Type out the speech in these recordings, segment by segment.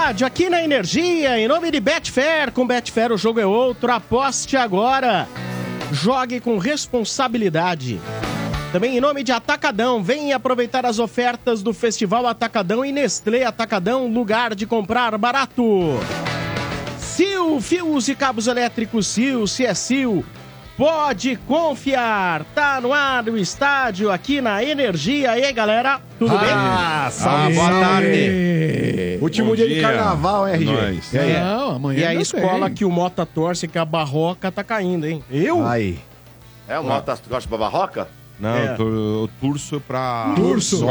Estádio, aqui na Energia, em nome de Betfair. Com Betfair o jogo é outro, aposte agora. Jogue com responsabilidade. Também em nome de Atacadão, vem aproveitar as ofertas do Festival Atacadão e Nestlé Atacadão, lugar de comprar barato. Sil, fios e cabos elétricos Sil, se é Sil, pode confiar. Tá no ar o estádio aqui na Energia. E aí, galera, tudo bem? Salve, boa tarde. Último dia de carnaval, hein, RG? E aí? Não, amanhã e a escola que o Mota torce, que a Barroca, tá caindo, hein? Eu? Aí. O Mota gosta da Barroca? Não, eu torço pra... Turso.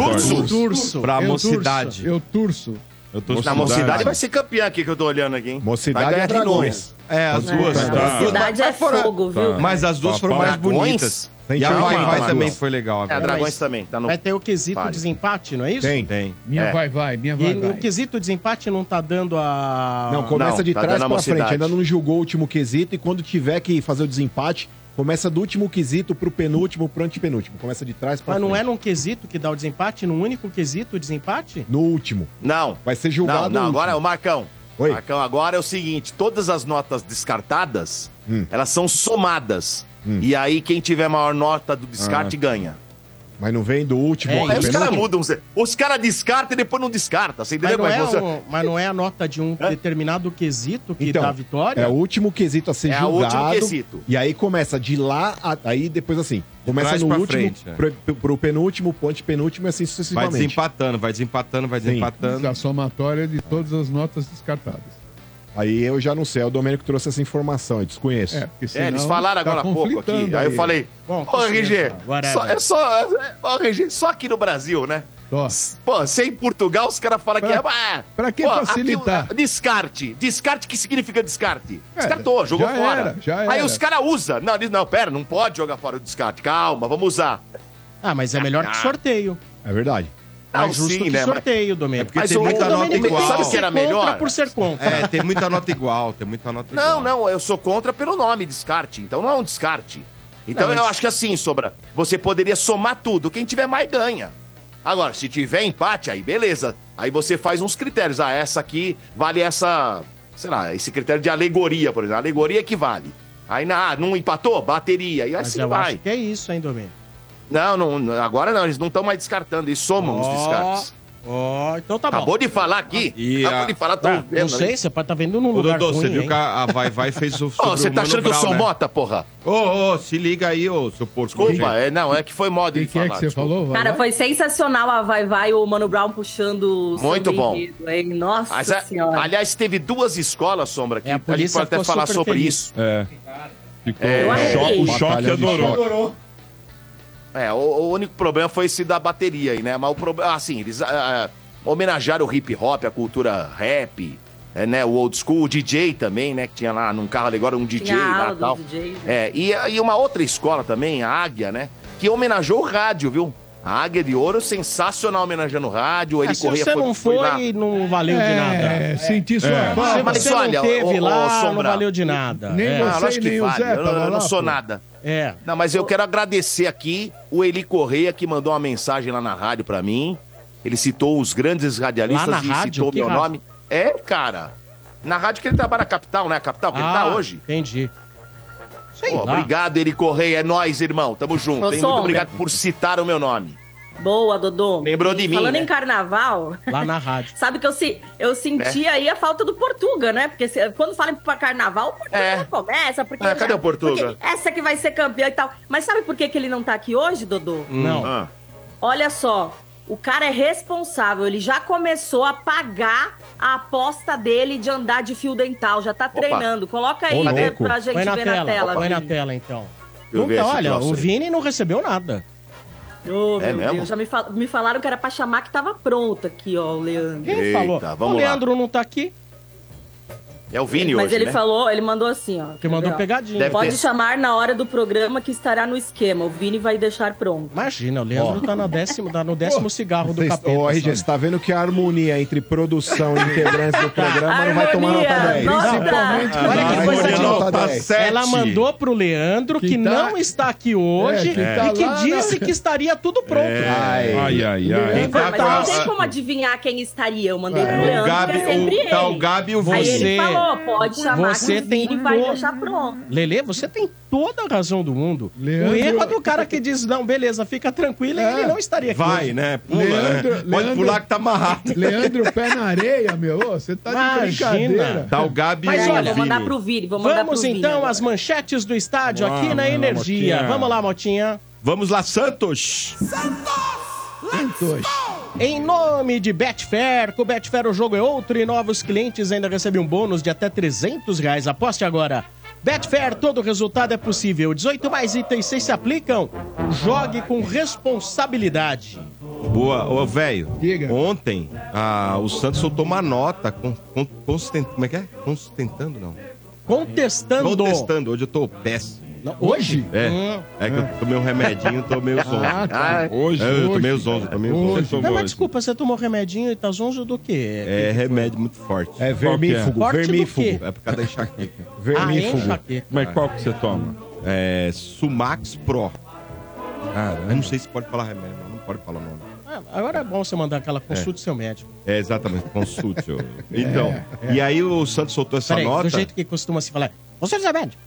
Pra mocidade. Eu turço. Na Mocidade vai ser campeã aqui que eu tô olhando aqui, hein? Mocidade é Dragões. As duas. Cidade é fogo, viu? Mas as duas foram mais bonitas. E a Vai também foi legal agora. A Dragões também. Tá no... Vai ter o quesito desempate, não é isso? Tem. Minha vai. E no quesito desempate não tá dando a... Não, começa de tá trás dando a pra frente. Mocidade. Ainda não julgou o último quesito e quando tiver que fazer o desempate, começa do último quesito pro penúltimo, pro antepenúltimo. Começa de trás pra Mas frente. não é num quesito que dá o desempate? Num único quesito o desempate? No último. Não. Vai ser julgado Não, no agora é último. o Marcão. Oi. Marcão, agora é o seguinte, todas as notas descartadas, elas são somadas. E aí quem tiver maior nota do descarte ganha. Mas não vem do último É, ao Aí os caras penúltimo? mudam. Os caras descartam e depois não descartam. Você entendeu? Mas não é a nota de um determinado quesito que Então, dá a vitória? é o último quesito a ser É o julgado. último quesito. E aí começa de lá, aí depois assim, começa trás no pra último, frente, pro penúltimo, pro antepenúltimo e assim Vai sucessivamente. desempatando. A somatória de todas as notas descartadas. Aí eu já não sei, o Domênico trouxe essa informação, eu desconheço. Porque senão eles falaram tá agora há pouco aqui. conflitando Aí eu falei, Bom, ô RG, whatever. RG, só aqui no Brasil, né? Ó, Pô, se em Portugal os caras falam que é... pra que pô, facilitar? aqui, descarte. Descarte, que significa descarte? Descartou, jogou já fora. era. Aí os caras usam. Não, diz, não, pera, não pode jogar fora o descarte. Calma, vamos usar. Ah, mas é melhor que sorteio. É verdade. Não, Mais justo sim, que né? sorteio, Domênico. Porque tem muita nota Domênico igual. Sabe o que era melhor? Por ser contra. Tem muita nota igual, Não, eu sou contra pelo nome, descarte. Então não é um descarte. Então Não, mas- eu acho que assim, Sobra, você poderia somar tudo. Quem tiver mais ganha. Agora, se tiver empate, aí beleza. Aí você faz uns critérios. Ah, essa aqui vale essa... Sei lá, esse critério de alegoria, por exemplo. Alegoria que vale. Aí não empatou? Bateria. E Mas assim eu vai. acho que é isso, hein, Domênico? Não, agora não. Eles não estão mais descartando. Eles somam os descartes. Então tá bom. Acabou de falar aqui. Acabou de falar, tô Ah, vendo. não sei, né? você pode estar vendo num Ô, lugar Dodô, ruim, você viu hein? que a Vai fez o Ô, você tá achando que eu sou né? mota, porra? Ô, se liga aí, ô, seu porco. Desculpa, é que foi moda o de que é falar. que você desculpa. falou? Vai Cara, lá. foi sensacional a Vai, o Mano Brown puxando o Muito samba bom. enredo, hein? Nossa Mas, senhora. aliás, teve duas escolas, Sombra, que É, a a gente polícia pode até ficou falar super sobre feliz. isso. Ficou Eu arrepiei. o choque Batalha de adorou. O único problema foi esse da bateria aí, né? Mas o problema, assim, eles homenagearam o hip hop, a cultura rap, né? O old school, o DJ também, né? Que tinha lá num carro agora um DJ Tinha lá aula e tal. dos DJs, E uma outra escola também, a Águia, né? Que homenageou o rádio, viu? A Águia de Ouro, sensacional homenageando o rádio. Ele Se corria você não foi, lá. não valeu de nada. Senti sua Se falta. mas você olha, não teve ô, lá, não Sombra, valeu de nada. nem é. você- lógico que nem o vale. Zé Eu tava não lá, sou pô. nada. É. Não, mas eu quero agradecer aqui o Eli Correia, que mandou uma mensagem lá na rádio pra mim. Ele citou os grandes radialistas Lá na e rádio? citou Que meu rádio? nome. É, cara. Na rádio que ele trabalha na capital, né? A capital que ele tá hoje. Entendi. Sei Pô, lá. obrigado, Eli Correia. É nóis, irmão. Tamo junto. Ô, Hein? Muito Sombra. obrigado por citar o meu nome. Boa, Dodô. Lembrou de mim, Falando né? em carnaval, Lá na rádio. sabe que eu senti aí a falta do Portuga, né? Porque quando falam pra carnaval, o Portuga É. já começa. Porque Cadê o Portuga? porque essa que vai ser campeã e tal. Mas sabe por que ele não tá aqui hoje, Dodô? Não. Ah. Olha só, o cara é responsável, ele já começou a pagar a aposta dele de andar de fio dental, já tá treinando. Coloca aí, Ô, né, louco. pra gente Põe na ver tela. na tela. Põe na Vini. tela, então. Deixa eu ver Nunca, esse olha, troço o aí. Vini não recebeu nada. Ô, É meu mesmo? Deus, já me falaram que era pra chamar que tava pronto aqui, ó, o Leandro. Quem Eita, falou? vamos O lá. Leandro não tá aqui. É o Vini Mas hoje, ele né? falou, ele mandou assim, ó. Que mandou pegadinha. Deve Pode ter- chamar na hora do programa que estará no esquema. O Vini vai deixar pronto. Imagina, o Leandro tá no décimo cigarro do capeta. Ô, RG, sabe? você tá vendo que a harmonia entre produção e integrantes do programa não vai tomar nota Harmonia, 10. nota- Principalmente Olha que Vai coisa tomar de nota nota 10. 7. Ela mandou pro Leandro, que Que tá- não está aqui hoje, que tá e que lá disse que estaria tudo pronto. Ai, ai, ai. Mas Tá- não tem como adivinhar quem estaria. Eu mandei pro O Leandro, Gabi, que é sempre ele. tá o Gabi e o Aí Vini. ele falou, pode chamar você que o tem Vini vai todo- deixar pronto. Lelê, você tem toda a razão do mundo. Leandro- O erro é do cara que diz, não, beleza, fica tranquilo, e ele não estaria aqui Vai, hoje. né? Pula, Leandro- né? Pode Leandro- pular que tá amarrado. Leandro, pé na areia, meu. Ô, você tá de Imagina. brincadeira. Tá o Gabi Mas e o olha, vou mandar Vini. pro Vini, vou mandar Vamos pro Vini então agora. às manchetes do estádio aqui na Vamos lá, Energia. Motinha. Vamos lá, Motinha. Vamos lá, Santos. Santos. Em nome de Betfair, com Betfair o jogo é outro e novos clientes ainda recebem um bônus de até R$300. Aposte agora. Betfair, todo resultado é possível. 18 mais itens 6 se aplicam. Jogue com responsabilidade. Boa, ô velho. Diga. Ontem, o Santos soltou uma nota como é que é? Constentando, não. Contestando. Contestando. Hoje eu tô péssimo. Não, Hoje? É que eu tomei um remedinho, tô meio zonzo. Ah, tá. Hoje, eu tô meio zonzo, tô meio Hoje. zonzo. Não, mas desculpa, você tomou remedinho e tá zonzo do quê? É remédio muito forte. É vermífugo, Forte do vermífugo. quê? É por causa da enxaqueca. Vermífugo. enxaqueca. Mas qual que você toma? É Sumax Pro. Cara, Eu não sei se pode falar remédio, não pode falar nome. Ah, agora é bom você mandar aquela consulte seu médico. É, exatamente, consulte. Então, e aí o Santos soltou essa Peraí, nota. do jeito que costuma se falar. Você é médico?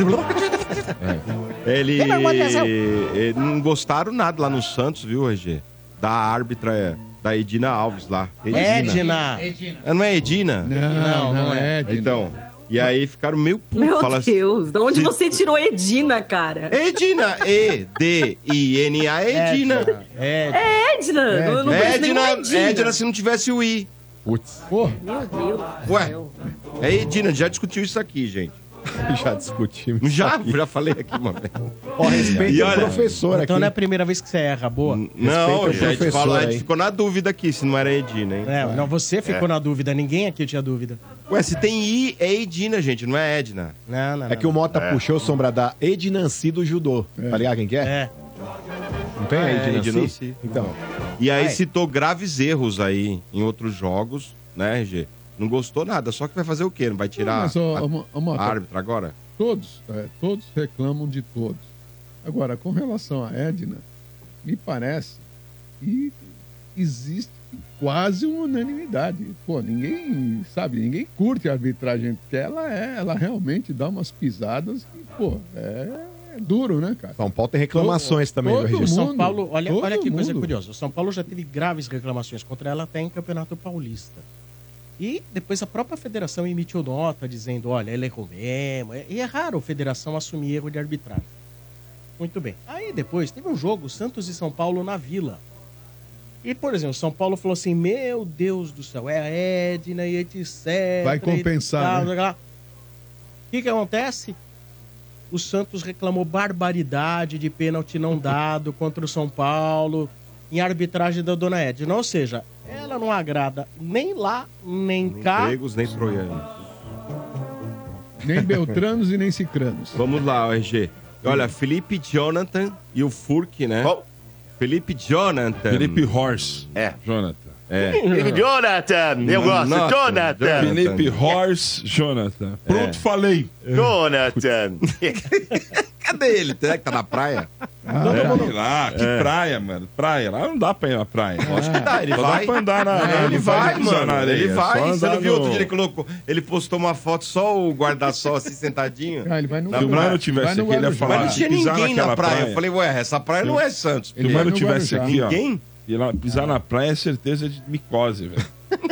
Ele Tem alguma atenção? não gostaram nada lá no Santos, viu, RG? Da árbitra, da Edina Alves lá. Edna. Não é Edina? Não é. Edna. Então, e aí ficaram meio putos. Meu falaram assim, Deus, de onde se- você tirou Edina, cara? Edina, E-D-I-N-A, Edina. É, Edna, eu não conheço nenhuma Edina. Edina se não tivesse o I. Putz. Pô, Meu Deus. Ué, é Edina, já discutiu isso aqui, gente. Já discutimos. Já falei aqui uma vez. Ó, respeita E o olha, professor aqui. então não é a primeira vez que você erra, boa. Não, o a gente, professor falou, a gente aí. ficou na dúvida aqui se não era Edina, hein? Não, você ficou na dúvida, ninguém aqui tinha dúvida. Ué, se tem I, é Edina, gente, não é Edna. Não. É que o Mota puxou, Sombra, da Ednancy do judô. Tá ligado quem que é? É. Não tem a Ednancy. Ednancy? Então. E aí Vai. citou graves erros aí em outros jogos, né, RG? Não gostou nada, só que vai fazer o quê? Não vai tirar mas, ô, Mota, a árbitra agora? todos reclamam de todos. Agora, com relação a Edna, me parece que existe quase uma unanimidade. Pô, ninguém curte a arbitragem, porque ela realmente dá umas pisadas que, pô, é duro, né, cara? São Paulo tem reclamações também, todo viu, O RG? São mundo, Paulo, olha todo que coisa mundo. curiosa. O São Paulo já teve graves reclamações contra ela até em Campeonato Paulista. E depois a própria federação emitiu nota dizendo, olha, ele errou mesmo. E é raro a federação assumir erro de arbitragem. Muito bem. Aí depois teve um jogo, Santos e São Paulo na Vila. E, por exemplo, São Paulo falou assim, meu Deus do céu, é a Edna e etc. Vai compensar, e tal, O que acontece? O Santos reclamou barbaridade de pênalti não dado contra o São Paulo em arbitragem da dona Edna. Ou seja, ela não agrada nem lá, nem cá. Gregos, nem troianos. Nem Beltranos e nem Cicranos. Vamos lá, RG. Olha, Felipe Jonathan e o Furk, né? Qual? Felipe Jonathan. Felipe Horst. É. Jonathan. Jonathan, eu gosto. Nossa, Jonathan. Felipe Horst, Jonathan. Pronto, falei. Jonathan. Cadê ele? Será que tá na praia? Sei lá, que praia, mano. Praia, lá não dá pra ir na praia. Acho que dá, ele Só vai. dá pra andar na Ele vai, pisar mano. na areia. Ele vai. Só Você andar não viu no- outro dia ele colocou? Ele postou uma foto só o guarda-sol assim sentadinho. Ah, ele vai no Se o mano tivesse aqui, ele ia falar. Mas não tinha se pisar ninguém na naquela praia. Eu falei, ué, essa praia não é Santos. Se o mano vai no tivesse Guarujá. aqui, ó. Ninguém? Ir lá pisar na praia é certeza de micose, velho.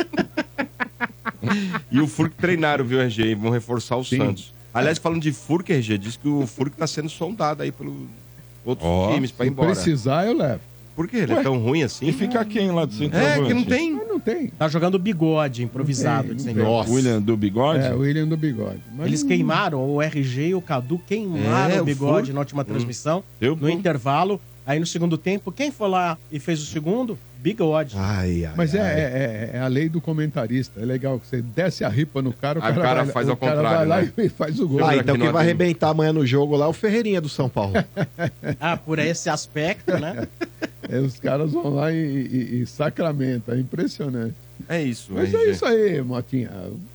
E o Furk treinaram, viu, RG? E vão reforçar o Santos. Aliás, falando de Furk, RG, diz que o Furk tá sendo sondado aí pelos outros Ó, times pra ir Se embora. precisar, eu levo. Por quê? Ele é tão ruim assim? E fica quem lá do centroavante? É, que não tem. Mas não tem. Tá jogando bigode improvisado, Não tem, dizendo. não Nossa. William do Bigode? É, o William do Bigode. Mas Eles não- queimaram, o RG e o Cadu queimaram É, o o bigode Furk. na última transmissão, Eu- no intervalo. Aí no segundo tempo, quem foi lá e fez o segundo? bigode. Mas é a lei do comentarista. É legal que você desce a ripa no cara, Aí o cara vai, faz ao o cara contrário, vai lá né? e faz o gol. Ah, então que quem não vai tem- arrebentar amanhã no jogo lá é o Ferreirinha do São Paulo. Por esse aspecto, né? Os caras vão lá e sacramentam. É impressionante. É isso, Mas RG. é isso aí, Motinha.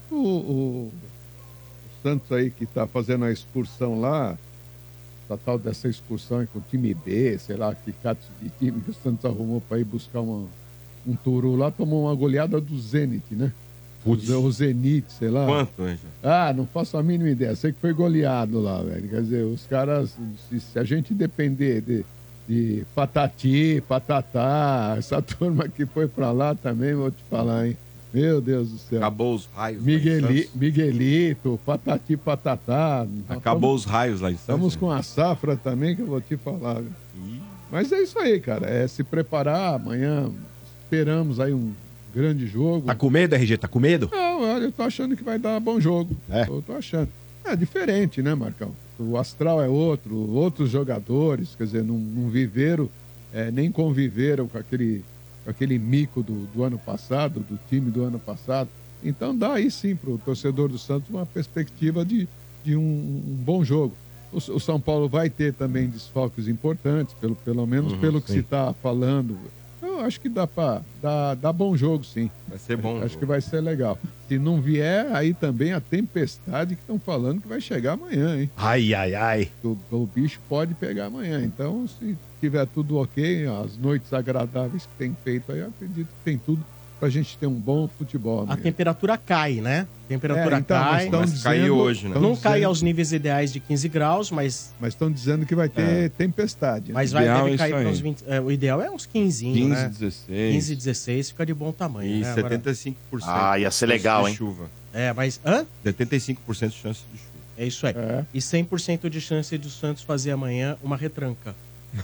O Santos aí que tá fazendo a excursão lá, a tal dessa excursão aí com o time B, sei lá, que cato de time que o Santos arrumou para ir buscar um turu lá, tomou uma goleada do Zenit, né? O Zenit, sei lá. Quanto, RG? Não faço a mínima ideia. Sei que foi goleado lá, velho. Quer dizer, os caras, se a gente depender de Patati, Patatá, essa turma que foi pra lá também, vou te falar, hein? Meu Deus do céu. Acabou os raios lá em Santos. Miguelito, Patati, Patatá. Acabou os raios lá em Santos. Estamos com a safra também, que eu vou te falar. Viu? Mas é isso aí, cara. É se preparar. Amanhã esperamos aí um grande jogo. Tá com medo, RG? Tá com medo? Não, olha, eu tô achando que vai dar bom jogo. Eu tô achando. É diferente, né, Marcão? O astral é outro, outros jogadores, quer dizer, não viveram, nem conviveram com aquele mico do ano passado, do time do ano passado. Então dá aí sim pro torcedor do Santos uma perspectiva de um bom jogo. O São Paulo vai ter também desfalques importantes, pelo menos pelo que sim. se está falando. Eu acho que dá bom jogo, sim. Vai ser bom. Acho que vai ser legal. Se não vier, aí também a tempestade que estão falando que vai chegar amanhã, hein? Ai. O bicho pode pegar amanhã. Então, se tiver tudo ok, as noites agradáveis que tem feito aí, eu acredito que tem tudo pra gente ter um bom futebol A amanhã. temperatura cai, né? A temperatura então, cai. mas caiu hoje, né? Não Tão cai dizendo- aos níveis ideais de 15 graus, mas estão dizendo que vai ter tempestade. Né? Mas deve cair para uns 20. O ideal é uns 15, 15, né? 16. 15, 16 fica de bom tamanho. E né? Agora- 75%. Ia ser legal, de hein? chuva. Mas. Hã? 75% de chance de chuva. É isso aí. E 100% de chance do Santos fazer amanhã uma retranca.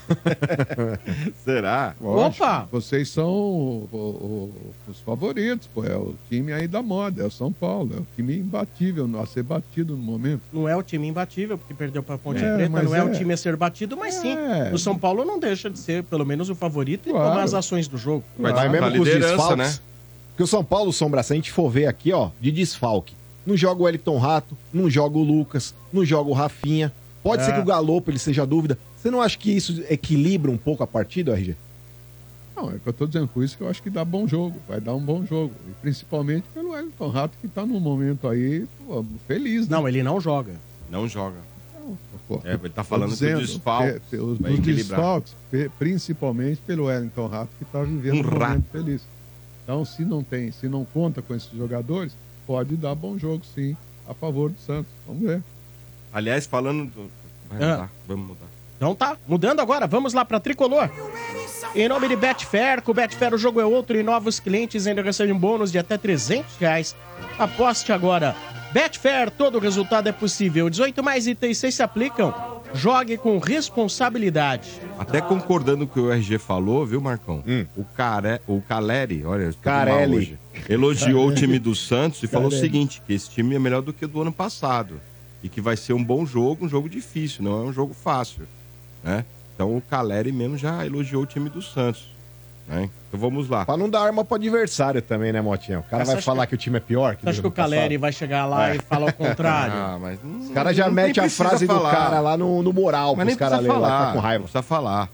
Será? Lógico, Opa! Vocês são os favoritos, pô. É o time aí da moda, é o São Paulo. É o time imbatível, a ser batido no momento. Não é o time imbatível, porque perdeu para a Ponte É, Preta, mas não é o é. time a ser batido, mas sim. O São Paulo não deixa de ser, pelo menos, o favorito e Claro. tomar as ações do jogo. Vai mesmo com os desfalques. Porque o São Paulo, Sombra, se a gente for ver aqui, ó, de desfalque. Não joga o Wellington Rato, não joga o Lucas, não joga o Rafinha. Pode ser que o Galopo ele seja dúvida. Você não acha que isso equilibra um pouco a partida, RG? Não, é o que eu tô dizendo, por isso que eu acho que dá bom jogo, vai dar um bom jogo. E principalmente pelo Wellington Rato, que tá num momento aí, pô, feliz, né? Não, ele não joga. Não joga. Pô, Ele tá tô falando que o desfalque os vai equilibrar. desfalques, principalmente pelo Wellington Rato, que tá vivendo um rato. momento feliz. Então, se não conta com esses jogadores, pode dar bom jogo, sim, a favor do Santos. Vamos ver. Aliás, falando do... Vai mudar, vamos mudar. Então tá, mudando agora, vamos lá pra Tricolor. Em nome de Betfair, com Betfair o jogo é outro e novos clientes ainda recebem um bônus de até R$300. Aposte agora. Betfair, todo resultado é possível. 18 mais itens 6 se aplicam. Jogue com responsabilidade. Até concordando com o que o RG falou, viu, Marcão? O Caleri, olha, eu tô Carelli. mal hoje, elogiou o time do Santos e falou o Carelli. seguinte, que esse time é melhor do que o do ano passado. E que vai ser um bom jogo, um jogo difícil, não é um jogo fácil, né? Então o Caleri mesmo já elogiou o time do Santos, né? Então vamos lá. Pra não dar arma pro adversário também, né, Motinha? O cara Mas vai você acha falar que o time é pior que Você acha do que o ano passado? Caleri vai chegar lá e falar o contrário? Mas Os caras já metem a frase do cara lá no moral Mas nem pros caras precisa lerem lá, falar, tá com raiva. não precisa falar.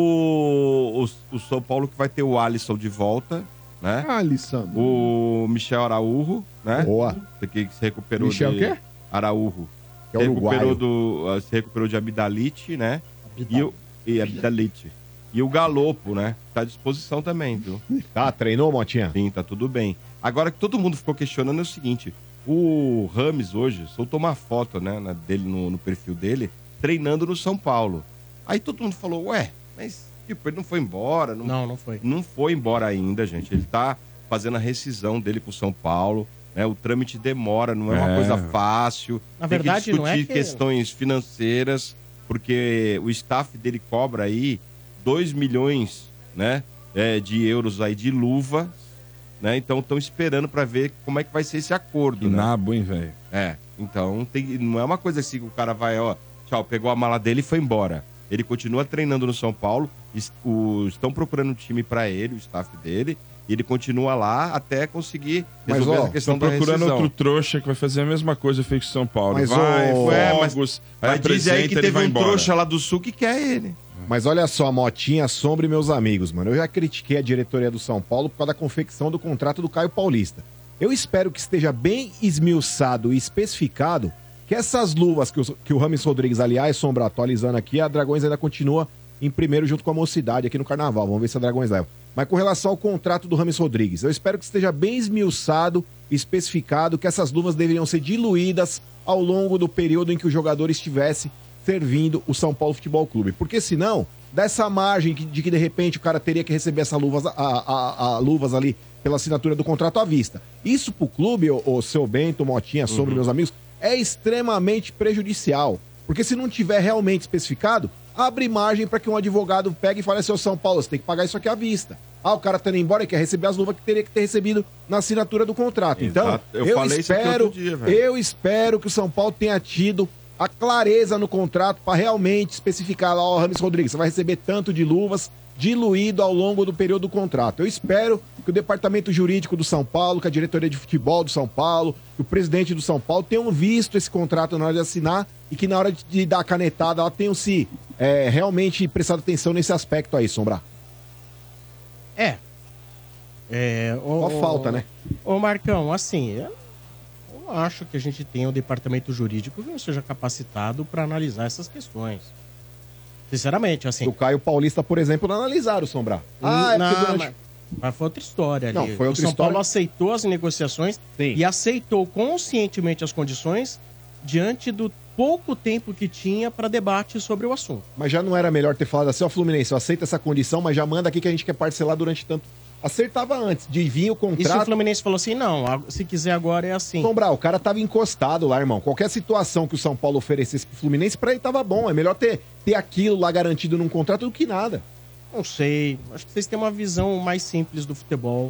O São Paulo que vai ter o Alisson de volta, né? Alisson. O Michel Araújo, né? Boa. Que se recuperou Michel de... quê? Araújo. Que é uruguaio. Se recuperou de Abidalite, né? E Abidalite. E o Galopo, né? Tá à disposição também, viu? Tá, treinou, Motinha? Sim, tá tudo bem. Agora que todo mundo ficou questionando é o seguinte: o Rames hoje soltou uma foto, né, dele no perfil dele, treinando no São Paulo. Aí todo mundo falou, ué, mas tipo, ele não foi embora? Não foi. Não foi embora ainda, gente. Ele tá fazendo a rescisão dele pro São Paulo. Né? O trâmite demora, não é uma coisa fácil. Na Tem verdade, que não discutir é que- questões financeiras, porque o staff dele cobra aí 2 milhões, né, de euros aí de luva, né? Então estão esperando para ver como é que vai ser esse acordo. Que né? nabo, hein, velho? Então não é uma coisa assim que o cara vai, ó, tchau, pegou a mala dele e foi embora. Ele continua treinando no São Paulo, estão procurando um time pra ele, o staff dele, e ele continua lá até conseguir resolver a questão da procurando rescisão. outro trouxa que vai fazer a mesma coisa feito em São Paulo. Mas, fogos, Mas diz aí que apresenta, ele teve vai um embora. trouxa lá do Sul que quer ele. Mas olha só, Motinha, Sombra e meus amigos, mano. Eu já critiquei a diretoria do São Paulo por causa da confecção do contrato do Caio Paulista. Eu espero que esteja bem esmiuçado e especificado que essas luvas que o Rames Rodrigues, aliás, Sombra, atualizando aqui, a Dragões ainda continua em primeiro junto com a Mocidade aqui no Carnaval. Vamos ver se a Dragões leva. Mas com relação ao contrato do Rames Rodrigues, eu espero que esteja bem esmiuçado e especificado que essas luvas deveriam ser diluídas ao longo do período em que o jogador estivesse servindo o São Paulo Futebol Clube. Porque senão, dessa margem de que de repente o cara teria que receber essas luvas, luvas ali pela assinatura do contrato à vista. Isso pro clube, o seu Bento, Motinha, Sombra, meus amigos, é extremamente prejudicial. Porque se não tiver realmente especificado, abre margem para que um advogado pegue e fale assim, ô São Paulo, você tem que pagar isso aqui à vista. O cara tá indo embora e quer receber as luvas que teria que ter recebido na assinatura do contrato. Exato. Então, Eu falei isso aqui outro dia, velho. eu espero que o São Paulo tenha tido a clareza no contrato para realmente especificar lá, ó, Rames Rodrigues, você vai receber tanto de luvas diluído ao longo do período do contrato. Eu espero que o departamento jurídico do São Paulo, que a diretoria de futebol do São Paulo, que o presidente do São Paulo tenham visto esse contrato na hora de assinar e que na hora de dar a canetada ela tenham se realmente prestado atenção nesse aspecto aí, Sombra. Só falta, né? Ô Marcão, assim, eu não acho que a gente tenha um departamento jurídico que não seja capacitado para analisar essas questões. Sinceramente, assim. O Caio Paulista, por exemplo, não analisaram, Sombra. Mas foi outra história ali. Não, foi outra o São história. Paulo aceitou as negociações e aceitou conscientemente as condições diante do pouco tempo que tinha para debate sobre o assunto. Mas já não era melhor ter falado assim, ó, Fluminense, eu aceito essa condição, mas já manda aqui que a gente quer parcelar durante tanto... Acertava antes de vir o contrato... E se o Fluminense falou assim, não, se quiser agora é assim. Sombra, o cara tava encostado lá, irmão. Qualquer situação que o São Paulo oferecesse pro Fluminense, pra ele tava bom. É melhor ter aquilo lá garantido num contrato do que nada. Não sei. Acho que vocês têm uma visão mais simples do futebol.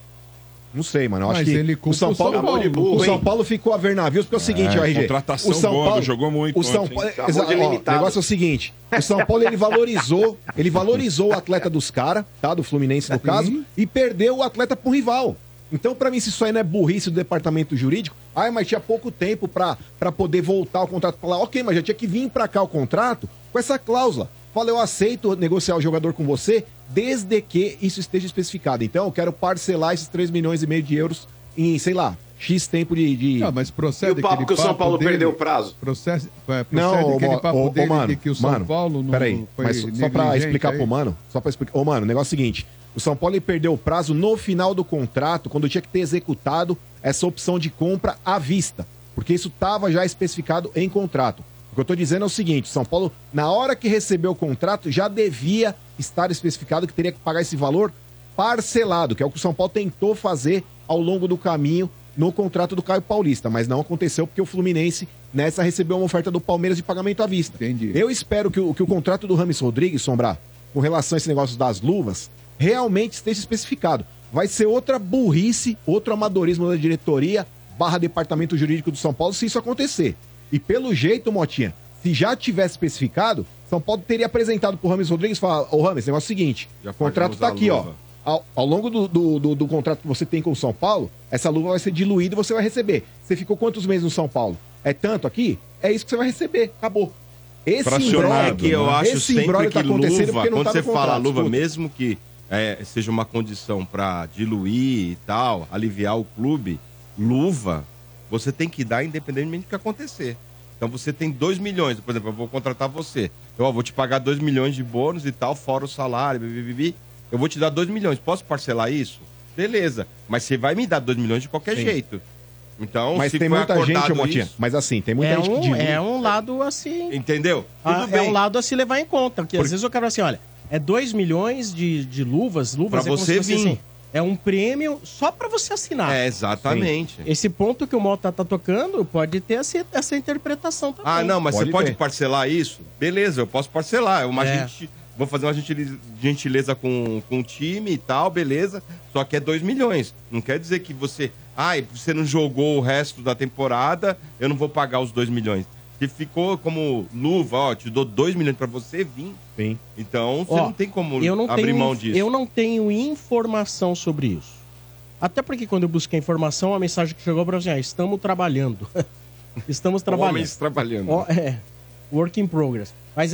Não sei, mano. Eu acho Mas que ele o São Paulo, o São Paulo ficou a ver navios, porque é o seguinte, ó, RG. Contratação o São boa, Paulo jogou muito O São ontem. Paulo, Chamou de o limitado. negócio é o seguinte, o São Paulo ele valorizou o atleta dos caras, tá? Do Fluminense no caso, e perdeu o atleta pro rival. Então, pra mim, se isso aí não é burrice do departamento jurídico, mas tinha pouco tempo pra poder voltar o contrato. Falar, ok, mas já tinha que vir pra cá o contrato com essa cláusula. Fala, eu aceito negociar o jogador com você, desde que isso esteja especificado. Então, eu quero parcelar esses 3,5 milhões de euros em, sei lá, X tempo de... Não, mas procede E o papo aquele que o São papo Paulo dele, perdeu o prazo? Procede Não, aquele papo dele mano, de que o São Paulo não peraí, foi mas só pra negligente explicar aí. pro mano, mano, o negócio é o seguinte, o São Paulo ele perdeu o prazo no final do contrato, quando tinha que ter executado essa opção de compra à vista, porque isso tava já especificado em contrato. O que eu tô dizendo é o seguinte, o São Paulo, na hora que recebeu o contrato, já devia estar especificado que teria que pagar esse valor parcelado, que é o que o São Paulo tentou fazer ao longo do caminho no contrato do Caio Paulista, mas não aconteceu porque o Fluminense nessa recebeu uma oferta do Palmeiras de pagamento à vista. Entendi. Eu espero que o contrato do Rames Rodrigues, Sombra, com relação a esse negócio das luvas, realmente esteja especificado. Vai ser outra burrice, outro amadorismo da diretoria / departamento jurídico do São Paulo se isso acontecer. E pelo jeito, Motinha, se já tivesse especificado, São Paulo teria apresentado pro Rames Rodrigues e falar, ô Rames, negócio é o seguinte, o contrato tá aqui, ó. Ao longo do contrato que você tem com o São Paulo, essa luva vai ser diluída e você vai receber. Você ficou quantos meses no São Paulo? É tanto aqui? É isso que você vai receber. Acabou. Esse Fracionado, É que eu acho esse sempre imbróglio que tá acontecendo luva, porque não quando tá você no contrato, fala luva, escuta. mesmo que seja uma condição pra diluir e tal, aliviar o clube, luva, você tem que dar independentemente do que acontecer. Então você tem 2 milhões, por exemplo, eu vou contratar você. Eu vou te pagar 2 milhões de bônus e tal, fora o salário, eu vou te dar 2 milhões. Posso parcelar isso? Beleza. Mas você vai me dar 2 milhões de qualquer jeito. Então, mas se tem foi muita gente, acordado Motinha. isso- Mas assim, tem muita gente que dilui. É um lado assim. Entendeu? Tudo É bem. um lado a se levar em conta. Porque às vezes eu quero assim, olha, é 2 milhões de luvas. Luvas Pra é como você se fosse vir. assim. É um prêmio só pra você assinar. É, exatamente. Esse ponto que o Mota tá tocando pode ter essa interpretação também. Ah, não, mas Pode você pode ter. parcelar isso? Beleza, eu posso parcelar. Vou fazer uma gentileza com o time e tal, beleza. Só que é 2 milhões. Não quer dizer que você não jogou o resto da temporada, eu não vou pagar os 2 milhões. Que ficou como luva, ó, te dou 2 milhões pra você vir. Sim. Então, você não tem como abrir mão disso. Eu não tenho informação sobre isso. Até porque quando eu busquei informação, a mensagem que chegou pra você, estamos trabalhando. Estamos trabalhando. Homens trabalhando. Work in progress. Mas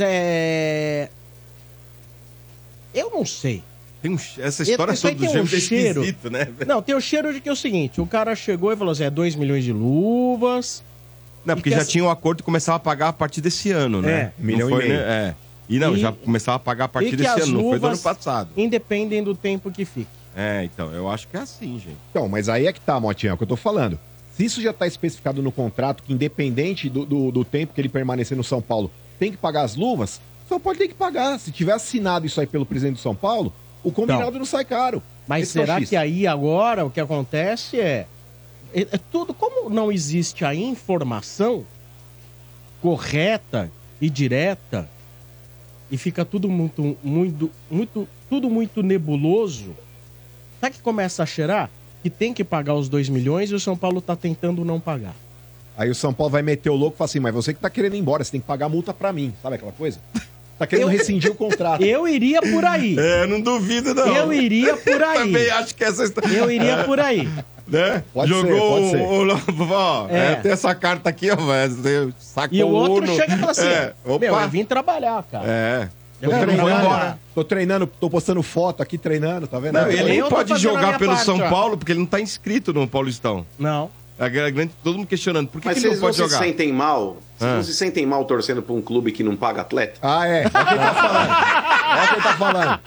eu não sei. Essa história toda do gêmeo é esquisito, né? Não, tem o cheiro de que é o seguinte, o cara chegou e falou assim, 2 milhões de luvas... Não, porque já tinha um acordo e começava a pagar a partir desse ano, né? Milhão e meio. Né? E já começava a pagar a partir desse ano, não foi do ano passado. Independem do tempo que fique. Então, eu acho que é assim, gente. Então, mas aí é que tá, Motinha, é o que eu tô falando. Se isso já tá especificado no contrato, que independente do tempo que ele permanecer no São Paulo, tem que pagar as luvas, o São Paulo tem que pagar. Se tiver assinado isso aí pelo presidente do São Paulo, o combinado não sai caro. Mas será que aí agora o que acontece é tudo, como não existe a informação correta e direta e fica tudo tudo muito nebuloso, sabe que começa a cheirar? Que tem que pagar os 2 milhões e o São Paulo tá tentando não pagar. Aí o São Paulo vai meter o louco e fala assim, mas você que tá querendo ir embora, você tem que pagar a multa pra mim, sabe aquela coisa? Tá querendo rescindir o contrato. Eu iria por aí. Não duvido, não. Eu iria por aí. Também acho que essa história... Eu iria por aí. Né? Jogou tem essa carta aqui, ó, sacou e o outro Uno. chega e fala assim, eu vim trabalhar, cara. Tô treinando, tô postando foto aqui treinando, tá vendo? Não, ele nem pode jogar pelo São Paulo, porque ele não tá inscrito no Paulistão. Não. Todo mundo questionando, por que Mas ele não pode jogar? Mas vocês se sentem mal? Vocês não se sentem mal torcendo pra um clube que não paga atleta? Olha quem tá falando.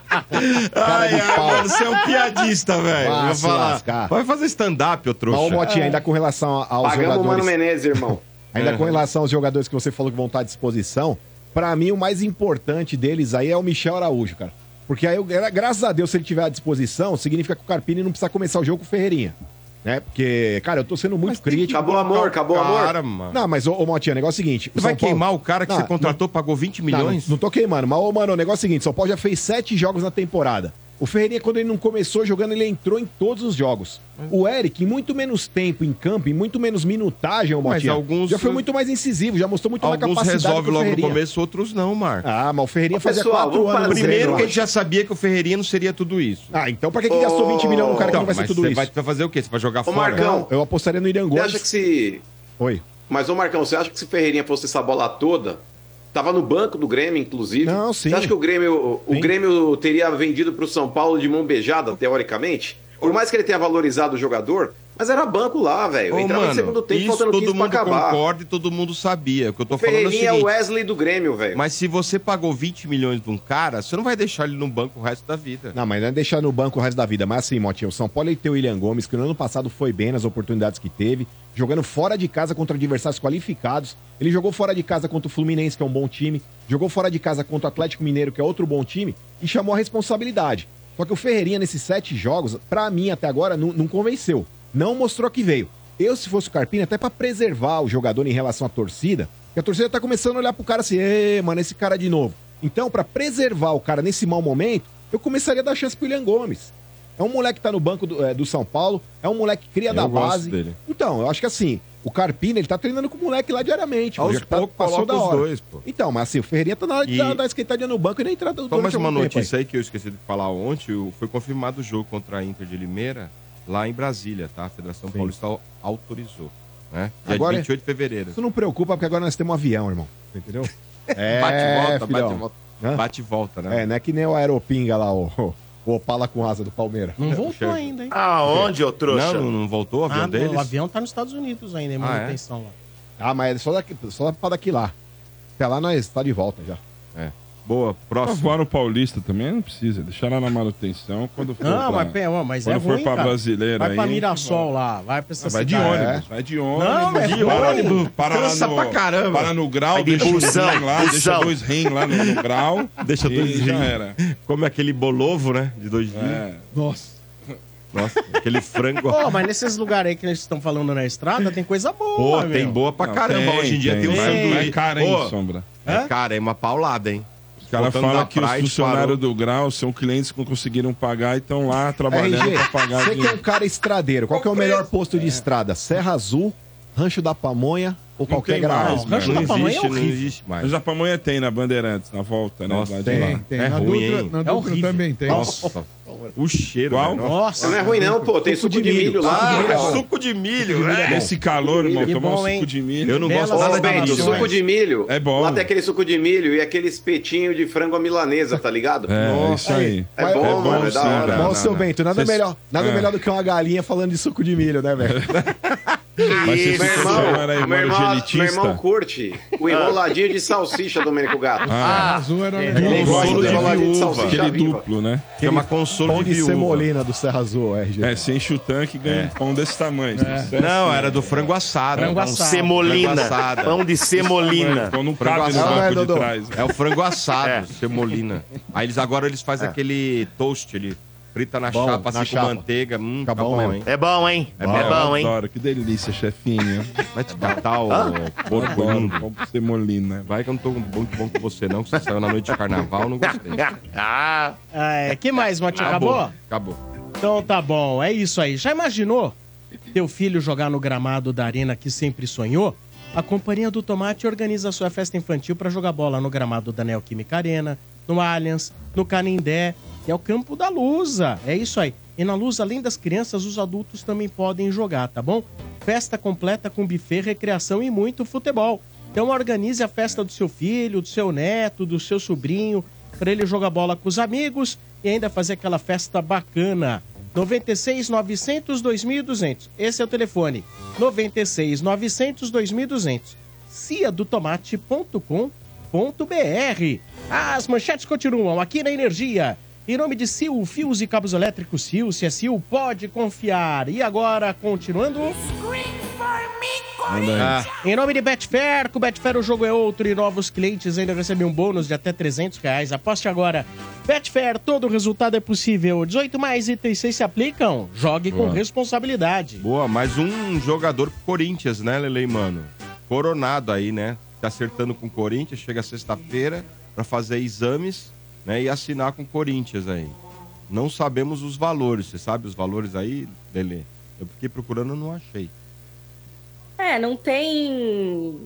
Mano, você é um piadista, velho. Vai Vou se falar. lascar. Vai fazer stand-up, ô trouxa. Mas, Motinha, ainda com relação aos Pagamos jogadores... o Mano Menezes, irmão. Ainda com relação aos jogadores que você falou que vão estar à disposição, pra mim o mais importante deles aí é o Michel Araújo, cara. Porque aí, graças a Deus, se ele tiver à disposição, significa que o Carpini não precisa começar o jogo com o Ferreirinha. Né? Porque, cara, eu tô sendo muito crítico. Acabou o amor, acabou o amor. Mano. Não, mas, ô Motinha, o negócio é o seguinte... Você vai queimar o cara que você contratou, pagou 20 milhões? Não tô queimando, mas, mano, o negócio é o seguinte, São Paulo já fez 7 jogos na temporada. O Ferreirinha, quando ele não começou jogando, ele entrou em todos os jogos. O Eric, em muito menos tempo em campo, em muito menos minutagem, o Motinha, já foi muito mais incisivo, já mostrou muito mais capacidade. Alguns resolve logo no começo, outros não, Marcos. Mas o Ferreirinha fazia 4 anos. Primeiro que a gente já sabia que o Ferreirinha não seria tudo isso. Então pra que gastou 20 milhões num cara que não vai ser tudo isso? Você vai fazer o quê? Você vai jogar fora? Marcão, não, eu apostaria no Irã Gomes. Você acha que se... Oi. Mas, ô Marcão, você acha que se Ferreirinha fosse essa bola toda... Tava no banco do Grêmio, inclusive. Não, sim. Você acha que o Grêmio teria vendido pro São Paulo de mão beijada, teoricamente? Por mais que ele tenha valorizado o jogador, mas era banco lá, velho. Entrava no segundo tempo, faltando 15 pra acabar. Todo mundo concorda e todo mundo sabia. O que eu tô falando é o Ferreirinha seguinte... é o Wesley do Grêmio, velho. Mas se você pagou 20 milhões de um cara, você não vai deixar ele no banco o resto da vida. Não, mas não é deixar no banco o resto da vida. Mas assim, Motinho, o São Paulo ele tem o William Gomes, que no ano passado foi bem nas oportunidades que teve, jogando fora de casa contra adversários qualificados. Ele jogou fora de casa contra o Fluminense, que é um bom time, jogou fora de casa contra o Atlético Mineiro, que é outro bom time, e chamou a responsabilidade. Só que o Ferreirinha, nesses 7 jogos, pra mim, até agora, não convenceu. Não mostrou que veio. Eu, se fosse o Carpini, até pra preservar o jogador em relação à torcida, que a torcida tá começando a olhar pro cara assim, mano, esse cara de novo. Então, pra preservar o cara nesse mau momento, eu começaria a dar chance pro William Gomes. É um moleque que tá no banco do São Paulo, é um moleque que cria da base. Dele. Então, eu acho que assim, o Carpini, ele tá treinando com o moleque lá diariamente. Aos poucos, passou da hora. Os dois, pô. Então, mas assim, o Ferreirinha tá na hora de dar uma esquentadinha no banco e nem entrar do Só mais uma notícia aí que eu esqueci de falar ontem, foi confirmado o jogo contra a Inter de Limeira, lá em Brasília, tá? A Federação Paulista autorizou, né? Dia agora, 28 de fevereiro. Isso não preocupa, porque agora nós temos um avião, irmão. Entendeu? Bate e volta, né? Não é que nem o Aeropinga lá, o Opala com asa do Palmeiras. Não voltou ainda, hein? Aonde, ô trouxa? Não voltou o avião deles? O avião tá nos Estados Unidos ainda, em manutenção lá. Mas é só pra daqui lá. Até lá nós tá de volta já. Boa, próximo. Voar no Paulista também não precisa. Deixar lá na manutenção quando for. Mas quando for pra Brasileira vai aí. pra Mirassol lá, vai pra essa vai cidade. Vai de ônibus. Não, de ônibus. Cansa pra caramba. Para no grau, deixa deixa 2 rins lá no grau. Deixa 2 rins. Já era. Come aquele bolovo, né? De 2 dias. Nossa, aquele frango. Mas nesses lugares aí que eles estão falando na estrada, tem coisa boa, tem boa pra caramba. Hoje em dia tem um sanduíche. É cara, hein, Sombra? É uma paulada, hein? Os caras falam que os funcionários do Grau são clientes que não conseguiram pagar e estão lá trabalhando pra pagar. Você que é um cara estradeiro, qual que é o melhor posto de estrada? Serra Azul, Rancho da Pamonha ou qualquer tem gramado. mais, Não, Rancho da Pamonha é não horrível. existe mais. Mas a Pamonha tem na Bandeirantes, na volta, né? Nossa, lá de Tem, lá. tem. É na ruim, Dutra, hein? na É Dutra horrível. também tem. Nossa, o cheiro. Qual? velho. Nossa. Não é ruim não, pô. Tem suco de milho lá. Suco de milho, né? Nesse calor, irmão, Que tomar bom, um hein? suco de milho. Eu não gosto Belas nada Ô, Bento, de milho. suco de milho. É bom. Lá tem aquele suco de milho e aquele espetinho de frango à milanesa, tá ligado? É, isso aí. É bom, mano, é da sim, hora. cara. Bom, seu Bento, nada Cês- melhor do que uma galinha falando de suco de milho, né, velho? Mas E você ficou chamando aí, meu mano, irmão genetista? curte o enroladinho de salsicha, Domênico Gato. A azul era Ele legal. gosta consolo do de enroladinho de viúva. salsicha Aquele viva. duplo, né? Chama consolo Pão de de viúva. semolina do Serra Azul, RG. É, você enche o tanque e ganha um pão desse tamanho. Não, era do frango assado. Frango Um assado. Semolina. Frango assado. Pão de semolina. Então não Frango cabe no assado. Não, banco de Dodô. trás. É o frango assado, semolina. Aí agora eles fazem aquele toast, ele frita na Bom, chapa, na assim, chapa. com manteiga. Fica bom mesmo. hein? É bom, hein? É bom, hein? Adoro, que delícia, chefinho. Vai te catar o porco Adoro, imundo. pão com semolina. Vai que eu não tô muito bom com você, não, que você saiu na noite de carnaval, não gostei. Ah, Que mais, Motinha? Acabou? Acabou. Então tá bom, é isso aí. Já imaginou teu filho jogar no gramado da arena que sempre sonhou? A Companhia do Tomate organiza sua festa infantil para jogar bola no gramado da Neoquímica Arena, no Allianz, no Canindé, que é o Campo da Lusa. É isso aí. E na Luz, além das crianças, os adultos também podem jogar, tá bom? Festa completa com buffet, recreação e muito futebol. Então organize a festa do seu filho, do seu neto, do seu sobrinho, para ele jogar bola com os amigos e ainda fazer aquela festa bacana. 96 900 2200. Esse é o telefone. 96 900 2200. ciadotomate.com.br. As manchetes continuam aqui na Energia. Em nome de Sil, fios e cabos elétricos Sil, se é Sil, pode confiar. E agora, continuando... Em nome de Betfair, com Betfair o jogo é outro e novos clientes ainda recebem um bônus de até R$300. Aposte agora. Betfair, todo resultado é possível. 18 mais itens 6 se aplicam. Jogue com responsabilidade. Boa, mais um jogador pro Corinthians, né, Lele, mano? Coronado aí, né? Tá acertando com o Corinthians, chega sexta-feira pra fazer exames, né, e assinar com o Corinthians aí. Não sabemos os valores. Você sabe os valores aí, Lele? Eu fiquei procurando e não achei. Não tem...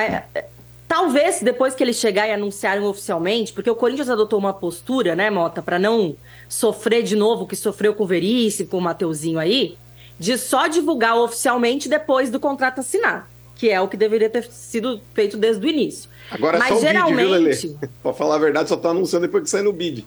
Talvez depois que eles chegarem e anunciarem oficialmente, porque o Corinthians adotou uma postura, né, Mota, pra não sofrer de novo o que sofreu com o Veríssimo, com o Mateuzinho aí, de só divulgar oficialmente depois do contrato assinar, que é o que deveria ter sido feito desde o início. Agora é Mas só o geralmente... vídeo, viu, Lelê? Pra falar a verdade, só tá anunciando depois que sai no bid.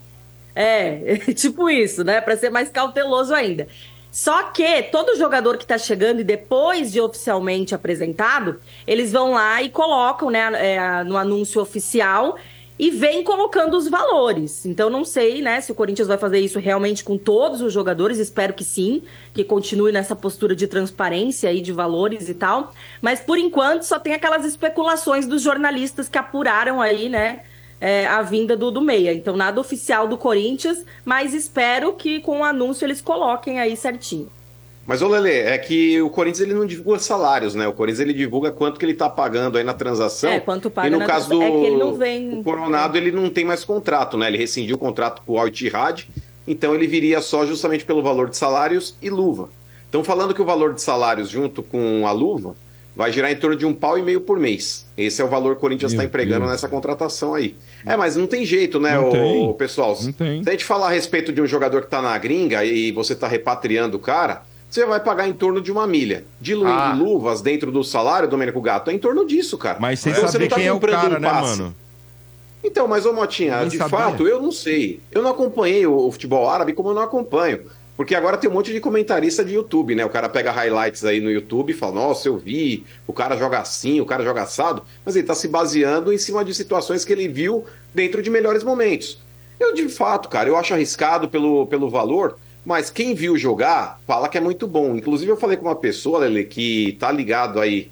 Tipo isso, né? Pra ser mais cauteloso ainda. Só que todo jogador que tá chegando e depois de oficialmente apresentado, eles vão lá e colocam, né, no anúncio oficial e vem colocando os valores. Então não sei, né, se o Corinthians vai fazer isso realmente com todos os jogadores, espero que sim, que continue nessa postura de transparência aí de valores e tal. Mas por enquanto só tem aquelas especulações dos jornalistas que apuraram aí, né, a vinda do Meia. Então, nada oficial do Corinthians, mas espero que com o anúncio eles coloquem aí certinho. Mas, ô Lelê, é que o Corinthians ele não divulga salários, né? O Corinthians ele divulga quanto que ele tá pagando aí na transação. Quanto paga e no na caso transação. do É que ele não vem... o Coronado, ele não tem mais contrato, né? Ele rescindiu o contrato com o Al-Ittihad, então ele viria só justamente pelo valor de salários e luva. Então, falando que o valor de salários junto com a luva vai girar em torno de R$1,5 pau por mês. Esse é o valor que o Corinthians está empregando nessa contratação aí. Mas não tem jeito, né, pessoal? Não tem. Se a gente falar a respeito de um jogador que está na gringa e você está repatriando o cara, você vai pagar em torno de 1 milha. De luvas dentro do salário, Domênico Gato, é em torno disso, cara. Mas sem Então, saber não tá quem é o comprando cara, um né, passe. mano? Então, mas, ô Motinha, Nem de sabia. fato, eu não sei. Eu não acompanhei o futebol árabe como eu não acompanho. Porque agora tem um monte de comentarista de YouTube, né? O cara pega highlights aí no YouTube e fala, nossa, eu vi, o cara joga assim, o cara joga assado. Mas ele tá se baseando em cima de situações que ele viu dentro de melhores momentos. Eu, de fato, cara, eu acho arriscado pelo valor, mas quem viu jogar fala que é muito bom. Inclusive, eu falei com uma pessoa, Lele, que tá ligado aí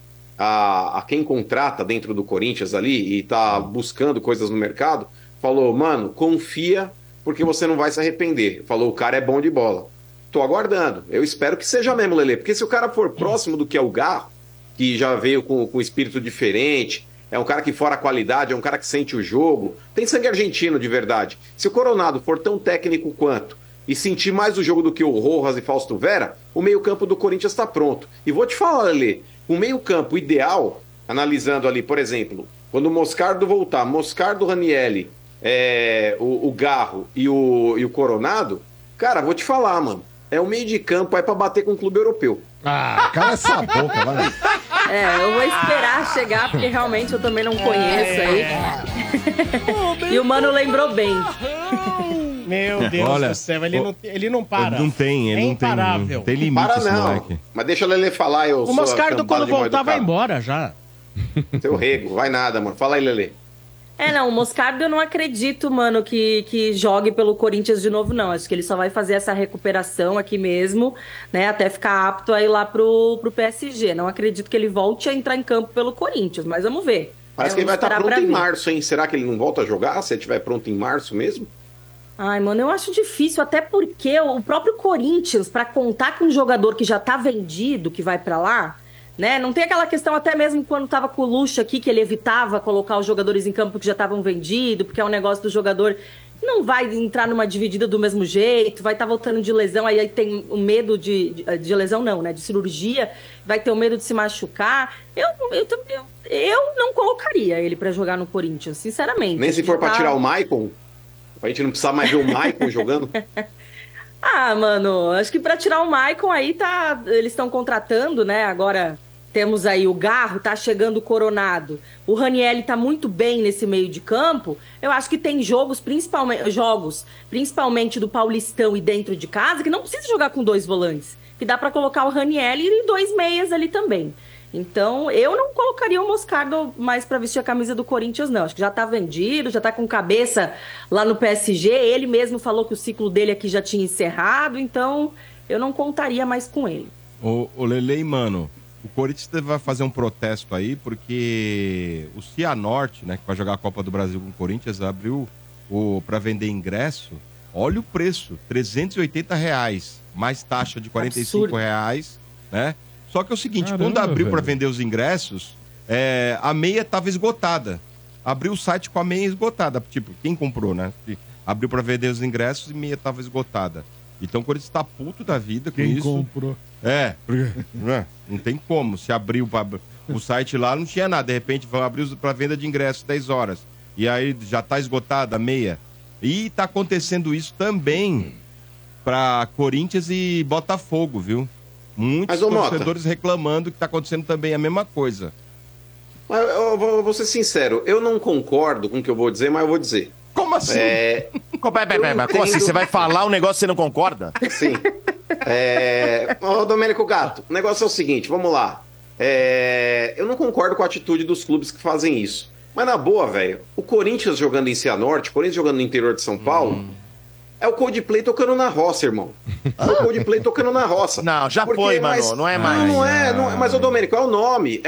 a quem contrata dentro do Corinthians ali e tá buscando coisas no mercado, falou, mano, confia, porque você não vai se arrepender. Falou, o cara é bom de bola. Tô aguardando. Eu espero que seja mesmo, Lelê. Porque se o cara for próximo do que é o Garro, que já veio com espírito diferente, é um cara que fora a qualidade, é um cara que sente o jogo, tem sangue argentino de verdade. Se o Coronado for tão técnico quanto e sentir mais o jogo do que o Rojas e Fausto Vera, o meio-campo do Corinthians está pronto. E vou te falar, Lelê, o meio-campo ideal, analisando ali, por exemplo, quando o Moscardo voltar, Moscardo, Ranieri, o Garro e o Coronado, cara, vou te falar, mano. É o meio de campo, é pra bater com o clube europeu. Cala essa boca, vai. Eu vou esperar chegar, porque realmente eu também não conheço aí. E o Mano lembrou bem. Meu Deus do céu, ele não para. Não tem, ele é não tem. imparável. Não tem limite Para esse não. moleque. Mas deixa o Lelê falar, eu O sou Moscardo, quando de mal voltar, vai educado. embora já. Seu rego, vai nada, mano. Fala aí, Lelê. Não, o Moscardo eu não acredito, mano, que jogue pelo Corinthians de novo, não. Acho que ele só vai fazer essa recuperação aqui mesmo, né? Até ficar apto a ir lá pro PSG. Não acredito que ele volte a entrar em campo pelo Corinthians, mas vamos ver. Parece que ele vai estar pronto em março, hein? Será que ele não volta a jogar se ele estiver pronto em março mesmo? Ai, mano, eu acho difícil, até porque o próprio Corinthians, pra contar com um jogador que já tá vendido, que vai pra lá, né? Não tem aquela questão, até mesmo quando tava com o Lucha aqui, que ele evitava colocar os jogadores em campo que já estavam vendidos, porque é um negócio do jogador, não vai entrar numa dividida do mesmo jeito, vai estar voltando de lesão, aí tem o medo de lesão não, né? De cirurgia, vai ter o medo de se machucar. Eu não colocaria ele pra jogar no Corinthians, sinceramente. Nem se for pra tirar o Maicon? Pra gente não precisar mais ver o Maicon jogando? Mano, acho que pra tirar o Maicon aí eles estão contratando, né? Agora temos aí o Garro, tá chegando o Coronado. O Ranieri tá muito bem nesse meio de campo. Eu acho que tem jogos, principalmente do Paulistão e dentro de casa, que não precisa jogar com 2 volantes. Que dá pra colocar o Ranieri e 2 meias ali também. Então, eu não colocaria o Moscardo mais pra vestir a camisa do Corinthians, não. Acho que já tá vendido, já tá com cabeça lá no PSG. Ele mesmo falou que o ciclo dele aqui já tinha encerrado, então eu não contaria mais com ele. O Lele, mano, o Corinthians vai fazer um protesto aí, porque o Cianorte, né, que vai jogar a Copa do Brasil com o Corinthians, abriu pra vender ingresso. Olha o preço, R$380, mais taxa de R$45, né? Só que é o seguinte, quando abriu para vender os ingressos, a meia estava esgotada. Abriu o site com a meia esgotada. Tipo, quem comprou, né? Abriu para vender os ingressos e meia estava esgotada. Então o Corinthians está puto da vida com isso. Quem comprou? Não tem como. Se abriu o site lá, não tinha nada. De repente vão abrir para venda de ingressos 10 horas. E aí já está esgotada a meia. E está acontecendo isso também para Corinthians e Botafogo, viu? Muitos torcedores reclamando que está acontecendo também a mesma coisa. Mas eu vou ser sincero, eu não concordo com o que eu vou dizer, mas eu vou dizer. Como assim? Como assim? Você vai falar um negócio que você não concorda? Sim. Ô, Domênico Gato, o negócio é o seguinte, vamos lá. Eu não concordo com a atitude dos clubes que fazem isso. Mas na boa, velho, o Corinthians jogando em Cianorte, o Corinthians jogando no interior de São Paulo... É o Coldplay tocando na roça, irmão. É o Coldplay tocando na roça. Não, já foi, mano. Não é mais. Não é. Mas, ô Domênico, é o nome.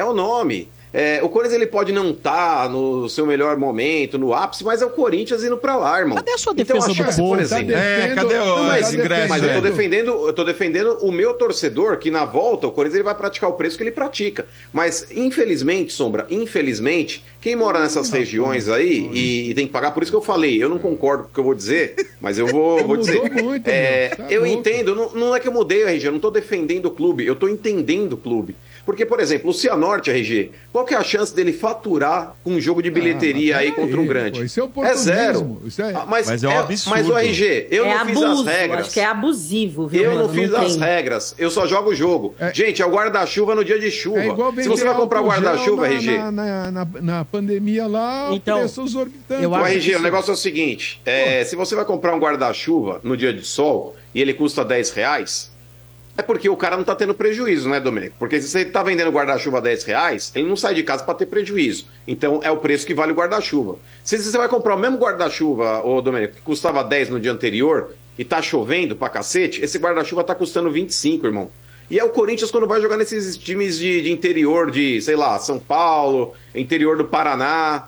O Corinthians ele pode não estar no seu melhor momento, no ápice, mas é o Corinthians indo pra lá, irmão. Cadê a sua defesa do povo? Por exemplo? Cadê os ingressos? Mas eu tô defendendo o meu torcedor, que na volta o Corinthians ele vai praticar o preço que ele pratica. Mas, infelizmente, Sombra, quem mora nessas regiões aí e tem que pagar, por isso que eu falei, eu não concordo com o que eu vou dizer, mas eu vou dizer. Muito, eu entendo, não é que eu mudei, RG, eu não tô defendendo o clube, eu tô entendendo o clube. Porque, por exemplo, o Cianorte, RG, qual que é a chance dele faturar com um jogo de bilheteria aí contra um grande? Pô, isso é oportunismo. Zero. Mas é um absurdo. Mas o RG, eu não abuso, fiz as regras. Acho que é abusivo, viu? Eu não fiz as regras, eu só jogo o jogo. Gente, é o guarda-chuva no dia de chuva. Se você vai comprar o guarda-chuva, RG... Na pandemia lá, então, preço exorbitante. O RG, o negócio é o seguinte, se você vai comprar um guarda-chuva no dia de sol e ele custa R$10... É porque o cara não tá tendo prejuízo, né, Domênico? Porque se você tá vendendo guarda-chuva a R$10, ele não sai de casa para ter prejuízo. Então é o preço que vale o guarda-chuva. Se você vai comprar o mesmo guarda-chuva, ô Domênico, que custava 10 no dia anterior e tá chovendo pra cacete, esse guarda-chuva tá custando 25, irmão. E é o Corinthians quando vai jogar nesses times de interior de, sei lá, São Paulo, interior do Paraná.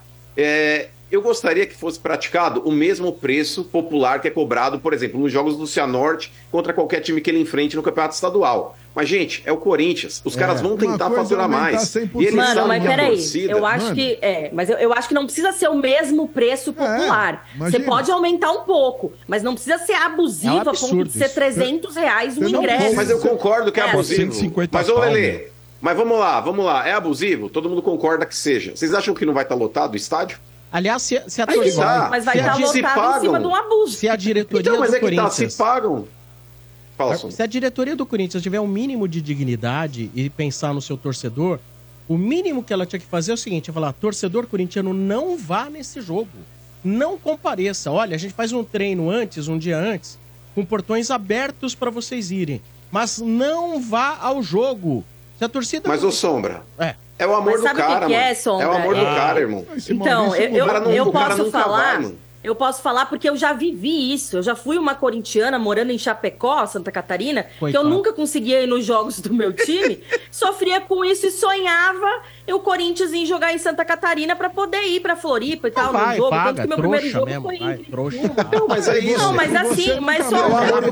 Eu gostaria que fosse praticado o mesmo preço popular que é cobrado, por exemplo, nos jogos do Cianorte contra qualquer time que ele enfrente no campeonato estadual. Mas, gente, é o Corinthians. Os caras vão tentar faturar mais. E eles mas peraí, eu acho que... mas eu acho que não precisa ser o mesmo preço popular. Você pode aumentar um pouco, mas não precisa ser abusivo a ponto de ser R$300 um ingresso. Mas eu concordo que é abusivo. Mas, ô Lelê... Mas vamos lá. É abusivo? Todo mundo concorda que seja. Vocês acham que não vai estar lotado o estádio? Aliás, se a Aí torcida... tá. Mas vai estar Se lotado pagam. em cima de um abuso. Se a diretoria Então, mas do é que tá, Corinthians... se pagam. Fala, Sombra. Se a diretoria do Corinthians tiver um mínimo de dignidade e pensar no seu torcedor, o mínimo que ela tinha que fazer é o seguinte, é falar, torcedor corintiano, não vá nesse jogo. Não compareça. Olha, a gente faz um treino antes, um dia antes, com portões abertos para vocês irem. Mas não vá ao jogo. Se a torcida... Mas, ô Sombra, é o amor Mas do sabe o cara, que mano. é, Sombra? É o amor do cara, irmão. Então, eu o cara posso nunca falar... vai, mano. Eu posso falar porque eu já vivi isso. Eu já fui uma corintiana morando em Chapecó, Santa Catarina, que eu nunca conseguia ir nos jogos do meu time. Sofria com isso e sonhava o Corinthians em jogar em Santa Catarina pra poder ir pra Floripa e tal, no jogo. Tanto que meu primeiro jogo foi em Não, mas é isso. Não, mas assim, mas só...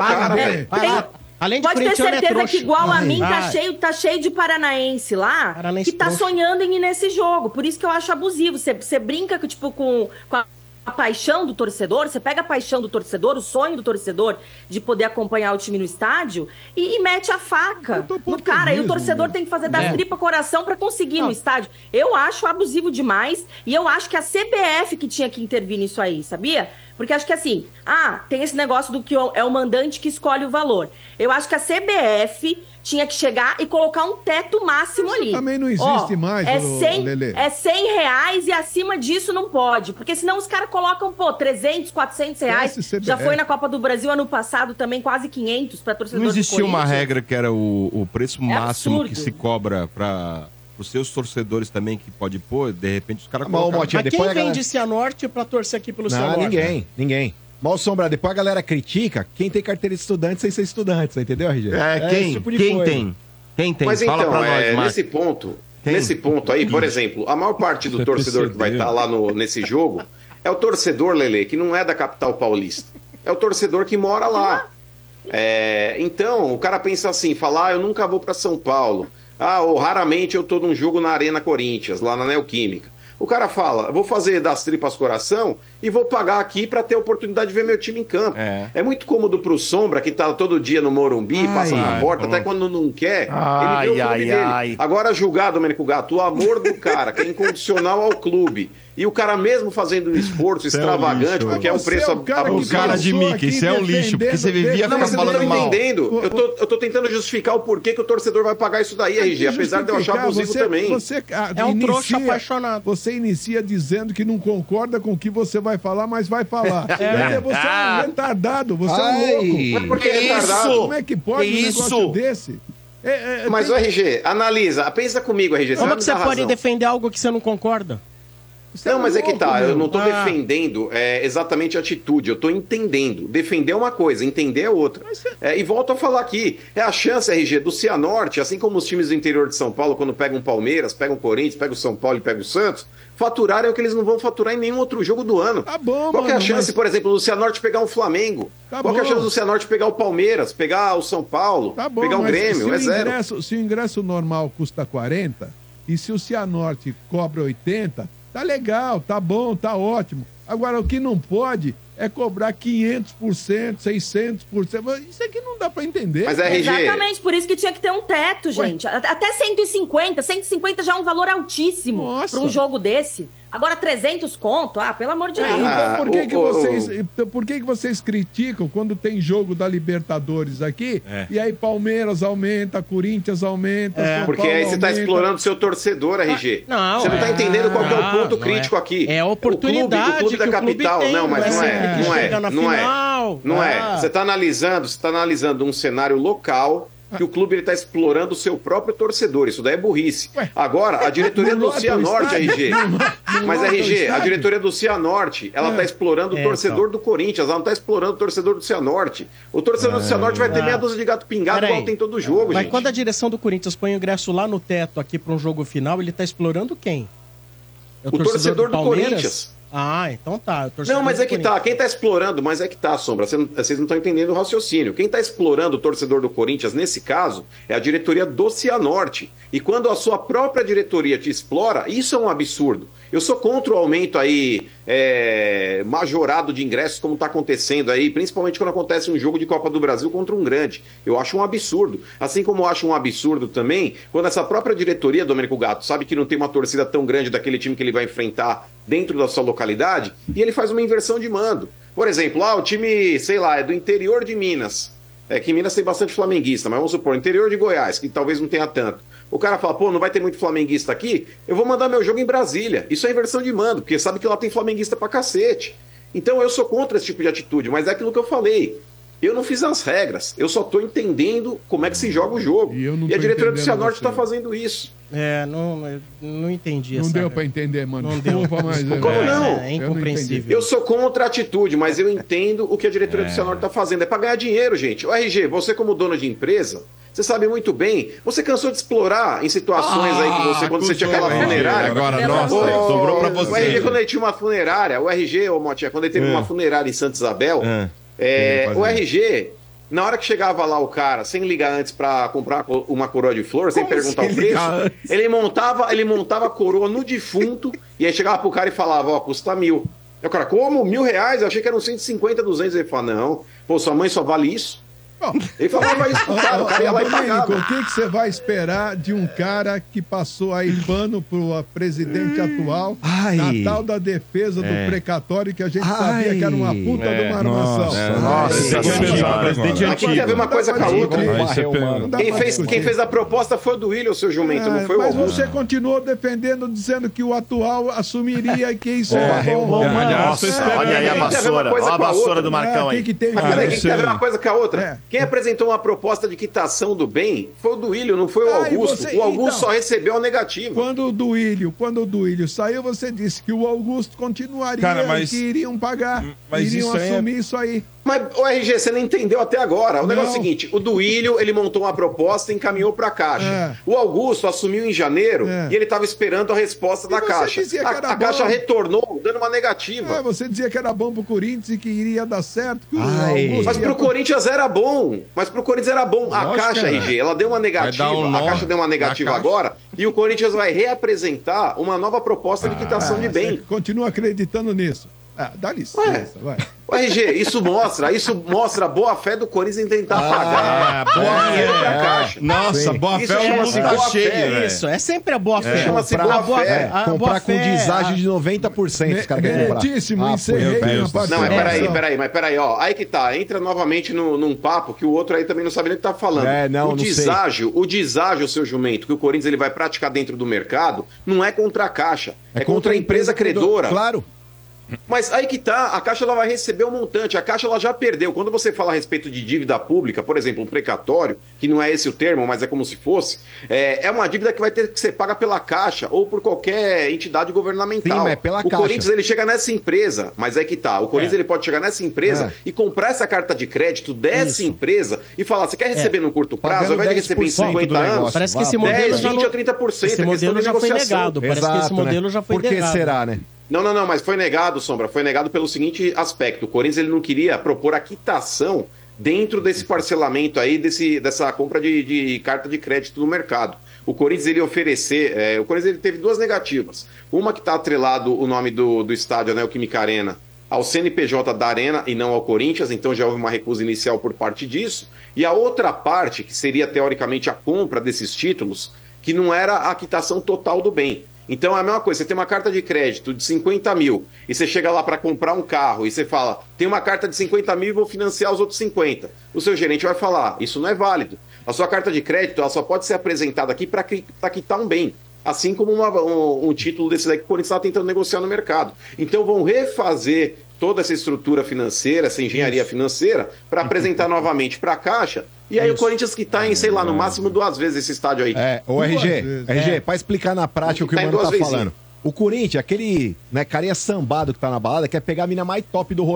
Além de pode ter corintiano, certeza que igual a mim Ai. tá cheio de paranaense lá que tá sonhando em ir nesse jogo. Por isso que eu acho abusivo. Você brinca com a paixão do torcedor, você pega a paixão do torcedor, o sonho do torcedor de poder acompanhar o time no estádio e mete a faca no cara. E o torcedor tem que fazer das tripas coração pra conseguir ir no estádio. Eu acho abusivo demais e eu acho que a CBF que tinha que intervir nisso aí, sabia? Porque acho que assim, tem esse negócio do que é o mandante que escolhe o valor. Eu acho que a CBF tinha que chegar e colocar um teto máximo ali. Também não existe mais, Lelê. É R$100 e acima disso não pode. Porque senão os caras colocam, R$300, R$400. Já foi na Copa do Brasil ano passado também, quase 500 para torcedor Não do existia uma Corinthians. regra que era o preço máximo absurdo. que se cobra para os seus torcedores também, que pode pôr, de repente os caras Mas, Mas quem vem de Cianorte pra torcer aqui pelo Cianorte? Ninguém. Mal Sombra, depois a galera critica quem tem carteira de estudante sem ser estudante, você entendeu, RG? Quem? Tipo de Quem coisa. tem? Quem tem? Mas Fala então, pra nós, Marcos. nesse ponto aí, por exemplo, a maior parte do torcedor que vai estar lá nesse jogo é o torcedor, Lelê, que não é da capital paulista. É o torcedor que mora lá. Então, o cara pensa assim, fala, eu nunca vou para São Paulo. Ou raramente eu tô num jogo na Arena Corinthians, lá na Neoquímica. O cara fala, vou fazer das tripas coração e vou pagar aqui para ter a oportunidade de ver meu time em campo. É muito cômodo pro Sombra, que tá todo dia no Morumbi, passa na porta, até quando não quer, ele vê o clube dele. Agora julgar, Domênico Gato, o amor do cara, que é incondicional ao clube. E o cara mesmo fazendo um esforço extravagante, porque é um preço abusivo. O cara de Mickey, isso é um lixo, porque você vivia Não, mas você não tá falando mal. entendendo. Eu tô tentando justificar o porquê que o torcedor vai pagar isso daí, RG, apesar de eu achar abusivo também. É um trouxa apaixonado. Você inicia dizendo que não concorda com o que você vai falar, mas vai falar. Você é um retardado, você é um louco. Mas por que retardado? Como é que pode um negócio desse? Mas o RG, analisa, pensa comigo, RG. Como é que você pode razão. defender algo que você não concorda? Não, mas é que tá, eu não tô defendendo exatamente a atitude, eu tô entendendo. Defender é uma coisa, entender é outra. E volto a falar aqui, é a chance, RG, do Cianorte, assim como os times do interior de São Paulo, quando pegam o Palmeiras, pegam o Corinthians, pegam o São Paulo e pegam o Santos, faturarem o que eles não vão faturar em nenhum outro jogo do ano. Tá bom, Qual que é a chance, por exemplo, do Cianorte pegar um Flamengo? Qual que é a chance do Cianorte pegar o Palmeiras, pegar o São Paulo, pegar o Grêmio? É zero. Se o ingresso normal custa 40 e se o Cianorte cobra 80, tá legal, tá bom, tá ótimo. Agora, o que não pode é cobrar 500%, 600%. Isso aqui não dá pra entender. Mas RG... Exatamente, por isso que tinha que ter um teto, gente. Até 150 já é um valor altíssimo para um jogo desse. Agora 300 conto, pelo amor de Deus. Então por que vocês criticam quando tem jogo da Libertadores aqui? E aí Palmeiras aumenta, Corinthians aumenta, São porque Paulo aí você tá aumenta. explorando o seu torcedor, RG. Você não tá entendendo qual que é o ponto crítico aqui. É a oportunidade o clube da capital, tem, não, mas não é. Você tá analisando um cenário local que o clube está explorando o seu próprio torcedor. Isso daí é burrice. Agora, a diretoria do Cianorte, RG. Mas, RG, a diretoria do Cianorte, ela está explorando o torcedor do Corinthians, ela não está explorando o torcedor do Cianorte. O torcedor do Cianorte vai ter meia dúzia de gato pingado igual tem todo jogo, Mas gente. quando a direção do Corinthians põe o ingresso lá no teto aqui para um jogo final, ele está explorando quem? O torcedor do Corinthians. Então tá. Não, mas é que tá. Quem tá explorando, mas é que tá, Sombra. Vocês não estão entendendo o raciocínio. Quem tá explorando o torcedor do Corinthians, nesse caso, é a diretoria do Cianorte. E quando a sua própria diretoria te explora, isso é um absurdo. Eu sou contra o aumento aí majorado de ingressos como está acontecendo aí, principalmente quando acontece um jogo de Copa do Brasil contra um grande. Eu acho um absurdo. Assim como eu acho um absurdo também quando essa própria diretoria, Domênico Gato, sabe que não tem uma torcida tão grande daquele time que ele vai enfrentar dentro da sua localidade e ele faz uma inversão de mando. Por exemplo, o time, sei lá, é do interior de Minas. Que em Minas tem bastante flamenguista, mas vamos supor, interior de Goiás, que talvez não tenha tanto. O cara fala, não vai ter muito flamenguista aqui, eu vou mandar meu jogo em Brasília. Isso é inversão de mando, porque sabe que lá tem flamenguista pra cacete. Então eu sou contra esse tipo de atitude, mas é aquilo que eu falei. Eu não fiz as regras, eu só tô entendendo como é que se joga o jogo. E a diretoria do Cianorte está fazendo isso. Não entendi Não deu pra entender, mano. Não deu. Como não? É incompreensível. Eu sou contra a atitude, mas eu entendo o que a diretoria do Cianorte tá fazendo. É pra ganhar dinheiro, gente. O RG, você como dono de empresa, você sabe muito bem, você cansou de explorar em situações aí que você, quando você tinha aquela funerária. Agora, nossa, sobrou pra você. O RG, quando ele tinha uma funerária, o RG, Motinha, quando ele teve uma funerária em Santa Isabel, o RG, na hora que chegava lá o cara, sem ligar antes pra comprar uma coroa de flor, sem perguntar o preço, ele montava a coroa no defunto, e aí chegava pro cara e falava, custa 1.000. Aí o cara, como? R$1.000? Eu achei que eram 150, 200. Ele falava, não, sua mãe só vale isso? Ele falava isso pro cara, o cara ia lá e pagava. O que você vai esperar de um cara que passou aí pano pro presidente atual, na tal da defesa do precatório, que a gente sabia que era uma puta de uma armação? Mas tem que ver uma coisa com a outra. Quem fez a proposta foi o do Willian, o seu jumento, não foi o Augusto. Mas você continuou defendendo, dizendo que o atual assumiria que isso é bom. Olha aí a vassoura, olha a vassoura do Marcão aí. Tem que ver uma coisa com a outra. Quem apresentou uma proposta de quitação do bem foi o Duílio, não foi o Augusto. O Augusto só recebeu a negativa. Quando o Duílio saiu, você disse que o Augusto continuaria, que iriam pagar, iriam assumir isso aí. Mas o RG, você não entendeu até agora. O negócio é o seguinte, o Duílio, ele montou uma proposta e encaminhou para a Caixa. O Augusto assumiu em janeiro e ele estava esperando a resposta da Caixa. A Caixa retornou, dando uma negativa. Você dizia que era bom pro Corinthians e que iria dar certo. Mas pro Corinthians era bom. A Caixa, RG, ela deu uma negativa. A Caixa deu uma negativa agora e o Corinthians vai reapresentar uma nova proposta de quitação de bem. Continua acreditando nisso. Dá licença, vai. O RG, isso mostra a boa fé do Corinthians em tentar pagar dinheiro pra Caixa. Nossa, boa fé é um boa cheio. Isso, é sempre a boa fé. Chama-se boa fé. Comprar com deságio de 90%, os caras querem comprar. Encerrei na participação. Não, mas peraí, aí que tá. Entra novamente num papo que o outro aí também não sabe nem o que tá falando. O deságio, seu jumento, que o Corinthians ele vai praticar dentro do mercado, não é contra a Caixa, é contra a empresa credora. Claro. Mas aí que tá, a Caixa ela vai receber um montante, a Caixa ela já perdeu. Quando você fala a respeito de dívida pública, por exemplo, um precatório, que não é esse o termo, mas é como se fosse, é uma dívida que vai ter que ser paga pela Caixa ou por qualquer entidade governamental. Sim, mas pela Caixa. Corinthians ele chega nessa empresa, mas é que tá, o Corinthians ele pode chegar nessa empresa e comprar essa carta de crédito dessa empresa e falar, você quer receber no curto prazo, ao invés de receber em 50 anos, parece que esse modelo 10, 20 ou 30%. Esse modelo já foi negado, parece que esse modelo já foi negado. Por que será, né? Não, mas foi negado, Sombra. Foi negado pelo seguinte aspecto. O Corinthians ele não queria propor a quitação dentro desse parcelamento aí, dessa compra de carta de crédito no mercado. O Corinthians ele ia oferecer... o Corinthians ele teve duas negativas. Uma que está atrelado o nome do estádio, né, o Química Arena, ao CNPJ da Arena e não ao Corinthians, então já houve uma recusa inicial por parte disso. E a outra parte, que seria teoricamente a compra desses títulos, que não era a quitação total do bem. Então é a mesma coisa, você tem uma carta de crédito de 50 mil e você chega lá para comprar um carro e você fala, tem uma carta de 50 mil e vou financiar os outros 50. O seu gerente vai falar, isso não é válido. A sua carta de crédito ela só pode ser apresentada aqui para quitar um bem. Assim como um título desse daí que o Corinthians está tentando negociar no mercado. Então vão refazer toda essa estrutura financeira, essa engenharia financeira, para apresentar novamente para a Caixa. E aí o Corinthians que está em, sei lá, no máximo 2 vezes esse estádio aí. O RG, para explicar na prática o que o Mano tá falando. O Corinthians, aquele carinha sambado que tá na balada, quer pegar a mina mais top do rolê.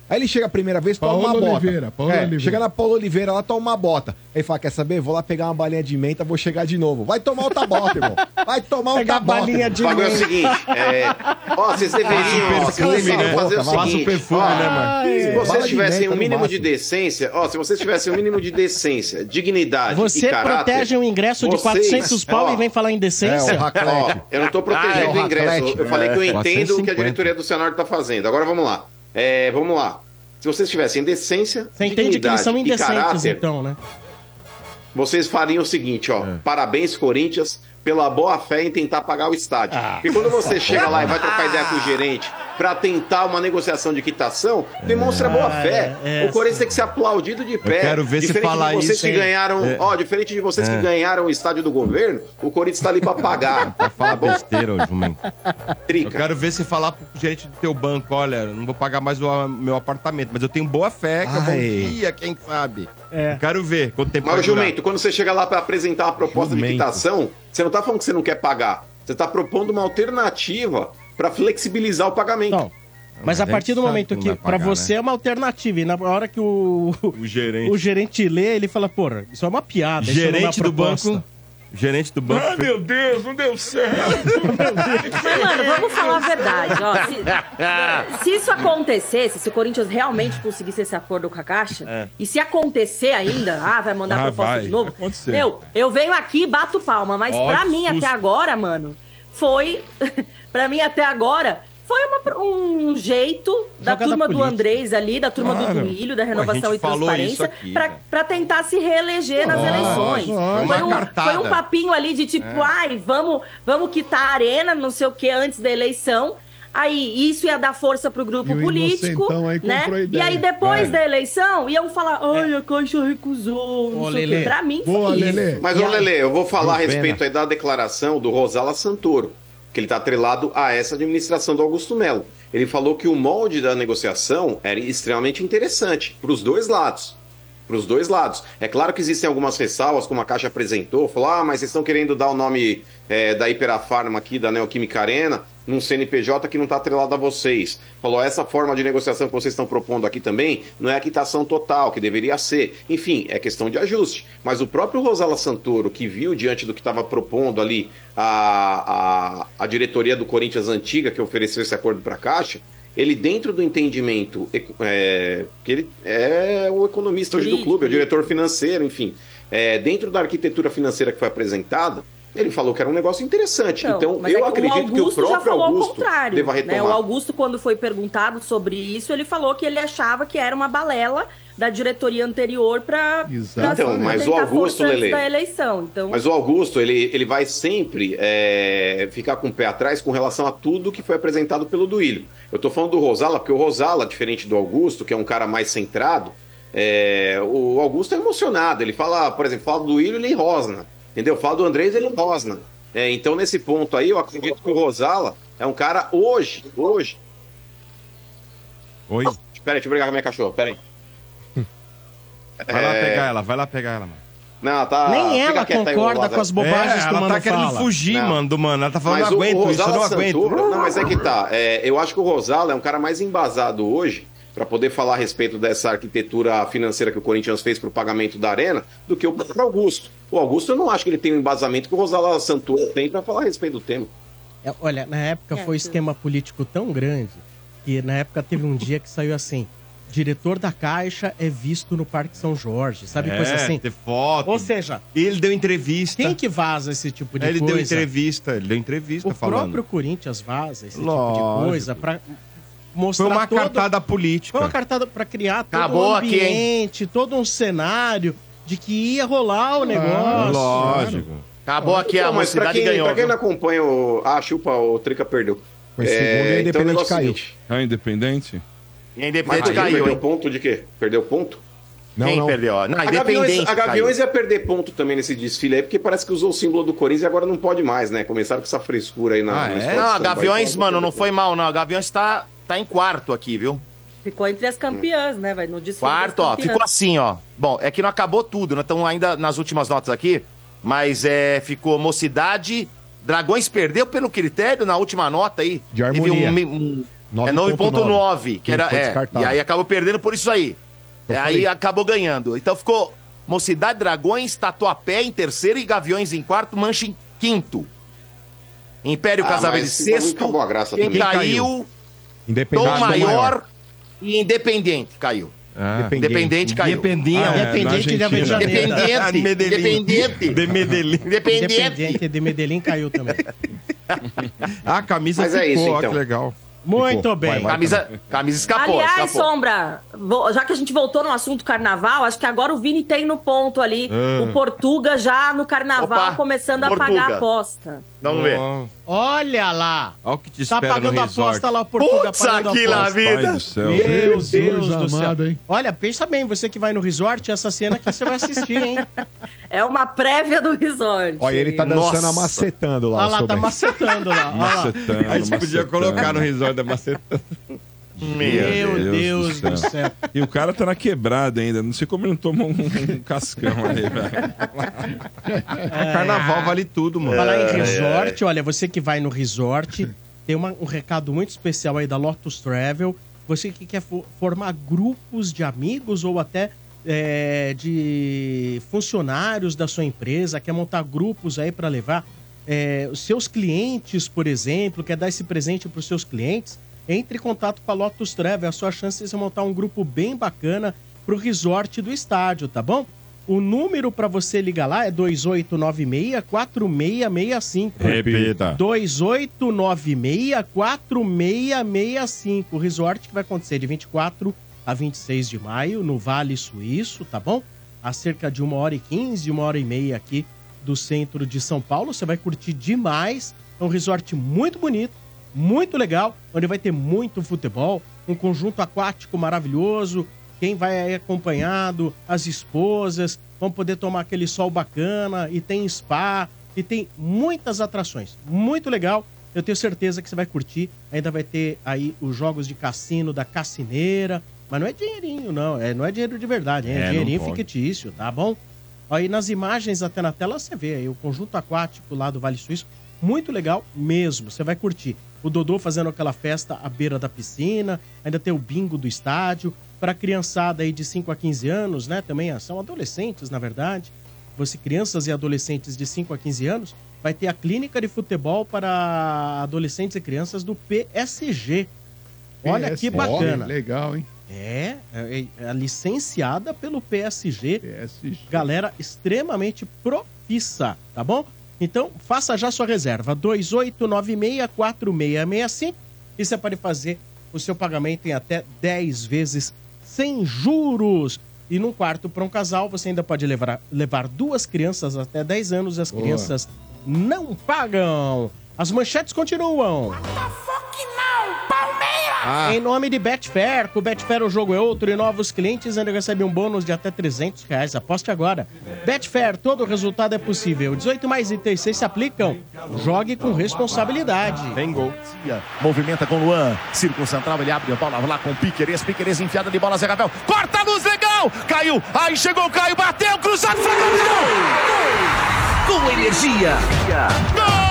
Aí ele chega a primeira vez, toma uma Paulo bota. Oliveira, Paulo Oliveira. Chega na Paulo Oliveira, lá toma uma bota. Aí fala, quer saber? Vou lá pegar uma balinha de menta, vou chegar de novo. Vai tomar outra bota, irmão. Vai tomar outra bota. balinha de O bagulho é o menta. seguinte, vocês deveriam fazer o Passa o seguinte. perfume, né, mano? Se Bala vocês de tivessem menta um no mínimo de máximo. decência, se vocês tivessem um mínimo de decência, dignidade Você e caráter... protege um ingresso de 400 pau e vem falar em decência? Eu não tô protegendo o ingresso. Eu falei que eu entendo o que a diretoria do Cianorte tá fazendo. Agora vamos lá. Vamos lá. Se vocês tivessem decência, Você entende que eles são e indecentes, caráter, então, né? vocês fariam o seguinte, parabéns, Corinthians, pela boa fé em tentar pagar o estádio. Porque quando você chega lá e vai trocar ideia com o gerente pra tentar uma negociação de quitação, demonstra boa fé. O Corinthians tem que ser aplaudido de pé. Eu quero ver se falar de vocês isso, que hein? ganharam, diferente de vocês que ganharam o estádio do governo, o Corinthians tá ali pra pagar. Pra falar besteira, ô jumento. Eu Trica. quero ver você falar pro gerente do teu banco, olha, não vou pagar mais o meu apartamento, mas eu tenho boa fé que eu confia, quem sabe. Eu quero ver quanto tempo Mas, vai durar. Jumento, quando você chega lá pra apresentar uma proposta de quitação, você não tá falando que você não quer pagar. Você tá propondo uma alternativa pra flexibilizar o pagamento. Não. Mas a partir do momento que pra você é uma alternativa, e na hora que o gerente lê, ele fala, porra, isso é uma piada. isso não é uma Gerente do proposta. banco. Gerente do banco. Ai, meu Deus, não deu certo. Mas, mano, vamos falar a verdade, ó. Se isso acontecesse, se o Corinthians realmente conseguisse esse acordo com a Caixa, e se acontecer ainda, vai mandar proposta vai de novo, acontecer. eu venho aqui e bato palma, mas pra mim até agora, mano, foi... pra mim até agora... Foi um jeito da Jogada turma do política. Andrés ali, da turma do Duílio, da Renovação a e gente falou isso Transparência, aqui, pra, né? pra tentar se reeleger nas eleições. Foi uma cartada. Foi um papinho ali de tipo, vamos quitar a arena, não sei o que, antes da eleição. Aí isso ia dar força pro grupo E o político, inocentão aí né? comprou a E ideia. aí depois da eleição iam falar, ai, a Caixa recusou, não sei o Lelê. que. Pra mim Boa, foi Lelê. isso. Mas, ô Lelê, eu vou falar a Pena. respeito aí da declaração do Rosala Santoro, que ele tá atrelado a essa administração do Augusto Melo. Ele falou que o molde da negociação era extremamente interessante para os dois lados. Para os dois lados. É claro que existem algumas ressalvas, como a Caixa apresentou, falou, mas vocês estão querendo dar o nome da Iperafarma aqui, da Neoquímica Arena, num CNPJ que não está atrelado a vocês. Falou, essa forma de negociação que vocês estão propondo aqui também não é a quitação total, que deveria ser. Enfim, é questão de ajuste. Mas o próprio Rosala Santoro, que viu diante do que estava propondo ali a diretoria do Corinthians antiga, que ofereceu esse acordo para a Caixa, ele dentro do entendimento, que ele é o economista hoje do clube, é o diretor financeiro, enfim, dentro da arquitetura financeira que foi apresentada, ele falou que era um negócio interessante. Então mas eu é acredito que o já próprio falou ao Augusto contrário, deva né? retomar. O Augusto, quando foi perguntado sobre isso, ele falou que ele achava que era uma balela da diretoria anterior para Então, mas o Augusto, Lelê, da eleição. Então... Mas o Augusto, ele vai sempre ficar com o pé atrás com relação a tudo que foi apresentado pelo Duílio. Eu tô falando do Rosala, porque o Rosala, diferente do Augusto, que é um cara mais centrado, o Augusto é emocionado. Ele fala, por exemplo, fala do Duílio, ele rosna. Entendeu? Fala do Andrés, ele rosna. Então, nesse ponto aí, eu acredito que o Rosala é um cara hoje. Oi? Espera aí, deixa eu brigar com a minha cachorra, pera aí. Vai lá pegar ela, mano. Não, tá. Nem ela quieta aí, concorda Lázaro. com as bobagens que o ela Mano tá querendo fala. fugir, Não. mano, do Mano. Ela tá falando, Mas não aguento o isso, eu não Rosala aguento. Santoro, não, mas é que tá. Eu acho que o Rosala é um cara mais embasado hoje para poder falar a respeito dessa arquitetura financeira que o Corinthians fez para o pagamento da Arena do que o próprio Augusto. O Augusto, eu não acho que ele tem um embasamento que o Rosala Santoro tem para falar a respeito do tema. Olha, na época foi um esquema político tão grande que na época teve um dia que saiu assim: diretor da Caixa é visto no Parque São Jorge, sabe? Coisa assim. Ter foto. Ou seja, ele deu entrevista. quem que vaza esse tipo de Ele coisa? deu entrevista O falando. próprio Corinthians vaza esse tipo Lógico. de coisa pra mostrar Foi uma todo... cartada política. Foi uma cartada pra criar todo Acabou um aqui, ambiente, todo um cenário de que ia rolar o negócio. Lógico. Acabou aqui a Não, mas pra mocidade quem, ganhou. pra quem viu? não acompanha chupa, o Trica perdeu. Foi segundo e a então o Independente negócio é o caiu. seguinte, É independente? E a mas Independente caiu, perdeu hein? ponto de quê? Perdeu ponto? Quem perdeu? Não, A Independente Gaviões caiu. ia perder ponto também nesse desfile aí, porque parece que usou o símbolo do Corinthians e agora não pode mais, né? Começaram com essa frescura aí na... no esporte Não, a samba, Gaviões, então, mano, não foi mal, não. A Gaviões tá em quarto aqui, viu? Ficou entre as campeãs, né? Vai no desfile Quarto, das ó. campeãs. Ficou assim, ó. Bom, é que não acabou tudo, nós estamos ainda nas últimas notas aqui, mas ficou Mocidade, Dragões perdeu pelo critério na última nota aí. De Teve harmonia. É 9,9, que era. Foi descartado. E aí acabou perdendo por isso aí. Aí acabou ganhando. Então ficou Mocidade Dragões, Tatuapé em terceiro e Gaviões em quarto, Mancha em quinto. Império Casaverde mas pra mim sexto. acabou a graça Quem também. caiu? Independente Tom do Maior e Independente caiu. Independente caiu. Independente de Avejaneira. Independente. De Medellín. Independente de Medellín caiu também. A camisa Mas ficou, é isso, ó, então. que legal. Muito bem. Camisa escapou. Aliás, escapou. Sombra, já que a gente voltou no assunto carnaval, acho que agora o Vini tem no ponto ali. O Portuga já no carnaval Opa, começando a Portuga. pagar a aposta. Vamos ver. Olha lá. Olha o que te Tá espera no pagando a resort. aposta lá, o Portuga Putz, pagando a aqui lá, aposta. Pai vida. do céu. Meu Deus Jesus do céu. amado, hein? Olha, pensa bem, você que vai no resort, essa cena que você vai assistir, hein? É uma prévia do resort. Olha, ele tá dançando, Nossa. macetando lá. Olha lá, seu tá bem. macetando lá. Olha lá. Macetando, A gente podia macetando. colocar no resort da maceta. Meu Deus do céu. E o cara tá na quebrada ainda. Não sei como ele não tomou um cascão ali, velho. Carnaval vale tudo, mano. Falar em resort, olha, você que vai no resort, tem um recado muito especial aí da Lotus Travel. Você que quer formar grupos de amigos ou até de funcionários da sua empresa, quer montar grupos aí para levar os seus clientes, por exemplo, quer dar esse presente para os seus clientes, entre em contato com a Lotus Travel. É a sua chance de você montar um grupo bem bacana para o resort do estádio, tá bom? O número para você ligar lá é 2896-4665. Repita. 2896-4665. O resort que vai acontecer de 24 a 26 de maio no Vale Suíço, tá bom? A cerca de 1h15, 1h30 aqui do centro de São Paulo. Você vai curtir demais. É um resort muito bonito, muito legal, onde vai ter muito futebol, um conjunto aquático maravilhoso. Quem vai aí acompanhado, as esposas, vão poder tomar aquele sol bacana, e tem spa, e tem muitas atrações. Muito legal, eu tenho certeza que você vai curtir. Ainda vai ter aí os jogos de cassino da Cassineira, mas não é dinheirinho, não. Não é dinheiro de verdade, é dinheirinho fictício, tá bom? Aí nas imagens até na tela você vê aí o conjunto aquático lá do Vale Suíço. Muito legal mesmo, você vai curtir. O Dodô fazendo aquela festa à beira da piscina, ainda tem o bingo do estádio. Para a criançada aí de 5 a 15 anos, né? Também são adolescentes, na verdade. Você, crianças e adolescentes de 5 a 15 anos, vai ter a clínica de futebol para adolescentes e crianças do PSG. Olha que bacana. Legal, hein? É licenciada pelo PSG. Galera extremamente profissa, tá bom? Então, faça já sua reserva, 2896-4665, e você pode fazer o seu pagamento em até 10 vezes sem juros. E num quarto para um casal, você ainda pode levar duas crianças até 10 anos, e as crianças não pagam. As manchetes continuam. Em nome de Betfair, com o Betfair o jogo é outro e novos clientes ainda recebem um bônus de até R$300. Aposte agora. Betfair, todo resultado é possível. 18 mais itens se aplicam. Jogue com responsabilidade. Tem gol. Movimenta com o Luan. Círculo central, ele abre a bola lá com o Piquerez. Piquerez enfiada de bola, Zé Rafael. Corta a luz, legal! Caiu, aí chegou o Caio, bateu, cruzado, gol! Com energia. Gol!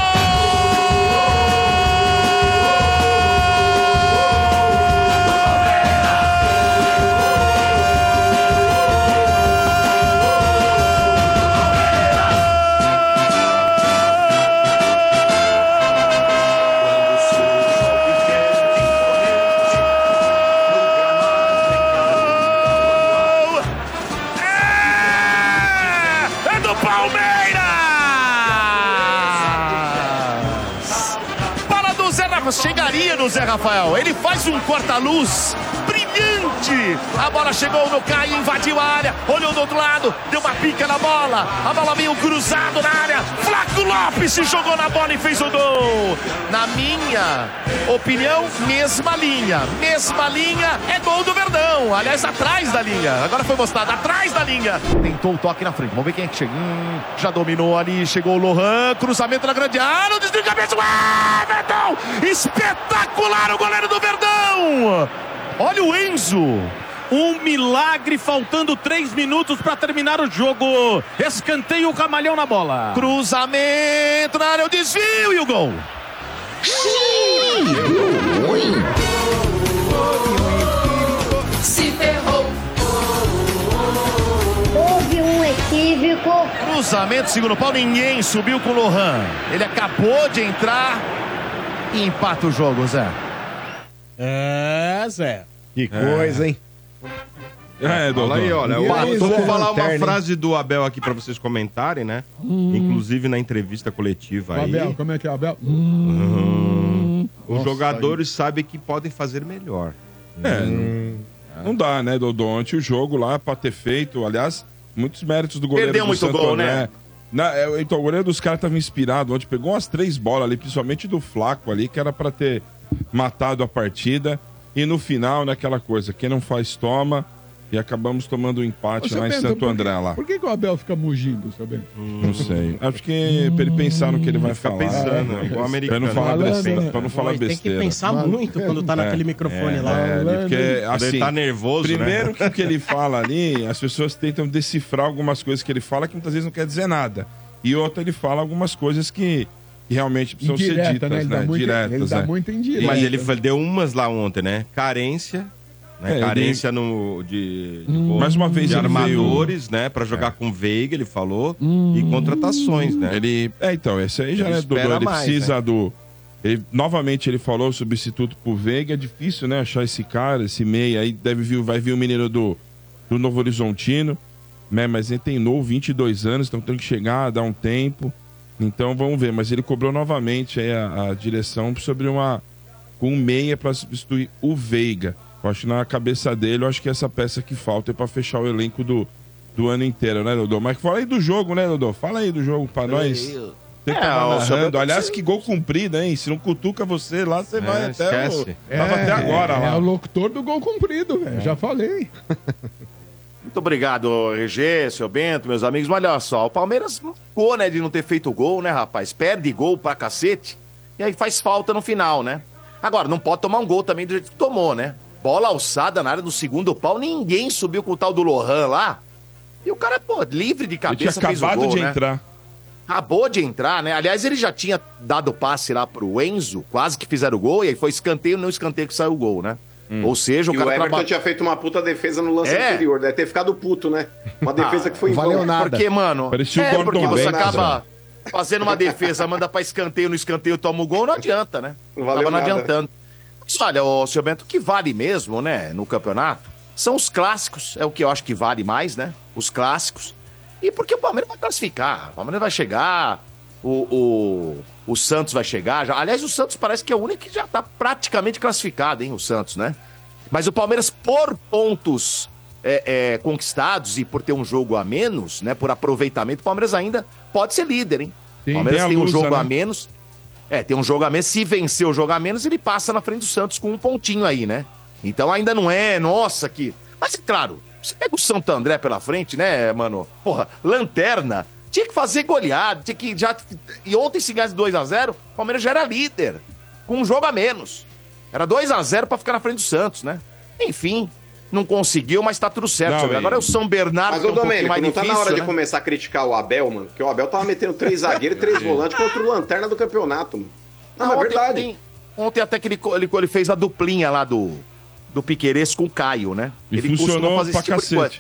Chegaria no Zé Rafael, ele faz um corta-luz brilhante, a bola chegou no Caio, invadiu a área, olhou do outro lado, deu uma pica na bola, a bola veio cruzado na área, Flaco Lopes se jogou na bola e fez o gol. Na minha opinião, mesma linha é gol do Verdão, aliás atrás da linha, agora foi mostrado atrás da linha, tentou o toque na frente, vamos ver quem é que chega, já dominou ali, chegou o Lohan, cruzamento na grande área, desvio de cabeça, Verdão, espetacular o goleiro do Verdão, olha o Enzo. Um milagre, faltando 3 minutos para terminar o jogo. Escanteio, o Camalhão na bola. Cruzamento na área, o desvio e o gol. cruzamento, segundo pau, ninguém subiu com o Lohan. Ele acabou de entrar e empata o jogo, Zé. Zé. Que coisa, hein? Dodô. Fala aí, olha. Eu vou falar uma frase do Abel aqui pra vocês comentarem, né? Inclusive na entrevista coletiva aí. Abel, como é que é, Abel? Os jogadores sabem que podem fazer melhor. Não dá, né, Dodô? Ontem o jogo lá pra ter feito, aliás, muitos méritos do goleiro Perdeu do muito Santo gol, André. né? Então, o goleiro dos caras tava inspirado ontem, pegou umas 3 bolas ali, principalmente do Flaco ali, que era pra ter matado a partida. E no final, naquela coisa, quem não faz, toma. E acabamos tomando um empate lá em Santo André. Por que o Abel fica mugindo, sabe? Não sei. Acho que pra ele pensar no que ele vai falar. Pensando, igual americano. Pra não falar besteira. Pra não falar Tem que besteira. pensar muito quando tá naquele microfone lá. Porque, assim, ele tá nervoso, primeiro né? que o que ele fala ali, as pessoas tentam decifrar algumas coisas que ele fala que muitas vezes não quer dizer nada. E outra, ele fala algumas coisas que realmente precisam ser ditas, né? Diretas, ele dá muito indireta. Mas ele deu umas lá ontem, né? Carência. Né? Carência mais uma vez de ele armadores, né? Pra jogar com Veiga, ele falou. E contratações, né? Então, esse aí já é Dodô. Ele precisa do... novamente ele falou substituto pro Veiga. É difícil, né? Achar esse cara, esse meia aí. Vai vir o menino do Novo Horizontino. Né? Mas ele tem novo, 22 anos, então tem que chegar, dar um tempo. Então vamos ver. Mas ele cobrou novamente aí a direção sobre um meia pra substituir o Veiga. Eu acho que na cabeça dele, eu acho que essa peça que falta é pra fechar o elenco do ano inteiro, né, Dodô? Mas fala aí do jogo, né, Dodô? Fala aí do jogo pra nós. Você que tava narrando. Aliás, que gol cumprido, hein? Se não cutuca você lá, você vai até... Tava até agora lá. É o locutor do gol cumprido, velho. Já falei. Muito obrigado, RG, seu Bento, meus amigos. Mas olha só, o Palmeiras ficou, né, de não ter feito gol, né, rapaz? Perde gol pra cacete. E aí faz falta no final, né? Agora, não pode tomar um gol também do jeito que tomou, né? Bola alçada na área do segundo pau, ninguém subiu com o tal do Lohan lá. E o cara, livre de cabeça, fez o gol, acabado de né? entrar. Acabou de entrar, né? Aliás, ele já tinha dado passe lá pro Enzo, quase que fizeram o gol, e aí foi escanteio, não escanteio que saiu o gol, né? Ou seja, o Everton tinha feito uma puta defesa no lance anterior, deve ter ficado puto, né? Uma defesa que foi embora. Valeu nada. Porque, mano, parecia o Gordon porque você Banks, acaba fazendo uma defesa, manda pra escanteio, no escanteio toma o gol, não adianta, né? Não valeu nada. Adiantando. Mas olha, seu Bento, o que vale mesmo, né, no campeonato, são os clássicos, é o que eu acho que vale mais, né? Os clássicos. E porque o Palmeiras vai classificar, o Palmeiras vai chegar, o Santos vai chegar. Aliás, o Santos parece que é o único que já tá praticamente classificado, hein, o Santos, né? Mas o Palmeiras, por pontos conquistados e por ter um jogo a menos, né, por aproveitamento, o Palmeiras ainda pode ser líder, hein? Sim, o Palmeiras tem um jogo né? a menos. Tem um jogo a menos. Se vencer o jogo a menos, ele passa na frente do Santos com um pontinho aí, né? Então ainda não é, nossa, que... Mas, claro, você pega o Santo André pela frente, né, mano? Porra, lanterna. Tinha que fazer goleada, tinha que já... E ontem, se ganhasse 2-0, o Palmeiras já era líder, com um jogo a menos. Era 2-0 pra ficar na frente do Santos, né? Enfim, não conseguiu, mas tá tudo certo. Agora é o São Bernardo, mas, que é um pouquinho mais não difícil, tá na hora de né? começar a criticar o Abel, mano? Porque o Abel tava metendo 3 zagueiros e 3 volantes contra o lanterna do campeonato, mano. Não, é verdade. Ontem até que ele fez a duplinha lá do Piquerez com o Caio, né? E ele funcionou pra cacete.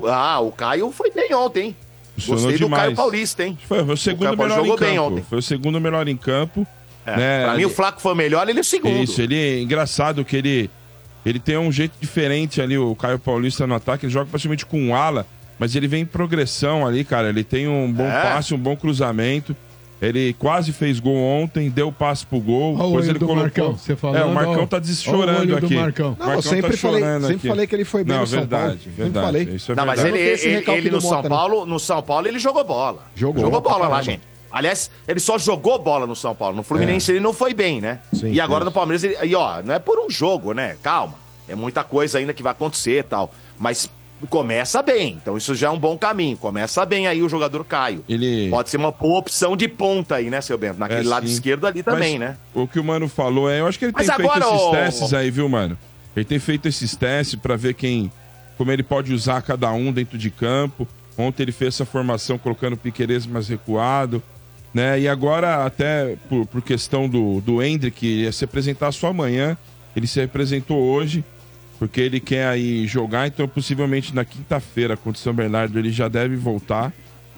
O Caio foi bem ontem, hein? Funcionou Gostei demais. do Caio Paulista, hein? Foi o segundo melhor em campo. Foi o segundo melhor em campo. Né? Pra mim o Flaco foi melhor, ele é o segundo. Isso, ele é engraçado que ele tem um jeito diferente ali, o Caio Paulista no ataque, ele joga praticamente com um ala, mas ele vem em progressão ali, cara, ele tem um bom passe, um bom cruzamento, ele quase fez gol ontem, deu passe pro gol, depois ele colocou... Marcão, você falando, o Marcão tá chorando aqui. Marcão. Não, eu sempre falei que ele foi bem no São Paulo. Verdade, falei. Isso é não, mas verdade. ele no São Paulo, ele jogou bola. Jogou bola lá, gente. Aliás, ele só jogou bola no São Paulo. No Fluminense ele não foi bem, né? Sim, e agora no Palmeiras, não é por um jogo, né? Calma. É muita coisa ainda que vai acontecer e tal. Mas começa bem. Então isso já é um bom caminho. Começa bem aí o jogador Caio. Pode ser uma boa opção de ponta aí, né, seu Bento? Naquele lado esquerdo ali também, né? O que o Mano falou eu acho que ele tem feito esses testes aí, viu, Mano? Ele tem feito esses testes pra ver como ele pode usar cada um dentro de campo. Ontem ele fez essa formação colocando o Piquerez mais recuado. Né? E agora, até por questão do Hendrick, ia se apresentar só amanhã, ele se apresentou hoje, porque ele quer aí jogar, então possivelmente na quinta-feira contra o São Bernardo ele já deve voltar.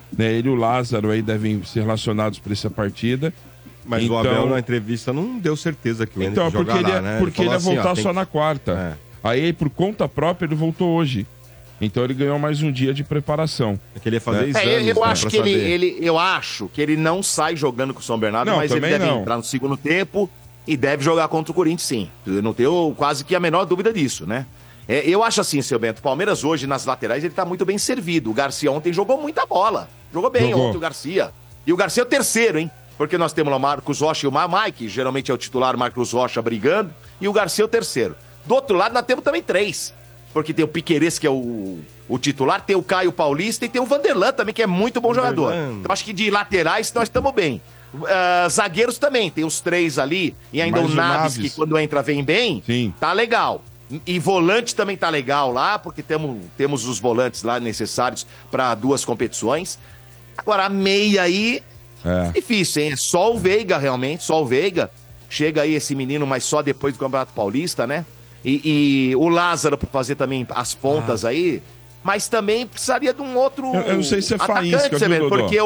Né? Ele e o Lázaro aí devem ser relacionados para essa partida. Mas então, o Abel, na entrevista, não deu certeza que o Hendrick então, porque jogará, ele, né? porque ele ia falou voltar assim, só na quarta. Aí, por conta própria, ele voltou hoje. Então ele ganhou mais um dia de preparação. É que ele ia fazer exames, eu acho que eu acho que ele não sai jogando com o São Bernardo, Não, mas ele deve não. entrar no segundo tempo e deve jogar contra o Corinthians, sim. Eu não tenho quase que a menor dúvida disso, né? Eu acho assim, seu Bento, o Palmeiras hoje nas laterais ele tá muito bem servido. O Garcia ontem jogou muita bola. Jogou bem ontem o Garcia. E o Garcia é o terceiro, hein? Porque nós temos lá o Marcos Rocha e o Mike, geralmente é o titular, o Marcos Rocha brigando, e o Garcia é o terceiro. Do outro lado nós temos também 3. Porque tem o Piquerez, que é o titular, tem o Caio Paulista e tem o Vanderlan também, que é muito bom jogador. Então acho que de laterais nós estamos bem. Zagueiros também, tem os 3 ali, e ainda Mas o Naves, que quando entra vem bem, tá legal. E volante também tá legal lá, porque temos os volantes lá necessários para 2 competições. Agora a meia aí, difícil, hein? É só o Veiga realmente, só o Veiga. Chega aí esse menino, mas só depois do Campeonato Paulista, né? E o Lázaro para fazer também as pontas aí, mas também precisaria de um outro eu não sei se é atacante, faísca, viu, Dodô? porque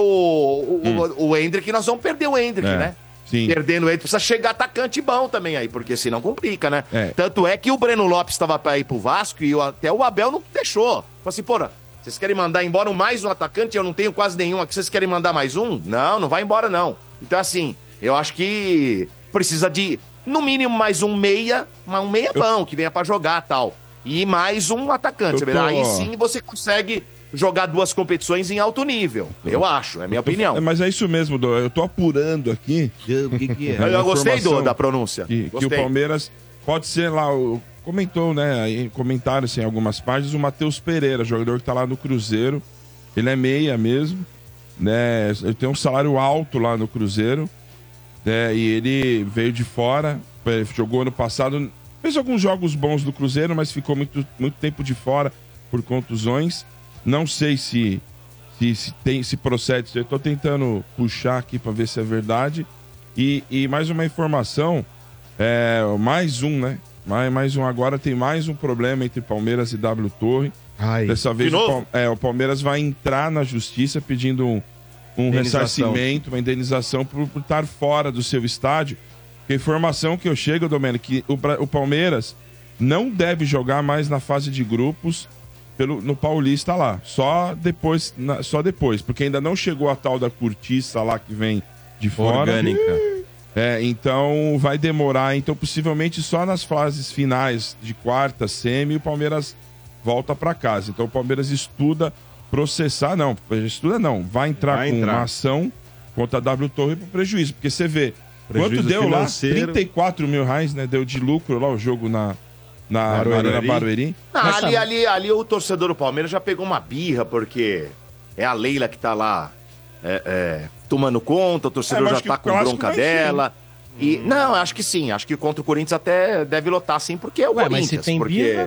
o Hendrick, nós vamos perder o Hendrick, né? Sim. Perdendo o Hendrick, precisa chegar atacante bom também aí, porque senão complica, né? Tanto é que o Breno Lopes estava para ir pro Vasco e até o Abel não deixou. Falou assim, porra, vocês querem mandar embora mais um atacante? Eu não tenho quase nenhum aqui, vocês querem mandar mais um? Não vai embora não. Então assim, eu acho que precisa de no mínimo mais um meia bom, que venha pra jogar e tal. E mais um atacante. Aí sim você consegue jogar 2 competições em alto nível. Eu acho, é minha opinião. Mas é isso mesmo, Dô. Eu tô apurando aqui. O que é? Eu gostei da pronúncia. Que o Palmeiras pode ser lá, comentou, né, aí, comentaram assim, em algumas páginas, o Matheus Pereira, jogador que tá lá no Cruzeiro. Ele é meia mesmo, né? Ele tem um salário alto lá no Cruzeiro. E ele veio de fora, jogou ano passado, fez alguns jogos bons do Cruzeiro, mas ficou muito tempo de fora por contusões. Não sei se procede, eu estou tentando puxar aqui para ver se é verdade. E mais uma informação, mais um, né? Mais um agora, tem mais um problema entre Palmeiras e W Torre. Dessa vez o Palmeiras vai entrar na justiça pedindo um ressarcimento, uma indenização por estar fora do seu estádio. A informação que eu chego, Domênico, que o Palmeiras não deve jogar mais na fase de grupos no Paulista lá. Só depois, porque ainda não chegou a tal da cortiça lá que vem de fora. Orgânica. Então vai demorar. Então possivelmente só nas fases finais de quarta, semi, o Palmeiras volta para casa. Então o Palmeiras vai entrar com uma ação contra a W Torre por prejuízo, porque você vê quanto deu financeiro. Lá, 34 mil reais, né, deu de lucro lá o jogo na Arena Barueri. Ali o torcedor do Palmeiras já pegou uma birra, porque é a Leila que tá lá tomando conta, o torcedor já tá com bronca dela. Não, acho que sim, acho que contra o Corinthians até deve lotar sim, porque é o Corinthians. Mas se tem birra...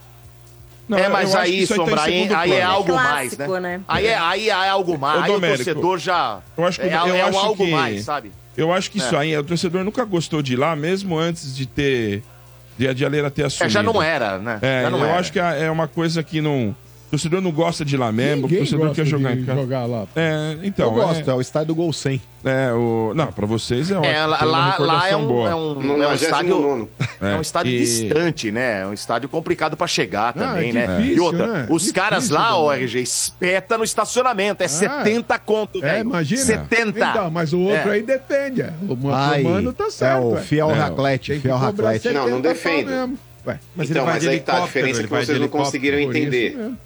Não, mas aí, Sombra, aí é algo mais, né? Aí é algo mais, aí o torcedor já... Eu acho que algo mais, sabe? Eu acho que isso aí, o torcedor nunca gostou de ir lá, mesmo antes de ter... De a Leila ter assumido. Já não era, né? Eu acho que é uma coisa que não... O torcedor não gosta de ir lá mesmo, o torcedor quer jogar em casa. Jogar lá. Então, eu gosto, é o estádio do Gol 100. Não, pra vocês é ótimo. Lá é um estádio... É um estádio E- distante, né? É um estádio complicado pra chegar também, é né? difícil, E outra, né? os caras Difícil lá, também. RG, espeta no estacionamento. É 70 conto, velho. Imagina. 70. Então, mas o outro aí depende. O mano tá certo. o ué. fiel raclete, Tem que fiel cobrar raclete. 70 Não defendo. pau mesmo. Ué, Então, mas aí tá, a diferença é que vocês não conseguiram por isso entender. mesmo.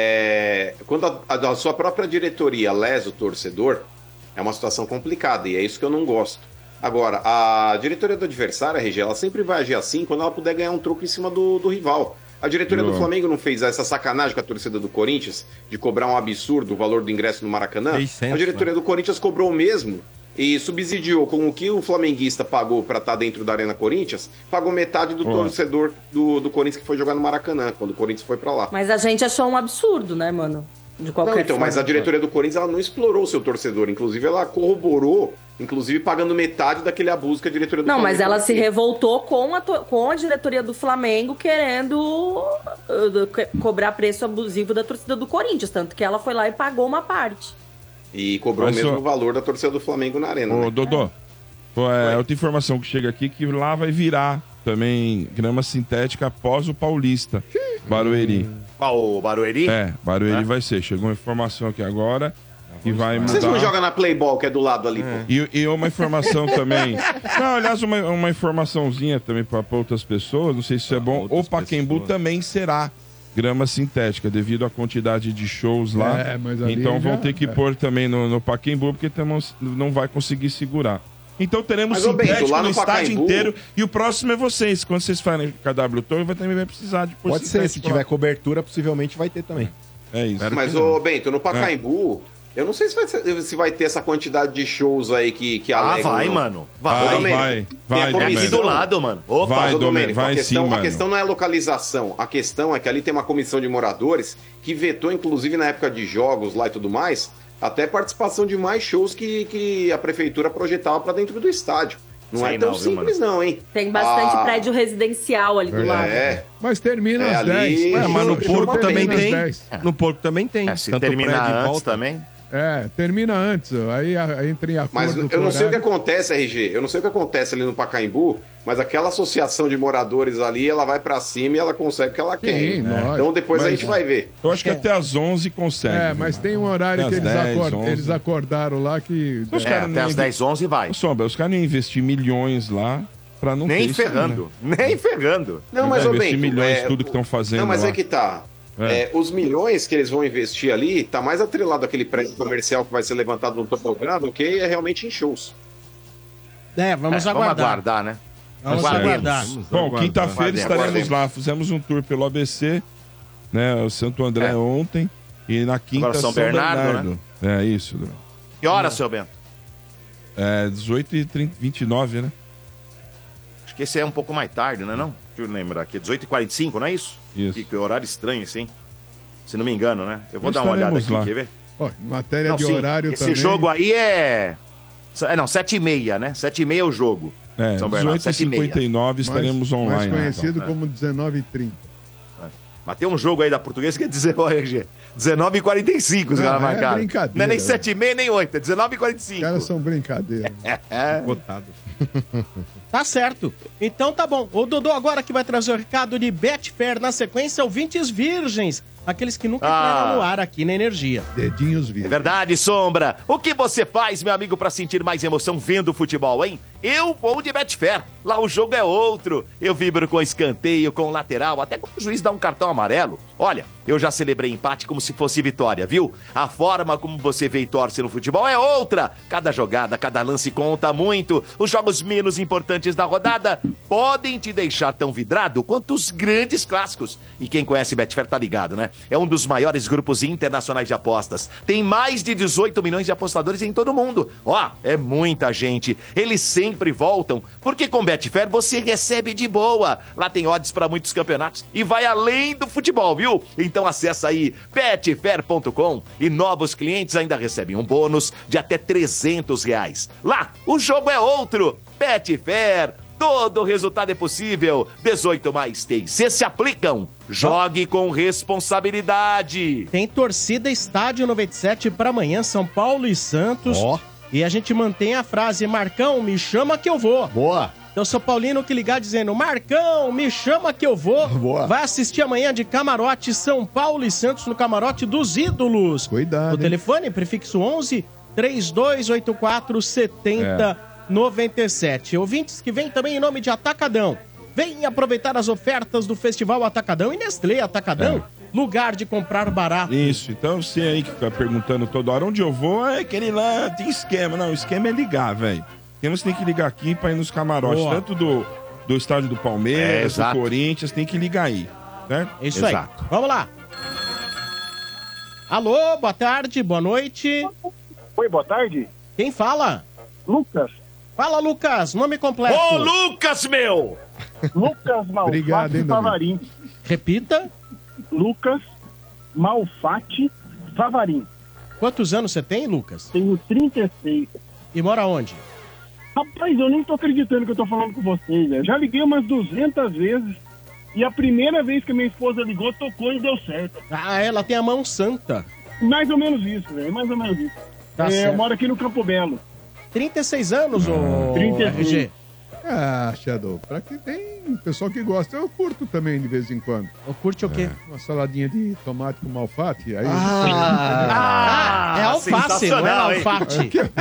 Quando a sua própria diretoria lesa o torcedor, é uma situação complicada, e é isso que eu não gosto. Agora, a diretoria do adversário, RG, ela sempre vai agir assim quando ela puder ganhar um troco em cima do rival. A diretoria do Flamengo não fez essa sacanagem com a torcida do Corinthians, de cobrar um absurdo o valor do ingresso no Maracanã? 600, A diretoria do Corinthians cobrou o mesmo e subsidiou com o que o flamenguista pagou para estar dentro da Arena Corinthians, pagou metade do torcedor do Corinthians que foi jogar no Maracanã, quando o Corinthians foi para lá. Mas a gente achou um absurdo, né, mano? De qualquer Não, então, forma. mas a diretoria do Corinthians ela não explorou o seu torcedor. Inclusive, ela corroborou, inclusive pagando metade daquele abuso que a diretoria do Não, Flamengo mas ela se fez. revoltou com a diretoria do Flamengo querendo cobrar preço abusivo da torcida do Corinthians. Tanto que ela foi lá e pagou uma parte. E cobrou o mesmo valor da torcida do Flamengo na arena. Ô, né? Dodô, outra informação que chega aqui que lá vai virar também grama sintética após o Paulista, Barueri. O Barueri? Barueri vai ser. Chegou uma informação aqui agora que vai mudar. Vocês não jogam na Playball, que é do lado ali, pô? E uma informação também. Não, aliás, uma informaçãozinha também para outras pessoas, não sei se isso é bom. O Pacaembu também será grama sintética, devido à quantidade de shows lá. Então vão ter que pôr também no Pacaembu, porque não vai conseguir segurar. Então teremos sintético lá no estádio Pacaembu inteiro. E o próximo é vocês. Quando vocês farem KW Tour, também vai precisar de pôr Pode ser, se tiver cobertura, possivelmente vai ter também. É isso. Mas, ô Bento, no Pacaembu, eu não sei se vai ter essa quantidade de shows aí que alegam. Vai, mano. Vai. Aqui do lado, mano. Opa, vai, Domênico, vai a questão não é localização. A questão é que ali tem uma comissão de moradores que vetou, inclusive na época de jogos lá e tudo mais, até participação de mais shows que a prefeitura projetava para dentro do estádio. Não é tão simples não, hein? Tem bastante prédio residencial ali do lado. Mas termina às 10. Mas no Porco também tem. No Porco também tem. Se terminar antes também. Termina antes, aí entra em acordo. Mas eu não sei o que acontece, RG, eu não sei o que acontece ali no Pacaembu, mas aquela associação de moradores ali, ela vai pra cima e ela consegue o que ela quer. Sim, Então depois a gente vai ver. Eu acho que até às 11 consegue. Mas tem um horário que eles acordaram lá que... Até às 10, 11 vai. Sombra, os caras não iam investir milhões lá pra não nem ter ferrando, isso, né? Nem ferrando. Não, mas ô investir Bento, milhões tudo que estão fazendo Não, mas lá. é que tá. Os milhões que eles vão investir ali, tá mais atrelado àquele prédio comercial que vai ser levantado no topograma do que é realmente em shows. Vamos aguardar. Vamos aguardar, né? Vamos aguardar. Bom, quinta-feira estaremos lá. Fizemos um tour pelo ABC, né? O Santo André ontem. E na quinta, agora São Bernardo, né? É isso. Que hora, seu Bento? 18h29, né? Acho que esse é um pouco mais tarde, né? Não? Deixa eu lembrar aqui. 18h45, não é isso? Isso. Que horário estranho esse, hein? Se não me engano, né? Eu vou dar uma olhada aqui, lá. quer ver? Matéria de horário esse também. Esse jogo aí é... Não, 7h30, né? 7h30 é o jogo. São Bernardo, 18h59 estaremos online. Mais conhecido como 19h30. Mas tem um jogo aí da Portuguesa que é 19h45, os caras marcaram. Brincadeira. Não é nem 7h30 nem 8, é 19h45. Os caras são brincadeira. Botado. Tá certo. Então tá bom. O Dodô agora que vai trazer o recado de Betfair. Na sequência, ouvintes virgens. Aqueles que nunca entraram no ar aqui na Energia. Dedinhos virgens. É verdade, Sombra. O que você faz, meu amigo, pra sentir mais emoção vendo futebol, hein? Eu vou de Betfair. Lá o jogo é outro. Eu vibro com escanteio, com lateral, até quando o juiz dá um cartão amarelo. Olha, eu já celebrei empate como se fosse vitória, viu? A forma como você vê e torce no futebol é outra. Cada jogada, cada lance conta muito. Os jogos menos importantes da rodada podem te deixar tão vidrado quanto os grandes clássicos. E quem conhece Betfair tá ligado, né? É um dos maiores grupos internacionais de apostas. Tem mais de 18 milhões de apostadores em todo o mundo. É muita gente. Eles sempre voltam, porque com Betfair você recebe de boa. Lá tem odds para muitos campeonatos e vai além do futebol, viu? Então acessa aí betfair.com e novos clientes ainda recebem um bônus de até R$300. Lá, o jogo é outro. Betfair. Todo resultado é possível. 18 mais TIC se aplicam. Jogue com responsabilidade. Tem torcida Estádio 97 para amanhã, São Paulo e Santos. E a gente mantém a frase: Marcão, me chama que eu vou. Boa. Então, São Paulino que ligar dizendo: Marcão, me chama que eu vou. Boa. Vai assistir amanhã de camarote São Paulo e Santos no camarote dos ídolos. Cuidado. O telefone, prefixo 11 3284 7097. Ouvintes que vêm também em nome de Atacadão. Vem aproveitar as ofertas do Festival Atacadão e Nestlé Atacadão. Lugar de comprar barato. Isso, então você aí que fica perguntando toda hora onde eu vou, é aquele lá, tem esquema. Não, o esquema é ligar, velho. Você tem que ligar aqui pra ir nos camarotes, tanto do estádio do Palmeiras, do Corinthians, tem que ligar aí, certo? Isso aí. Vamos lá. Alô, boa tarde, boa noite. Oi, boa tarde. Quem fala? Lucas. Fala, Lucas, nome completo. Ô, Lucas, meu! Lucas Malfatti Favarim. Repita. Lucas Malfatti Favarim. Quantos anos você tem, Lucas? Tenho 36. E mora onde? Rapaz, eu nem tô acreditando que eu tô falando com vocês, velho. Já liguei umas 200 vezes e a primeira vez que minha esposa ligou, tocou e deu certo. Ah, ela tem a mão santa. Mais ou menos isso, velho. Mais ou menos isso. Eu moro aqui no Campo Belo. 36 anos, ô 36. RG. Ah, Shadow, pra que tem pessoal que gosta. Eu curto também de vez em quando. Eu curte o quê? Uma saladinha de tomate com alface. Aí é alface, não é alfate.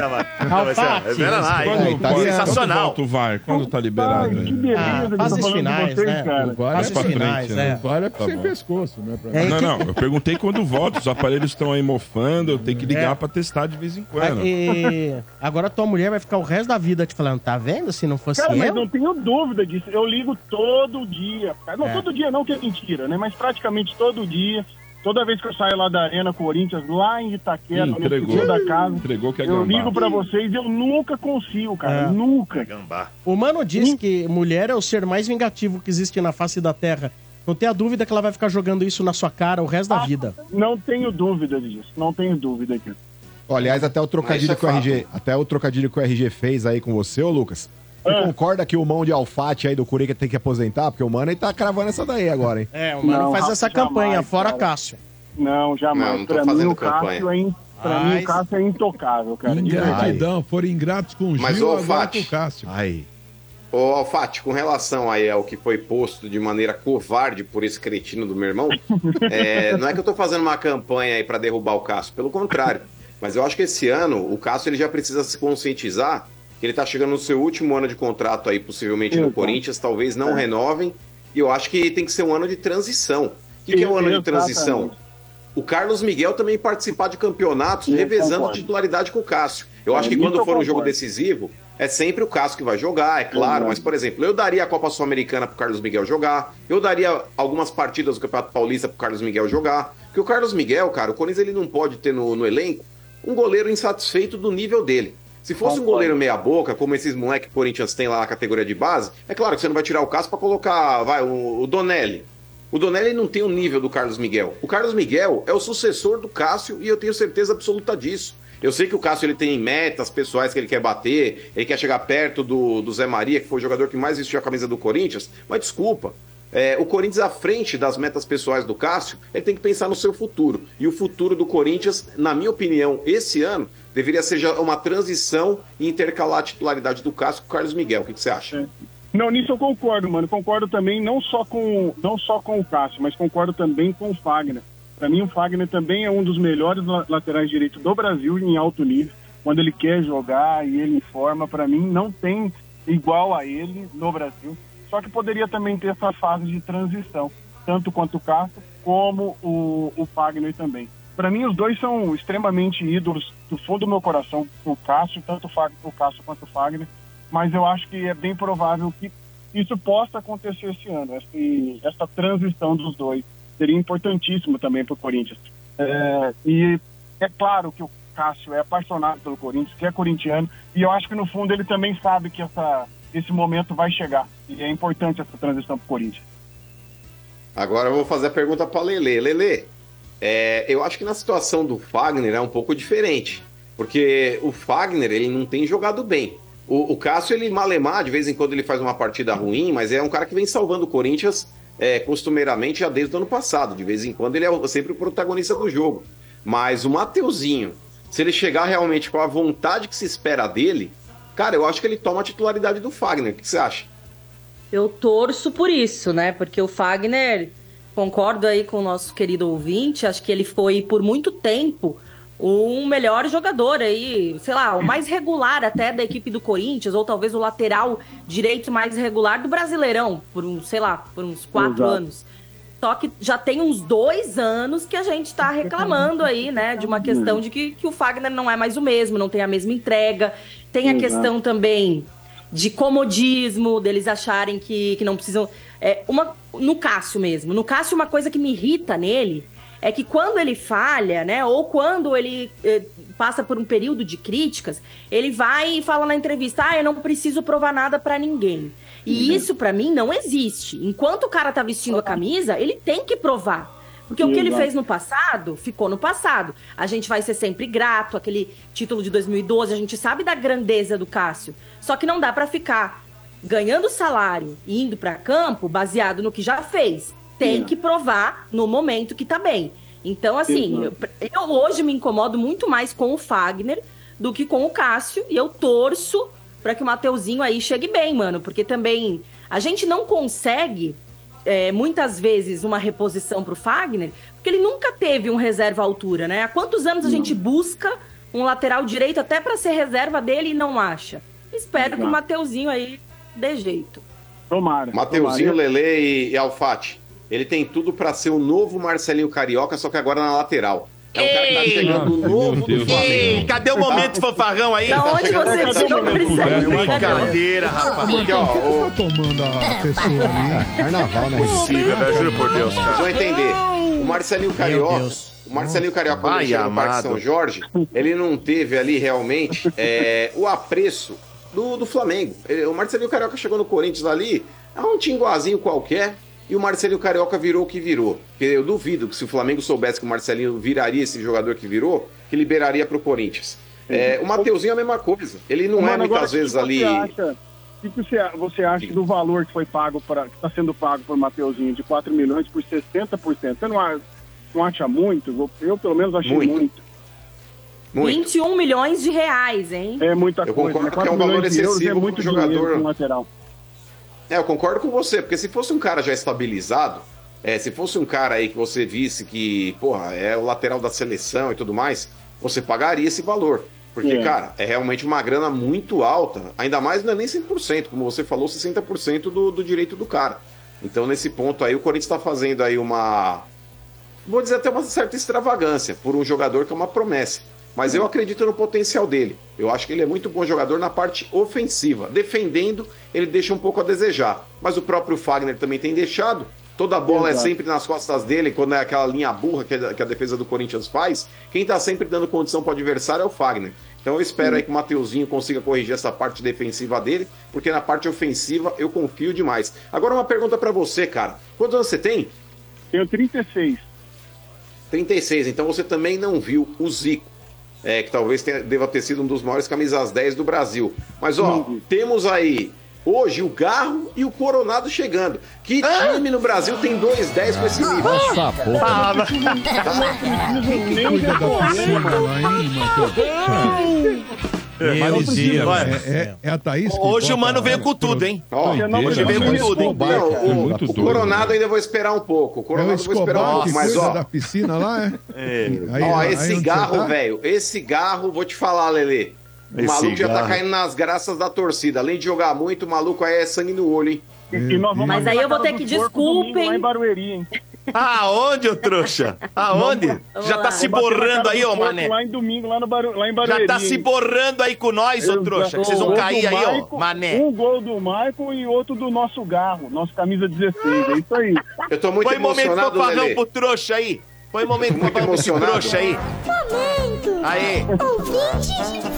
Alface. Sensacional. Quando vai? Quando tá liberado? Que beleza. Fases finais, né? Fases finais, né? Agora é sem pescoço, né? Não, eu perguntei quando volta. Os aparelhos estão aí mofando, eu tenho que ligar pra testar de vez em quando. E agora tua mulher vai ficar o resto da vida te falando, tá vendo? Se não fosse Cara, mas eu... não tenho dúvida disso. Eu ligo todo dia. Não, todo dia não, que é mentira, né? Mas praticamente todo dia. Toda vez que eu saio lá da Arena Corinthians, lá em Itaquera, no dia da casa, eu ligo pra vocês e eu nunca consigo, cara. Nunca. O Mano diz que mulher é o ser mais vingativo que existe na face da Terra. Não tenha dúvida que ela vai ficar jogando isso na sua cara o resto da vida. Não tenho dúvida disso. Não tenho dúvida disso. Aliás, até o trocadilho que o RG fez aí com você, ô Lucas. Você concorda que o mão de alfate aí do Curica tem que aposentar? Porque o Mano ele tá cravando essa daí agora, hein? O Mano faz essa campanha, fora cara. Cássio. Não, jamais. Não tô pra fazendo mim, campanha. Pra mim, o Cássio é intocável, cara. Ingratidão, foram ingratos com o Gil, Mas, ô, agora Fati, com o Cássio. Ô, Alfate, com relação aí ao que foi posto de maneira covarde por esse cretino do meu irmão, não é que eu tô fazendo uma campanha aí pra derrubar o Cássio, pelo contrário. Mas eu acho que esse ano o Cássio ele já precisa se conscientizar que ele tá chegando no seu último ano de contrato aí, possivelmente no Corinthians, talvez não renovem, e eu acho que tem que ser um ano de transição. O que é um ano de transição? O Carlos Miguel também participar de campeonatos, revezando a titularidade com o Cássio. Eu acho que quando for um jogo decisivo, é sempre o Cássio que vai jogar, é claro, mas, por exemplo, eu daria a Copa Sul-Americana pro Carlos Miguel jogar, eu daria algumas partidas do Campeonato Paulista pro Carlos Miguel jogar, porque o Carlos Miguel, cara, o Corinthians ele não pode ter no elenco um goleiro insatisfeito do nível dele. Se fosse um goleiro meia boca, como esses moleques que o Corinthians tem lá na categoria de base, é claro que você não vai tirar o Cássio pra colocar, o Donelli. O Donelli não tem o nível do Carlos Miguel. O Carlos Miguel é o sucessor do Cássio e eu tenho certeza absoluta disso. Eu sei que o Cássio ele tem metas pessoais que ele quer bater, ele quer chegar perto do Zé Maria, que foi o jogador que mais vestiu a camisa do Corinthians, mas desculpa. O Corinthians, à frente das metas pessoais do Cássio, ele tem que pensar no seu futuro. E o futuro do Corinthians, na minha opinião, esse ano, deveria ser já uma transição e intercalar a titularidade do Cássio com o Carlos Miguel. O que você acha? Não, nisso eu concordo, mano. Concordo também não só com o Cássio, mas concordo também com o Fagner. Para mim, o Fagner também é um dos melhores laterais direitos do Brasil em alto nível. Quando ele quer jogar e ele informa, para mim, não tem igual a ele no Brasil. Só que poderia também ter essa fase de transição, tanto quanto o Cássio, como o Fagner também. Para mim, os dois são extremamente ídolos do fundo do meu coração, o Cássio, tanto o Cássio quanto o Fagner, mas eu acho que é bem provável que isso possa acontecer esse ano, essa transição dos dois. Seria importantíssimo também para o Corinthians. E é claro que o Cássio é apaixonado pelo Corinthians, que é corintiano, e eu acho que no fundo ele também sabe que esse momento vai chegar. E é importante essa transição para o Corinthians. Agora eu vou fazer a pergunta para Lelê. Lelê, eu acho que na situação do Fagner é um pouco diferente, porque o Fagner ele não tem jogado bem. O Cássio, ele malemar, de vez em quando ele faz uma partida ruim, mas é um cara que vem salvando o Corinthians costumeiramente já desde o ano passado. De vez em quando ele é sempre o protagonista do jogo. Mas o Mateuzinho, se ele chegar realmente com a vontade que se espera dele, cara, eu acho que ele toma a titularidade do Fagner. O que você acha? Eu torço por isso, né? Porque o Fagner, concordo aí com o nosso querido ouvinte, acho que ele foi por muito tempo o melhor jogador aí, sei lá, o mais regular até da equipe do Corinthians, ou talvez o lateral direito mais regular do Brasileirão, por uns 4 anos. Só que já tem uns 2 anos que a gente tá reclamando aí, né, de uma questão de que o Fagner não é mais o mesmo, não tem a mesma entrega. Tem a questão também de comodismo, deles acharem que não precisam... No Cássio mesmo. No Cássio, uma coisa que me irrita nele é que quando ele falha, né, ou quando ele passa por um período de críticas, ele vai e fala na entrevista, eu não preciso provar nada pra ninguém. E isso, pra mim, não existe. Enquanto o cara tá vestindo a camisa, ele tem que provar. Porque o que ele fez no passado, ficou no passado. A gente vai ser sempre grato, aquele título de 2012, a gente sabe da grandeza do Cássio. Só que não dá pra ficar ganhando salário e indo pra campo baseado no que já fez. Tem que provar no momento que tá bem. Então, assim, eu hoje me incomodo muito mais com o Fagner do que com o Cássio, e eu torço para que o Mateuzinho aí chegue bem, mano, porque também a gente não consegue, muitas vezes, uma reposição pro Fagner, porque ele nunca teve um reserva à altura, né? Há quantos anos a gente busca um lateral direito até para ser reserva dele e não acha? Espero que o Mateuzinho aí dê jeito. Tomara. Mateuzinho, Lelê e Alfati. Ele tem tudo pra ser o novo Marcelinho Carioca, só que agora na lateral. É um cara que tá chegando novo do Flamengo. Cadê o momento fanfarrão aí? Da onde você tirou brincadeira, rapaz. Porque, ó, tomando a pessoa ali. Carnaval, né? Impossível, velho, juro por Deus. Vocês vão entender. O Marcelinho Carioca, quando ele chegou no Parque São Jorge, ele não teve ali realmente o apreço do Flamengo. O Marcelinho Carioca chegou no Corinthians ali, é um tinguazinho qualquer, e o Marcelinho Carioca virou o que virou. Porque eu duvido que se o Flamengo soubesse que o Marcelinho viraria esse jogador que virou, que liberaria pro Corinthians. O Mateuzinho é a mesma coisa. Ele não é muitas vezes ali... O que você acha do valor que foi pago que está sendo pago por Mateuzinho, de 4 milhões por 60%? Você não acha muito? Eu pelo menos achei muito. 21 milhões de reais, hein? É muita coisa. Eu concordo que é um valor excessivo muito pro jogador. Lateral. Eu concordo com você, porque se fosse um cara já estabilizado, se fosse um cara aí que você visse que, porra, é o lateral da seleção e tudo mais, você pagaria esse valor. Porque, cara, é realmente uma grana muito alta, ainda mais não é nem 100%, como você falou, 60% do direito do cara. Então, nesse ponto aí, o Corinthians está fazendo aí vou dizer até uma certa extravagância, por um jogador que é uma promessa. Mas eu acredito no potencial dele. Eu acho que ele é muito bom jogador na parte ofensiva. Defendendo, ele deixa um pouco a desejar. Mas o próprio Fagner também tem deixado. Toda a bola é sempre nas costas dele, quando é aquela linha burra que a defesa do Corinthians faz. Quem tá sempre dando condição pro adversário é o Fagner. Então eu espero aí que o Mateuzinho consiga corrigir essa parte defensiva dele, porque na parte ofensiva eu confio demais. Agora uma pergunta pra você, cara. Quantos anos você tem? Tenho 36. 36, então você também não viu o Zico. Que talvez deva ter sido um dos maiores camisas 10 do Brasil. Mas, temos aí hoje o Garro e o Coronado chegando. Que time no Brasil tem 2-10 com esse nível? Nossa, porra. É a Thaís. Hoje o mano veio com tudo, hein? Hoje veio com tudo, hein? O Coronado ainda vou esperar um pouco. O Coronado vou esperar um pouco, mas da piscina lá, esse Garro, velho, esse Garro, vou te falar, Lelê. O maluco já tá caindo nas graças da torcida. Além de jogar muito, o maluco aí é sangue no olho, hein? Mas aí eu vou ter que desculpem. Lá em Barueri, hein? Aonde, ô trouxa? Aonde? Já tá se borrando aí, ô mané. Lá em domingo, lá em Barueri. Já tá se borrando aí com nós, ô trouxa. Que vocês vão cair aí, ó, mané. Um gol do Maicon e outro do nosso Garro, nosso camisa 16. É isso aí. Eu tô muito emocionado, Põe momento pro trouxa aí. Põe momento pro trouxa aí. Momento. Aí. Ouvintes de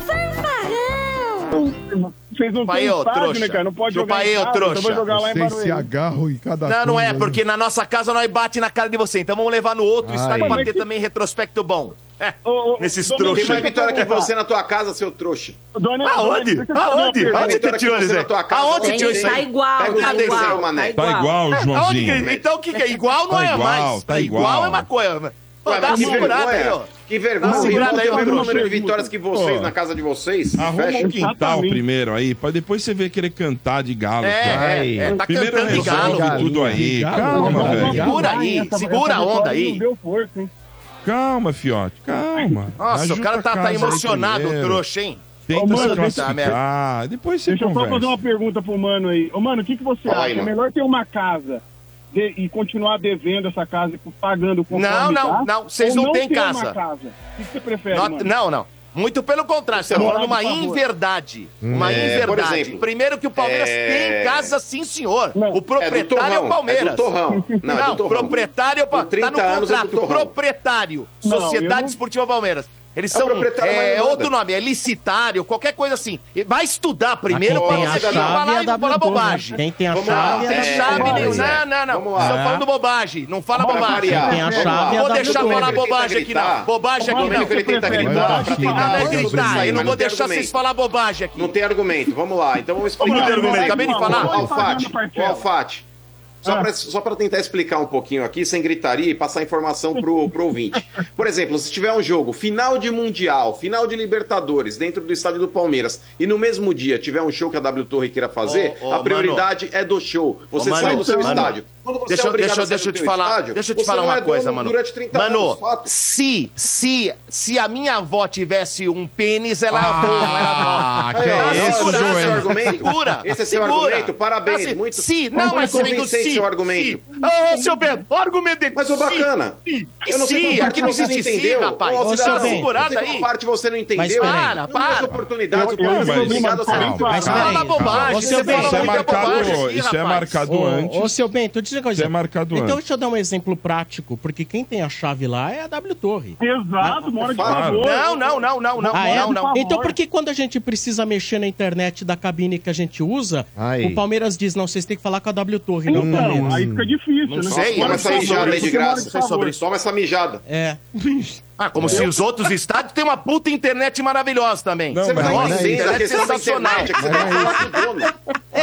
fanfarrão. Vocês não têm estádio, né, cara? Não pode jogar em casa, então vai jogar lá em Barueri. Se agarram em cada Não é, porque na nossa casa nós bate na cara de você. Então vamos levar no outro estádio pra ter também retrospecto bom. Nesses trouxas. Tem mais vitória que você na tua casa, seu trouxa. Aonde? Aonde você tirou isso aí? Aonde você tirou isso aí? Tá igual, Tá igual, Joãozinho. Então o que é? Igual não é mais. Tá igual é uma coisa. Dá uma segurada aí, ó. Que vergonha, segurada aí, o mesmo número de vitórias que vocês na casa de vocês. Arruma um quintal primeiro aí, pra depois você ver querer cantar de galo. Tá primeiro cantando de galo. tudo aí. Calma, velho. Segura aí, segura a onda aí. Calma, fiote, calma. Nossa, o cara tá emocionado, o trouxa, hein? Tenta se classificar, depois você Deixa eu conversa. só fazer uma pergunta pro Mano aí. Ô, Mano, o que você acha? É melhor ter uma casa e continuar devendo essa casa e pagando conforme Não. Vocês não têm casa. O que você prefere, Mano? Não. Muito pelo contrário, você tá falando uma inverdade. Uma inverdade. Por exemplo, primeiro que o Palmeiras tem casa, sim, senhor. O proprietário é o Palmeiras. É do Torrão. Não, o proprietário é o Palmeiras. Tá no contrato. Proprietário. Sociedade Esportiva Palmeiras. Eles são outro nome, é licitário, qualquer coisa assim. Vai estudar primeiro pra você não falar bobagem. Quem tem a chave é a chave. Não. Estão falando bobagem. Não fala bobagem. Quem tem a chave não vou deixar falar bobagem aqui, não. Bobagem aqui, não. Ele tenta gritar pra tentar. Eu não vou deixar vocês falar bobagem aqui. Não tem argumento. Vamos lá. Então vamos explicar. Não tem argumento. Acabei de falar. Alfati. Só para tentar explicar um pouquinho aqui, sem gritaria e passar informação pro ouvinte. Por exemplo, se tiver um jogo, final de Mundial, final de Libertadores, dentro do estádio do Palmeiras, e no mesmo dia tiver um show que a W Torre queira fazer, a prioridade é do show. Você sai do seu estádio. Quando você Deixa eu te falar uma coisa, mano. Mano, se a minha avó tivesse um pênis, ela era boa. Esse é o argumento? Esse é seu argumento? Parabéns. Assim, muito não, mas convincente seu argumento. Ô, seu Bento, o argumento dele. Mas, ô, bacana. Eu não sei aqui não você não existe entendeu. rapaz. Ô, Você dá uma segurada aí. parte você não entendeu. Mas para. Oportunidades, Fala bobagem. Isso é marcado antes. Ô, seu Bento, deixa eu dizer uma coisa. Isso é marcado então, antes. deixa eu dar um exemplo prático, porque quem tem a chave lá é a W Torre. Exato, mora de favor. Não. Então, por que quando a gente precisa mexer na internet da cabine que a gente usa, o Palmeiras diz, não, vocês têm que falar com a W Torre, não o Palmeiras? Aí fica difícil, Não né? sei, Toma essa mijada aí de graça. sobre isso. Toma essa mijada. É. Como se os outros estádios têm uma puta internet maravilhosa também. Não, Você mas vai não é entender isso. a questão da internet, é que você vai falar com o dono.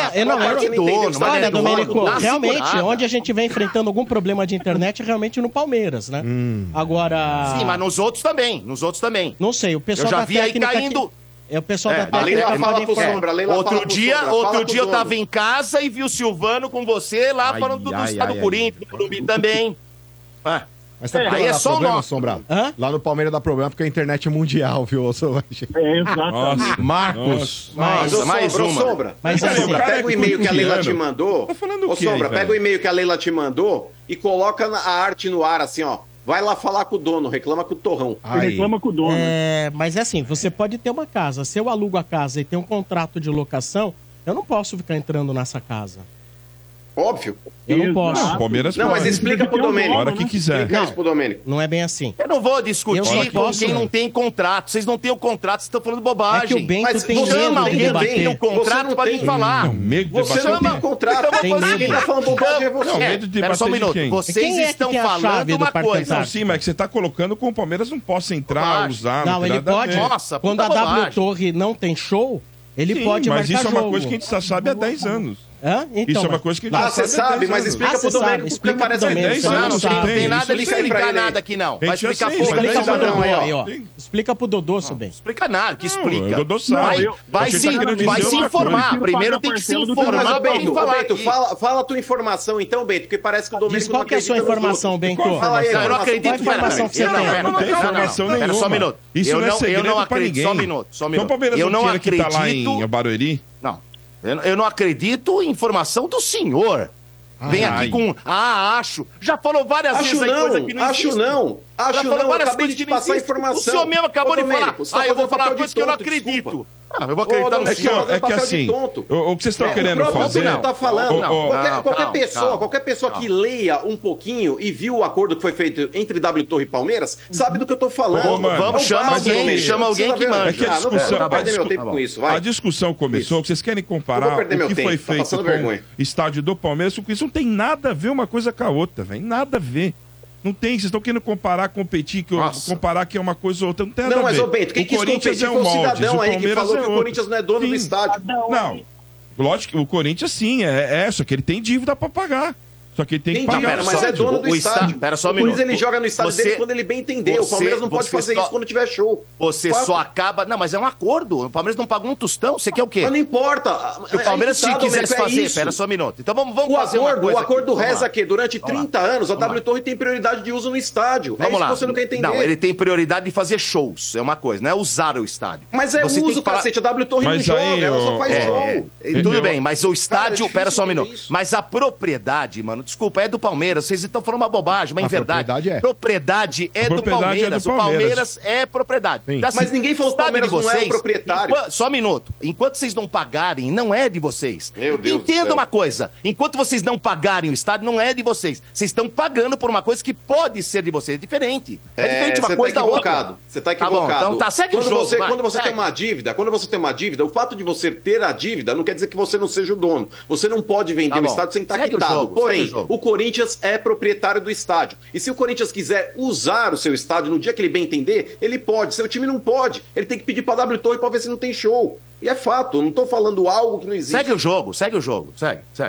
Olha, Domênico, realmente, onde a gente vem enfrentando algum problema de internet é realmente no Palmeiras, né? Agora... Sim, mas nos outros também. Não sei, o pessoal Eu já da vi aí técnica caindo... É o pessoal da A Leila técnica fala pode pro informar. Sombra, a Leila fala Outro pro dia Sombra, fala eu pro tava dono. em casa e vi o Silvano com você lá falando do estado do Corinthians, do Morumbi também. Mas sabe Aí que é dá só o problema, nosso. Sombra? Hã? Lá no Palmeiras dá problema porque a internet é mundial, viu? Exatamente. Marcos. Mas, ô, mais Sombra, uma. Sombra. Mas assim, Sombra, pega o e-mail que a Leila te mandou. Tá falando o Ô, quê, Sombra, velho? pega o e-mail que a Leila te mandou e coloca a arte no ar, assim, ó. Vai lá falar com o dono, reclama com o torrão. Reclama com o dono. Mas é assim, você pode ter uma casa. Se eu alugo a casa e tenho um contrato de locação, eu não posso ficar entrando nessa casa. Óbvio. Eu não posso. Não, Palmeiras Não, mas pode. explica pro Domênico. A hora que quiser. Explica isso pro Domênico. Não é bem assim. Eu não vou Eu discutir só com posso, quem né? não tem contrato. Vocês não têm o contrato, vocês estão falando bobagem. É que o Bento Mas tem você medo chama de alguém Alguém tem debater. o contrato não pra tem. vir falar. Não, medo de Você debater. não tem um contrato. Tem medo. Quem tá falando bobagem é você. Não, medo de Pera só um debater de minuto. quem? Vocês Quem é que estão tem a chave falando do uma Parque coisa. Não, sim, mas que você tá colocando como o Palmeiras não possa entrar, Bobagem. usar. Não, tem ele nada a pode. ver. Nossa, Quando a puta W bobagem. Torre não tem show, ele Sim, pode mas marcar isso é uma jogo. coisa que a gente já sabe há 10 anos. Hã? Então, Isso é uma mas- coisa que a gente já Você sabe há sabe, 10 mas anos. explica pro você sabe, Domênico, porque explica pro parece Domênico, que você não não Não sabe. tem nada isso de aí. explicar nada aqui, não. Vai Gente, explicar assim, porra mas Explica Mas pro não, Dodô ó. aí, ó. Explica pro Dodô, seu bem. Explica nada, que Não, explica. o Dodô sabe. Vai Porque se, tá querendo vai dizer se outra informar. coisa. Primeiro tem que se Mas, ô, informar pra Bento, vir falar Bento, aqui. fala a tua informação então, Bento, porque parece que o Domênico Diz qual não que é a sua acredita nos informação, outros. Bento? Fala aí, Não, eu não acredito. Qual a informação que você tem? Não tem informação Pera nenhuma. só um minuto. Isso não é segredo eu não pra acredito. ninguém. Só um minuto, só um Então minuto. o Palmeiras Eu não não tinha que estar lá acredito. em Barueri? Não. Eu não acredito em informação do senhor. Vem aqui com. Acho. Já falou várias Acho vezes aí não, coisa que não acho existe. não, acho Já falou não, várias acabei coisas de te que não passar a existem. informação. O senhor mesmo acabou Ô, de falar. Domênico, você tá Eu vou fazendo falar papel de coisa que eu não tonto, acredito. desculpa. Eu vou acreditar no Ô, senhor. É que papel de assim, tonto. o que vocês estão querendo O próprio fazer... Domênico tá falando. Qualquer Calma, qualquer pessoa que leia um pouquinho e viu o acordo que foi feito entre W Torre e Palmeiras, sabe do que eu tô falando. Ô, mano, Vamos, chama alguém que manja. É que a Não discussão, vou perder meu tempo com isso, vai. a discussão começou, que vocês querem Eu vou comparar perder meu o que tempo, foi tá feito passando com vergonha. o estádio do Palmeiras, com isso não tem nada a ver uma coisa com a outra, velho. Nada a ver. Não tem, vocês estão querendo comparar, competir, comparar que é uma coisa ou outra. Não tem nada Não, a ver. mas, ô Bento, quem o quis Corinthians competir é foi um o molde, cidadão o aí que Palmeiras falou é que o outro. Corinthians não é dono do Sim. estádio. Não, lógico que o Corinthians sim, só que ele tem dívida pra pagar. Só que ele tem que Entendi, pagar. cara, mas é dono do estádio. Pera só um O Corinthians, minuto. ele joga no estádio Você- dele quando ele bem entender. O Palmeiras não pode você fazer só- isso quando tiver show. Você Fato. só acaba. Não, mas é um acordo. O Palmeiras não pagou um tostão. Você quer o quê? Mas não importa. Se o Palmeiras Aí que tá, quisesse Domênico, é fazer, isso. pera só um minuto. Então vamos O fazer uma acordo, coisa. o acordo aqui. reza Vamos que durante Vamos 30 anos a W Torre tem prioridade de uso no estádio. Vamos é isso lá. que você não quer entender. Não, ele tem prioridade de fazer shows. É uma coisa, não é usar o estádio. Mas é Você tem uso, que falar- cacete. A W Torre não Mas joga, aí, ela só faz show. Tudo bem, mas o estádio. difícil Pera só um entender minuto. isso. Mas a propriedade, mano, desculpa, é do Palmeiras. Vocês estão falando uma bobagem, mas A em verdade. propriedade é. Propriedade é A do propriedade Palmeiras. é do O Palmeiras é propriedade. Sim. Então, assim, Mas ninguém falou que o estádio Palmeiras de não é o vocês, proprietário. Só um minuto. Enquanto vocês não pagarem, não é de vocês. Meu Deus do Entenda céu. uma coisa. Enquanto vocês não pagarem o estádio, não é de vocês. Vocês estão pagando por uma coisa que pode ser de vocês. É diferente. É diferente uma você coisa tá da outra. equivocado. Você tá Tá bom, equivocado. então tá, segue o quando jogo, você, vai, quando você segue. tem uma dívida, o fato de você ter a dívida não quer dizer que você não seja o dono. Você não pode vender Tá o bom. estádio sem estar Segue o quitado. jogo, Porém, segue o jogo. o Corinthians é proprietário do estádio. E se o Corinthians quiser usar o seu estádio no dia que ele bem entender, ele pode. Seu time não pode. Ele tem que pedir pra W Torre pra ver se não tem show. E é fato, eu não tô falando algo que não existe. Segue o jogo, segue.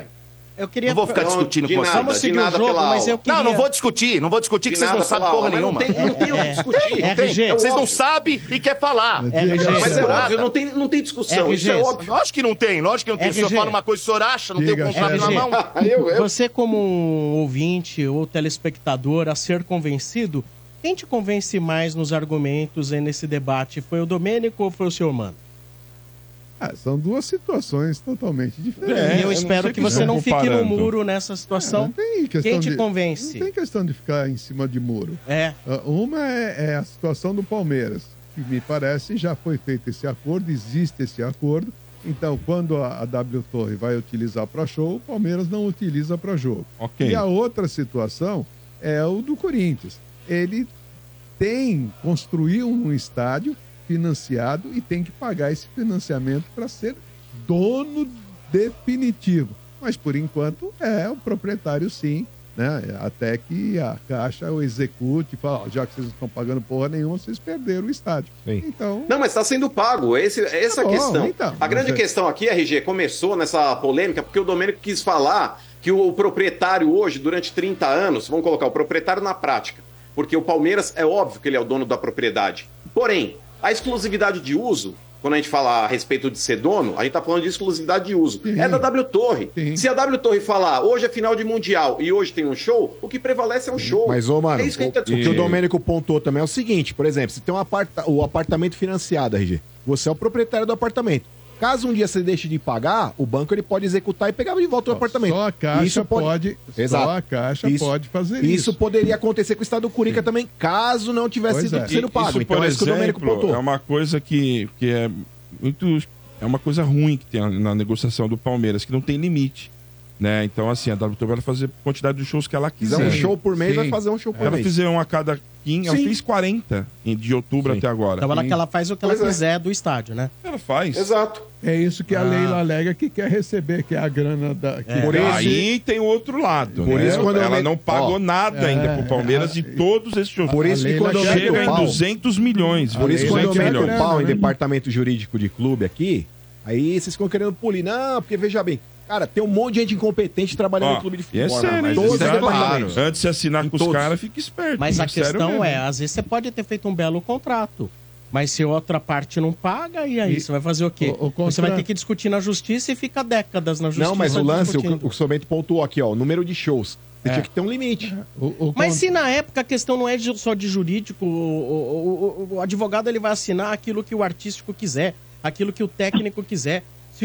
Eu queria... Não vou ficar discutindo com você. Vamos seguir o jogo, mas eu queria... Não vou discutir que vocês não sabem porra nenhuma. Não tem o que discutir. Vocês não sabem e quer falar. Mas é óbvio, não tem discussão. Isso é óbvio. Lógico que não tem. O senhor fala uma coisa, o senhor acha, não tem o contrato na mão. Você, como um ouvinte ou telespectador a ser convencido, quem te convence mais nos argumentos aí nesse debate? Foi o Domênico ou foi o senhor Mano? São duas situações totalmente diferentes. E eu espero que você não fique no muro nessa situação. Não tem questão Quem te convence? Não tem questão de ficar em cima de muro. Uma é a situação do Palmeiras, que me parece já foi feito esse acordo, existe esse acordo. Então, quando a W Torre vai utilizar para show, o Palmeiras não utiliza para jogo. E a outra situação é o do Corinthians. Ele construiu um estádio financiado e tem que pagar esse financiamento para ser dono definitivo. Mas, por enquanto, é o proprietário, sim, né? Até que a Caixa o execute e fala, já que vocês não estão pagando porra nenhuma, vocês perderam o estádio. Então... Não, mas está sendo pago. Essa é a questão. Então, a grande questão aqui, RG, começou nessa polêmica porque o Domênico quis falar que o proprietário hoje, durante 30 anos, vamos colocar o proprietário na prática, porque o Palmeiras é óbvio que ele é o dono da propriedade. Porém, a exclusividade de uso, quando a gente fala a respeito de ser dono, a gente tá falando de exclusividade de uso. É da W Torre. Se a W Torre falar, hoje é final de Mundial e hoje tem um show, o que prevalece é um show. Mas, mano, é isso que a gente tá o que o Domênico pontuou também é o seguinte, por exemplo, se tem o apartamento financiado, RG, você é o proprietário do apartamento. Caso um dia você deixe de pagar, o banco ele pode executar e pegar de volta o apartamento. Só a Caixa pode fazer isso. Isso poderia acontecer com o estado do Curica também, caso não tivesse sido sendo pago. Isso, então por é isso que o Domênico pontuou. É uma coisa que é muito... É uma coisa ruim que tem na negociação do Palmeiras, que não tem limite. Né? Então, assim, a W vai fazer a quantidade de shows que ela quiser. Se fizer um show por mês, vai fazer um show por mês. Ela fizer um a cada 15, ela fez 40 de outubro até agora. Então ela faz o que ela quiser do estádio, né? Ela faz. Exato. É isso que a Leila alega que quer receber, que é a grana da... Por isso, aí tem o outro lado. Por isso, quando ela não pagou nada ainda pro Palmeiras de todos esses shows. Por isso que quando chega em 200 milhões. Por isso quando eu meto o pau em departamento jurídico de clube aqui, aí vocês ficam querendo polir. Não, porque veja bem, cara, tem um monte de gente incompetente trabalhando no clube de futebol. É sério, mas antes de assinar com os caras, fica esperto. Mas a questão é, às vezes você pode ter feito um belo contrato, mas se outra parte não paga, e aí? Você vai fazer o quê? Você vai ter que discutir na justiça e fica décadas na justiça. Não, mas o lance, o Sobento pontuou aqui, ó, o número de shows. Você tinha que ter um limite. Mas se na época a questão não é só de jurídico, o advogado ele vai assinar aquilo que o artístico quiser, aquilo que o técnico quiser.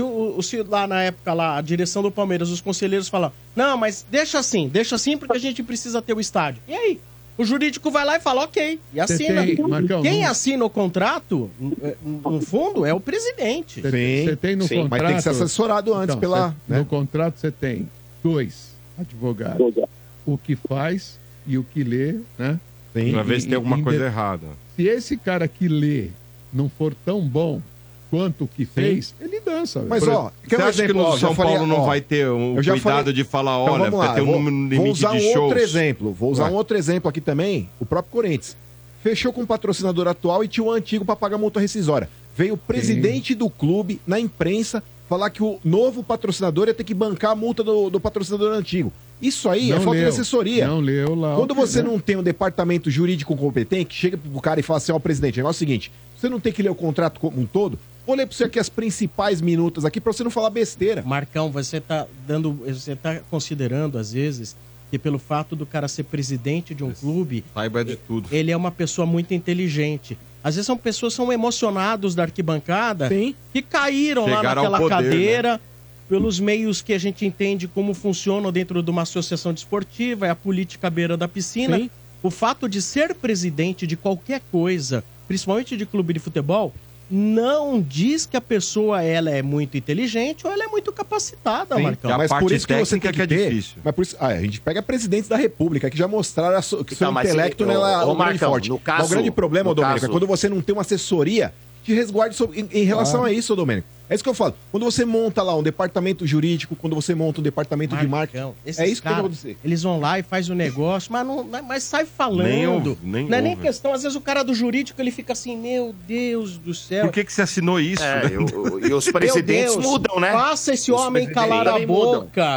Se lá na época, lá, a direção do Palmeiras, os conselheiros falam, não, mas deixa assim porque a gente precisa ter o estádio. E aí? O jurídico vai lá e fala, ok, e assina. Quem assina o contrato, no fundo, é o presidente. Você tem no contrato... Mas tem que ser assessorado antes pela... No contrato você tem 2 advogados. O que faz e o que lê, né? Pra ver se tem alguma coisa errada. Se esse cara que lê não for tão bom quanto o que fez, ele dança. Mas, ó, você acha que no São Paulo não vai ter o cuidado de falar, olha, vai ter um limite de shows? Vou usar um outro exemplo aqui também, o próprio Corinthians. Fechou com o patrocinador atual e tinha o antigo para pagar multa rescisória. Veio o presidente do clube, na imprensa, falar que o novo patrocinador ia ter que bancar a multa do patrocinador antigo. Isso aí é falta de assessoria. Não leu lá. Quando você não tem um departamento jurídico competente, chega pro cara e fala assim, ó, presidente, o negócio é o seguinte, você não tem que ler o contrato como um todo? Vou ler pra você aqui as principais minutas aqui pra você não falar besteira. Marcão, você tá considerando, às vezes, que pelo fato do cara ser presidente de um clube, saiba de tudo. Ele é uma pessoa muito inteligente. Às vezes são pessoas que são emocionados da arquibancada, que caíram lá naquela cadeira, né? Pelos meios que a gente entende como funcionam dentro de uma associação desportiva, é a política à beira da piscina. Sim. O fato de ser presidente de qualquer coisa, principalmente de clube de futebol, não diz que a pessoa ela é muito inteligente ou ela é muito capacitada, Marcão. Mas por isso que você tem que ter, é difícil. Mas por isso, a gente pega presidentes da República que já mostraram que seu intelecto é forte. No caso, o grande problema, Domênico, é quando você não tem uma assessoria que resguarde em relação a isso, Domênico. É isso que eu falo. Quando você monta lá um departamento jurídico, quando você monta um departamento de marketing, é isso que tem que acontecer. Eles vão lá e fazem o negócio, mas sai falando. Não é nem questão. Às vezes o cara do jurídico, ele fica assim, meu Deus do céu. Por que você assinou isso? E os presidentes mudam, né? Faça esse homem calar a boca.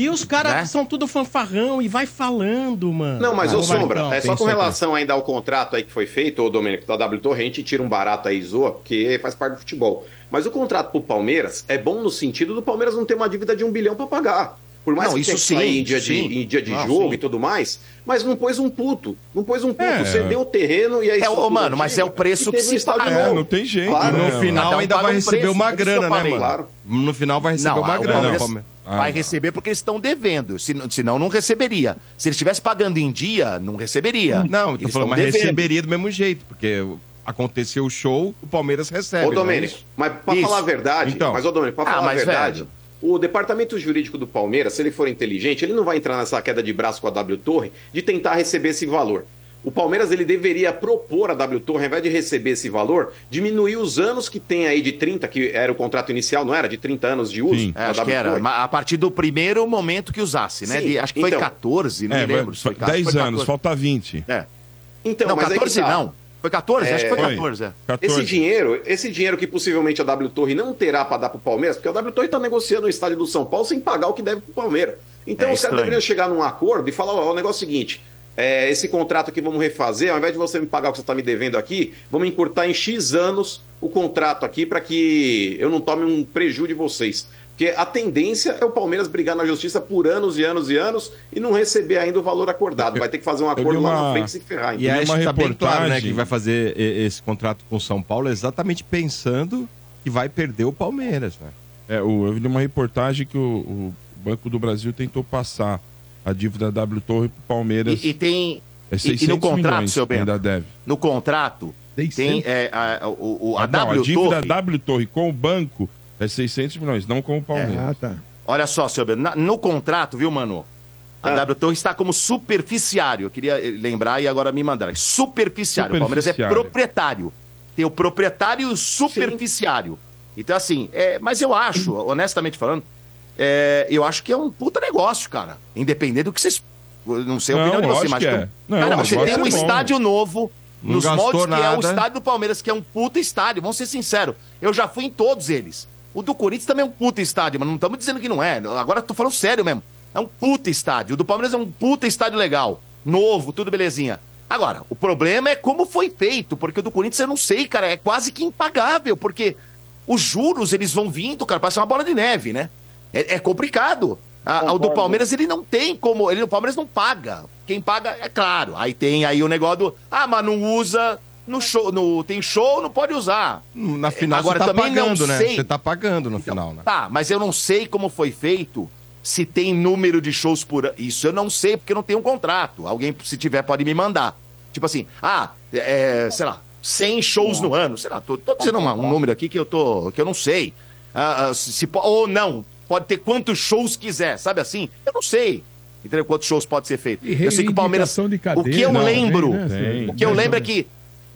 E os caras são tudo fanfarrão e vai falando, mano. Não, mas ô Sombra, Marcão, é só com relação ainda ao contrato aí que foi feito, ô Domênico, da W Torre, a gente tira um barato aí, zoa, porque faz parte do futebol. Mas o contrato pro Palmeiras é bom no sentido do Palmeiras não ter uma dívida de 1 bilhão pra pagar. Por mais Não, que isso tenha que sair em dia de jogo sim. e tudo mais, mas não pôs um puto. Você deu o terreno e aí... Mano, mas é o preço que se paga. Não tem jeito. Claro, né? no final ainda vai receber uma grana, né, mano? Claro. No final vai receber uma grana. Vai receber porque eles estão devendo. Senão não receberia. Se eles estivessem pagando em dia, não receberia. Não, eu tô falando, mas receberia do mesmo jeito, porque aconteceu o show, o Palmeiras recebe. Ô, Domênico, mas pra falar a verdade, ô, Domênico, pra falar a verdade, o departamento jurídico do Palmeiras, se ele for inteligente, ele não vai entrar nessa queda de braço com a W Torre de tentar receber esse valor. O Palmeiras ele deveria propor a W Torre, ao invés de receber esse valor, diminuir os anos que tem aí de 30, que era o contrato inicial, não era? De 30 anos de uso? Sim, acho que era. A partir do primeiro momento que usasse, né? Acho que foi 14, não me lembro. Foi 10 anos, falta 20. Então, não, mas 14 não. Foi 14? Acho que foi 14. 14. Esse dinheiro que possivelmente a W Torre não terá para dar para o Palmeiras, porque a W Torre está negociando o estádio do São Paulo sem pagar o que deve para o Palmeiras. Então os caras deveriam chegar num acordo e falar, o negócio é o seguinte, esse contrato aqui vamos refazer, ao invés de você me pagar o que você está me devendo aqui, vamos encurtar em X anos o contrato aqui para que eu não tome um prejuízo de vocês. Porque a tendência é o Palmeiras brigar na justiça por anos e anos e anos e não receber ainda o valor acordado. Vai ter que fazer um acordo lá na frente e se ferrar. E aí está bem claro, né, que vai fazer esse contrato com o São Paulo exatamente pensando que vai perder o Palmeiras, né? Eu vi uma reportagem que o Banco do Brasil tentou passar a dívida da W Torre pro Palmeiras. E tem... É 600 e no contrato, milhões seu Bento, ainda deve. No contrato, tem a dívida W Torre com o banco é 600 milhões, não com o Palmeiras. Olha só, seu Bento, no contrato, viu, mano? A W Torre está como superficiário. Eu queria lembrar e agora me mandaram. Superficiário. O Palmeiras é proprietário. Tem o proprietário e o superficiário. Então, assim, mas eu acho, honestamente falando, eu acho que é um puta negócio, cara. Independente do que vocês... Não sei a opinião de você, mas... Cara, você tem um estádio novo... Nos moldes que é o estádio do Palmeiras, que é um puta estádio, vamos ser sinceros. Eu já fui em todos eles. O do Corinthians também é um puta estádio, mas não estamos dizendo que não é. Agora eu tô falando sério mesmo. É um puta estádio. O do Palmeiras é um puta estádio legal. Novo, tudo belezinha. Agora, o problema é como foi feito, porque o do Corinthians eu não sei, cara, é quase que impagável, porque os juros, eles vão vindo, cara, parece uma bola de neve, né? É complicado. O do Palmeiras, ele não tem como... O Palmeiras não paga. Quem paga, é claro. Aí tem aí o negócio do... mas não usa... No show, tem show, não pode usar. Na final agora, você tá também pagando, não né? sei... Você tá pagando no final, né? Tá, mas eu não sei como foi feito, se tem número de shows por ano. Isso eu não sei, porque eu não tenho um contrato. Alguém, se tiver, pode me mandar. Tipo assim, sei lá, 100 shows no ano. Sei lá, tô dizendo um número aqui que eu não sei. Ou não, pode ter quantos shows quiser, sabe assim? Eu não sei. Entendeu? Quantos shows pode ser feito? Eu sei que o Palmeiras... O que eu lembro... O que eu lembro é que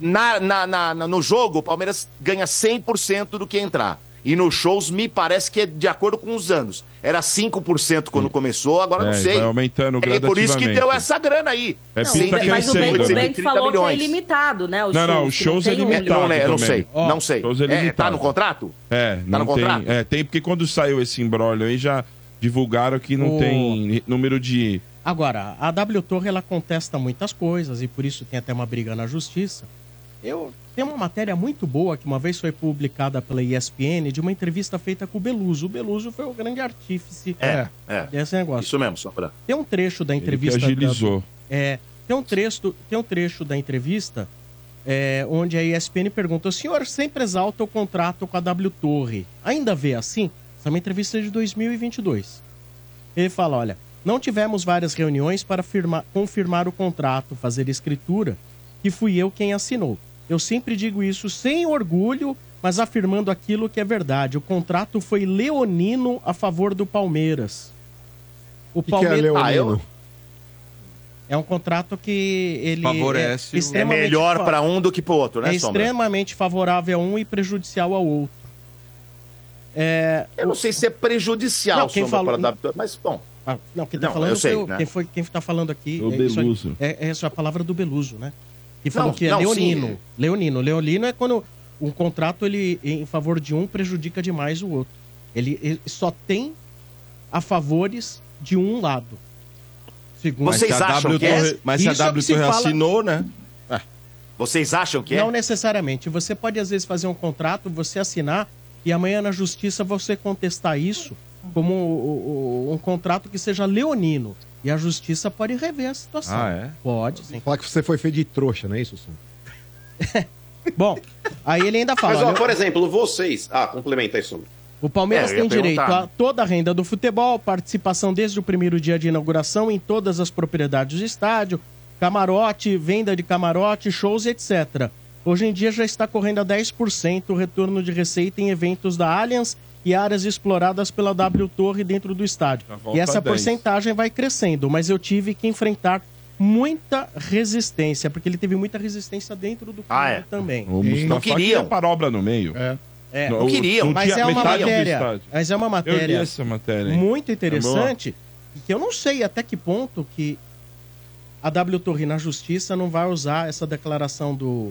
no jogo, o Palmeiras ganha 100% do que entrar. E nos shows, me parece que é de acordo com os anos. Era 5% quando começou, agora não sei. Vai aumentando gradativamente. Por isso que deu essa grana aí. Mas o Bento falou que é ilimitado, né? Os shows é limitado. Eu não sei, não sei. Tá no contrato? Tá no contrato? Tem, porque quando saiu esse imbróglio aí, já divulgaram que não tem número de... Agora, a W Torre, ela contesta muitas coisas e por isso tem até uma briga na justiça. Tem uma matéria muito boa que uma vez foi publicada pela ESPN de uma entrevista feita com o Beluso. O Beluso foi o grande artífice desse negócio. Isso mesmo, só pra... Tem um trecho da entrevista... Ele que agilizou. Tem um trecho da entrevista onde a ESPN pergunta: o senhor sempre exalta o contrato com a W Torre. Ainda vê assim? Essa é uma entrevista de 2022. Ele fala, olha, não tivemos várias reuniões para confirmar o contrato, fazer escritura, que fui eu quem assinou. Eu sempre digo isso sem orgulho, mas afirmando aquilo que é verdade. O contrato foi leonino a favor do Palmeiras. O Palmeiras... que é leonino? É um contrato que ele... favorece. É melhor para um do que para o outro, né, Sombra? Extremamente favorável a um e prejudicial ao outro. Eu não sei se é prejudicial, não, quem Sombra, falou... para mas, bom... Não, quem tá falando eu sei, né? Quem tá falando aqui... O Beluso. Essa é a palavra do Beluso, né? Que falou que é leonino. Sim. Leonino é quando um contrato ele em favor de um prejudica demais o outro. Ele só tem a favores de um lado. Segundo Vocês acham que é? Mas se a W Torre assinou, né? Vocês acham que é? Não necessariamente. Você pode, às vezes, fazer um contrato, você assinar, e amanhã na justiça você contestar isso como um contrato que seja leonino. E a justiça pode rever a situação. Ah, é? Pode, sim. Falar que você foi feito de trouxa, não é isso, Sombra? Bom, aí ele ainda fala... Mas, ó, olha, por exemplo, vocês... complementa aí, Sombra. o Palmeiras eu ia tem direito perguntar. a toda a renda do futebol, participação desde o primeiro dia de inauguração em todas as propriedades do estádio, camarote, venda de camarote, shows, etc. Hoje em dia já está correndo a 10% o retorno de receita em eventos da Allianz e áreas exploradas pela W Torre dentro do estádio. volta E essa a 10. porcentagem vai crescendo, mas eu tive que enfrentar muita resistência, porque ele teve muita resistência dentro do clube também. O Mustafa queria paróbla no meio. Não queriam, mas é uma matéria. Mas é uma Eu matéria li essa matéria, hein? muito É interessante, e que eu não sei até que ponto que a W Torre na justiça não vai usar essa declaração do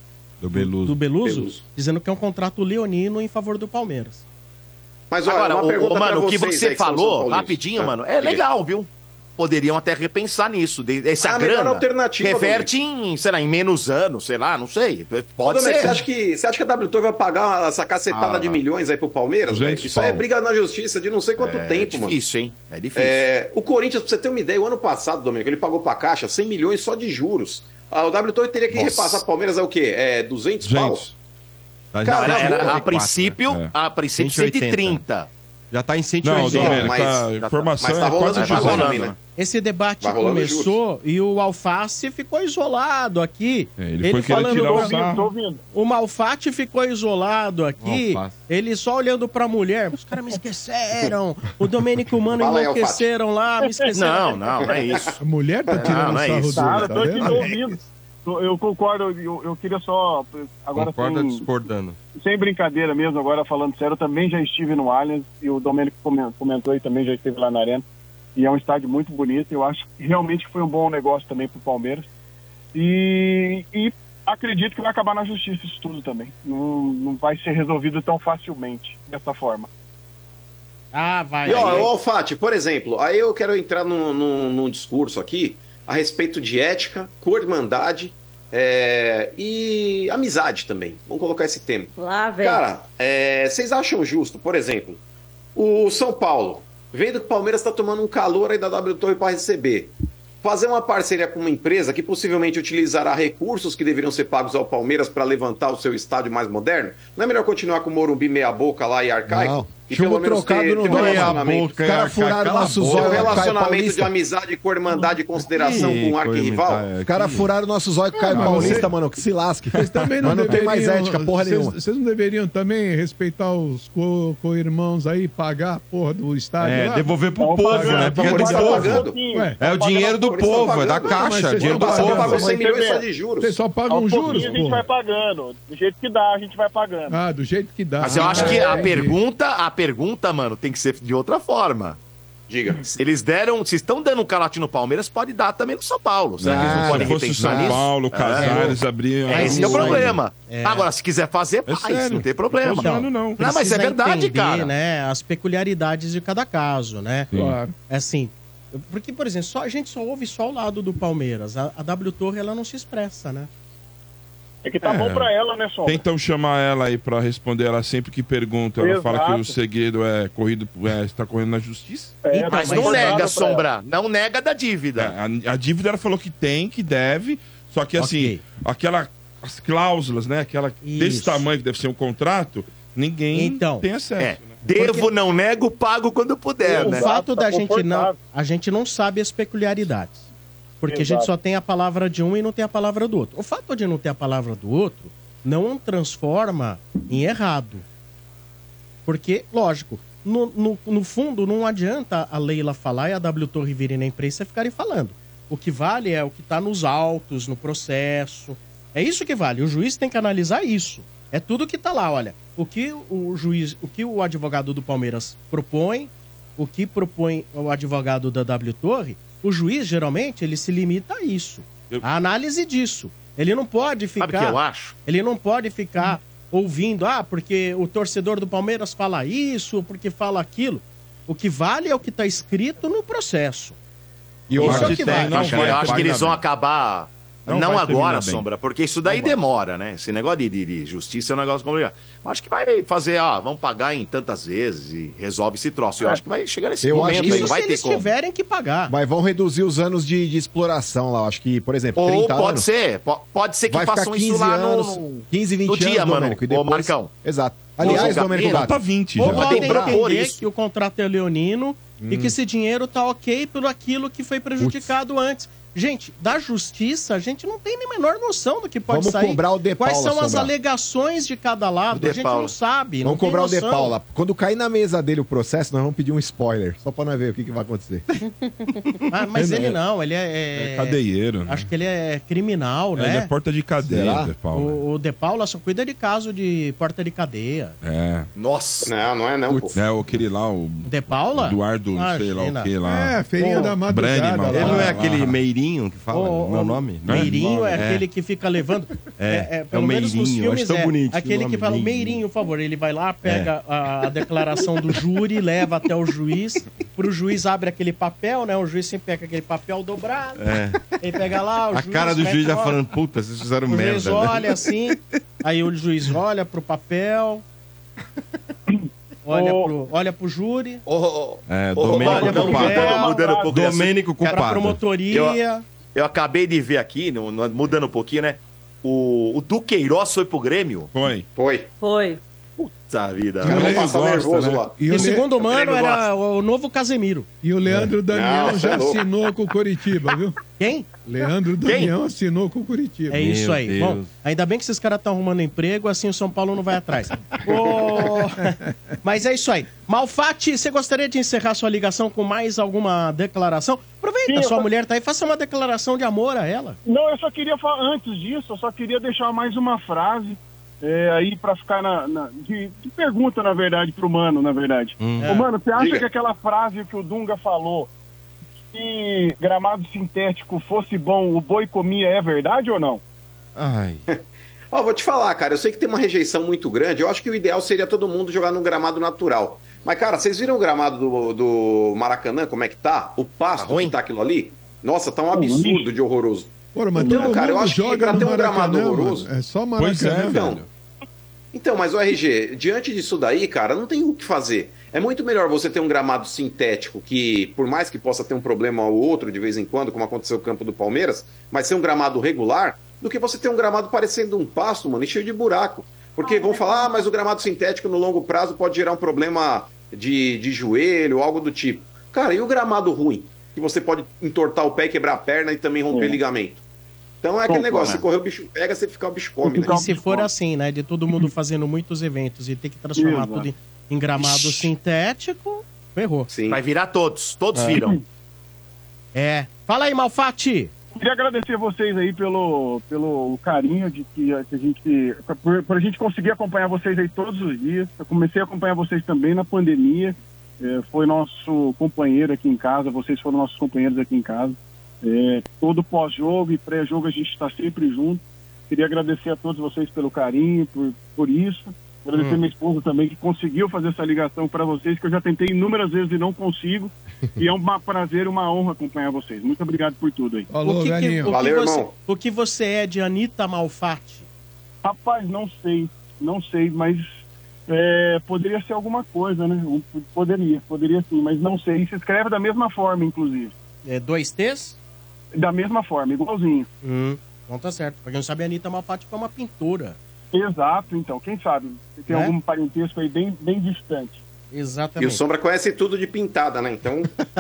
Beluso, dizendo que é um contrato leonino em favor do Palmeiras. Mas agora, uma pergunta mano, pra o que vocês você aí que são São falou, Paulinos. rapidinho, mano, é Diga. legal, viu? Poderiam até repensar nisso. Essa A melhor grana alternativa, reverte em, sei lá, em menos anos, sei lá, não sei. Pode Ô, Domênico, ser. Você acha que a W Torre vai pagar essa cacetada de milhões aí pro Palmeiras? velho? 200 Isso aí é pau. briga na justiça de não sei quanto tempo, mano. É difícil, hein? É difícil. O Corinthians, pra você ter uma ideia, o ano passado, Domênico, ele pagou pra Caixa 100 milhões só de juros. O W Torre teria que repassar pro Palmeiras o quê? 200 pau? Cara, Cara, a princípio, 130. Já tá em Não, 180. Domênico, mas- a informação mas tá é rolando quase juros 18. também, né? Esse debate Vai rolando começou e o Alface ficou isolado aqui. ele foi querer tirar o sarro. Tô ouvindo. O Malfatti ficou isolado aqui, Alface. ele só olhando pra mulher. Os caras me esqueceram. O Domênico Mano Fala aí, enlouqueceram lá, me esqueceram. Não é isso. A mulher tá tirando não é sarro isso. dele, Tá, tá tô aqui vendo? tô ouvindo. Eu concordo, eu queria só... Agora Concorda sem, discordando. sem brincadeira mesmo, agora falando sério, eu também já estive no Allianz e o Domênico comentou e também já esteve lá na Arena. E é um estádio muito bonito, eu acho que realmente foi um bom negócio também pro Palmeiras. E acredito que vai acabar na justiça isso tudo também. Não vai ser resolvido tão facilmente dessa forma. Ah, vai. E ó, o Alfati, por exemplo, aí eu quero entrar num discurso aqui a respeito de ética, co-irmandade e amizade também. Vamos colocar esse tema. Lá, velho. Cara, vocês acham justo, por exemplo, o São Paulo, vendo que o Palmeiras está tomando um calor aí da W Torre para receber, fazer uma parceria com uma empresa que possivelmente utilizará recursos que deveriam ser pagos ao Palmeiras para levantar o seu estádio mais moderno? Não é melhor continuar com o Morumbi meia boca lá e arcaico? Não. E Chumbo trocado não um dói a relacionamento. boca, Os caras furaram nossos olhos Um com o Caio relacionamento Paulista. de amizade, co-irmandade e consideração com um arquirrival? Os caras furaram nossos olhos com o Caio mas Paulista, você- mano, que se lasque. Vocês também não Mas não tem deveriam, mais ética, porra nenhuma. Vocês não deveriam também respeitar os co-irmãos aí, pagar a porra do estádio lá? Devolver pro Tão povo, pagando, né? Porque é tão do pagando. povo. Pagando. Ué, É o dinheiro do Eles tão povo, é da pagando. Mas caixa. vocês Dinheiro do tão Você povo. pagou 100 milhões Você só vê. de juros. Vocês só pagam Aos juros, pouquinhos a gente pô. vai pagando. Do jeito que dá, a gente vai pagando. Ah, do jeito que dá. Mas eu acho que a entendi. pergunta, mano, tem que ser de outra forma. Diga. Se eles deram, se estão dando um calote no Palmeiras, pode dar também no São Paulo. Será que eles não Se podem fosse o repensar São nisso? Paulo, Casares abriam. Esse é o isso aí. problema. Agora, se quiser fazer, faz, sério. não tem problema. Não tô zoando, não. Não, mas é Precisa verdade, entender, cara. né, as peculiaridades de cada caso, né? Claro. Assim, porque, por exemplo, a gente só ouve só o lado do Palmeiras. A W Torre, ela não se expressa, né? É que tá bom pra ela, né, Sombra? Tentam chamar ela aí pra responder ela sempre que pergunta. Ela fala que o Exato. segredo está correndo na justiça. Então, Mas mas não é nega, pra Sombra. Não nega da dívida. A dívida ela falou que tem, que deve, só que assim, Ok. as cláusulas, né? Desse Isso. tamanho que deve ser um contrato, ninguém Então. tem acesso. É. Né? Devo, não nego, pago quando puder, O né? fato da Tá gente não... confortável. A gente não sabe as peculiaridades. Porque a gente Exato. só tem a palavra de um e não tem a palavra do outro. O fato de não ter a palavra do outro não transforma em errado. Porque, lógico, no fundo não adianta a Leila falar e a W Torre virem na imprensa ficarem falando. O que vale é o que está nos autos, no processo. É isso que vale. O juiz tem que analisar isso. É tudo que está lá, olha. O que o juiz, o que o advogado do Palmeiras propõe, o que propõe o advogado da W Torre, o juiz, geralmente, ele se limita a isso. A análise disso. Ele não pode ficar... Sabe o que eu acho? Ele não pode ficar ouvindo, porque o torcedor do Palmeiras fala isso, porque fala aquilo. O que vale é o que está escrito no processo. E isso é o que vale. Eu acho que eles vão acabar... Não agora, bem. Sombra, porque isso daí demora, né? Esse negócio de justiça é um negócio complicado. Acho que vai fazer, vamos pagar em tantas vezes e resolve esse troço. Eu acho que vai chegar nesse momento aí, não vai ter como. Tiverem que pagar. Mas vão reduzir os anos de exploração lá. Acho que, por exemplo, 30 Ou pode anos. ser, pode ser que vai façam ficar 15 isso lá anos, no 15, 20 no dia, anos, mano. Domênico, e depois... Ô, Marcão. Exato. Aliás, Domênico Gato. Tá 20 Ou já. podem propor entender isso. que o contrato é leonino e que esse dinheiro tá ok pelo aquilo que foi prejudicado antes. Gente, da justiça, a gente não tem nem a menor noção do que pode Vamos sair. cobrar o De Paula, Quais são as Sombra. alegações de cada lado? A gente não sabe. Vamos não tem cobrar o De noção. Paula. Quando cair na mesa dele o processo, nós vamos pedir um spoiler. Só pra nós ver o que vai acontecer. Mas ele não, ele é... cadeieiro. Né? Acho que ele é criminal, né? Ele é porta de cadeia, De Paula. O De Paula só cuida de caso de porta de cadeia. É. Nossa. Não é não, pô. É aquele lá, o De Paula? Eduardo, sei lá o que lá. É, feirinha da madrugada. Brandman, Ele não é lá. aquele Meirinho que fala meu nome? Meirinho é aquele que fica levando. Pelo o menos nos Meirinho, filmes acho tão bonitinho aquele o que nome, fala, Meirinho. Meirinho, por favor. Ele vai lá, pega a declaração do júri, leva até o juiz. Pro juiz abre aquele papel, né? O juiz sempre pega aquele papel dobrado. Ele pega lá, o A juiz. cara do mete, juiz já olha, falando, puta, vocês fizeram o merda. juiz né? olha assim, aí o juiz olha pro papel. Olha pro júri. Domênico culpado. Domênico Pra culpado. promotoria. Eu acabei de ver aqui, mudando um pouquinho, né? O Duqueiroz foi pro Grêmio? Foi. Foi. Puta vida. Eu vou passar nervoso lá. E segundo o Mano, Grêmio era o novo Casemiro. E o Leandro Damião Não, já é louco. assinou com o Curitiba, viu? Quem? Leandro Damião assinou com o Curitiba. É isso aí. Deus. Bom, ainda bem que esses caras estão arrumando emprego, assim o São Paulo não vai atrás. Mas é isso aí. Malfatti, você gostaria de encerrar sua ligação com mais alguma declaração? Aproveita, Sim, sua mulher tá aí, faça uma declaração de amor a ela. Não, eu só queria falar, antes disso, eu só queria deixar mais uma frase aí pra ficar de pergunta, na verdade, pro Mano, na verdade. Ô, Mano, você acha que aquela frase que o Dunga falou, se gramado sintético fosse bom, o boi comia, é verdade ou não? Ai. Ó, vou te falar, cara, eu sei que tem uma rejeição muito grande, eu acho que o ideal seria todo mundo jogar num gramado natural. Mas, cara, vocês viram o gramado do Maracanã, como é que tá? O pasto que tá aquilo ali? Nossa, tá um absurdo de horroroso. Porra, mas Então, todo cara, eu mundo acho que joga pra no ter um gramado Maracanã, horroroso... mano. É só Pois é, Maracanã. velho. Então, mas o RG, diante disso daí, cara, não tem o que fazer. É muito melhor você ter um gramado sintético que, por mais que possa ter um problema ou outro de vez em quando, como aconteceu no campo do Palmeiras, mas ser um gramado regular, do que você ter um gramado parecendo um pasto, mano, e cheio de buraco. Porque vão falar, mas o gramado sintético no longo prazo pode gerar um problema de joelho ou algo do tipo. Cara, e o gramado ruim? Que você pode entortar o pé e quebrar a perna e também romper ligamento. Então é aquele negócio, você correr o bicho pega, você ficar o bicho come, né? E se for assim, né, de todo mundo fazendo muitos eventos e ter que transformar tudo em gramado sintético, ferrou. Sim. Vai virar todos viram. Fala aí, Malfatti. Queria agradecer vocês aí pelo carinho de que a gente, por a gente conseguir acompanhar vocês aí todos os dias. Eu comecei a acompanhar vocês também na pandemia. Foi nosso companheiro aqui em casa, vocês foram nossos companheiros aqui em casa. Todo pós-jogo e pré-jogo a gente está sempre junto. Queria agradecer a todos vocês pelo carinho, por isso. Agradecer minha esposa também, que conseguiu fazer essa ligação para vocês, que eu já tentei inúmeras vezes e não consigo. E é um prazer, uma honra acompanhar vocês. Muito obrigado por tudo aí. Falou, velhinho. Valeu, irmão. O que você é de Anitta Malfatti? Rapaz, não sei, mas poderia ser alguma coisa, né? Poderia sim, mas não sei. E se escreve da mesma forma, inclusive. 2 T's? Da mesma forma, igualzinho. Então tá certo. Pra quem não sabe, a Anitta Malfatti foi uma pintora. Exato, então. Quem sabe? Tem algum parentesco aí bem distante. E Exatamente. o Sombra conhece tudo de pintada, né? Então...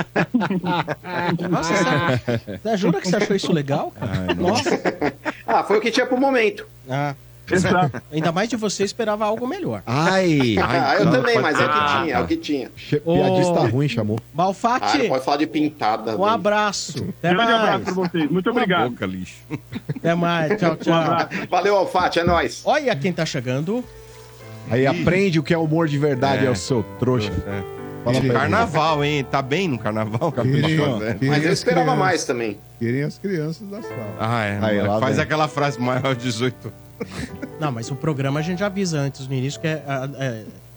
Nossa, você jura que você achou isso legal, cara? Nossa. Foi o que tinha pro momento. Exato. Ainda mais de você, esperava algo melhor. Eu também, mas é o que tinha. Piadista ruim, chamou. Malfatti, não pode falar de pintada. um abraço. Até Grande mais. abraço pra vocês. Muito obrigado. Boca, lixo. Até mais. Tchau, tchau. Valeu, Alfate, é nóis. Olha quem tá chegando. Aí aprende o que é humor de verdade, é o seu trouxa. Fala pra ele. Carnaval, hein? Tá bem no carnaval? Mas eu esperava mais também. Querem as crianças da sala. Aí, lá faz vem. aquela frase maior de 18. Não, mas o programa a gente já avisa antes no início que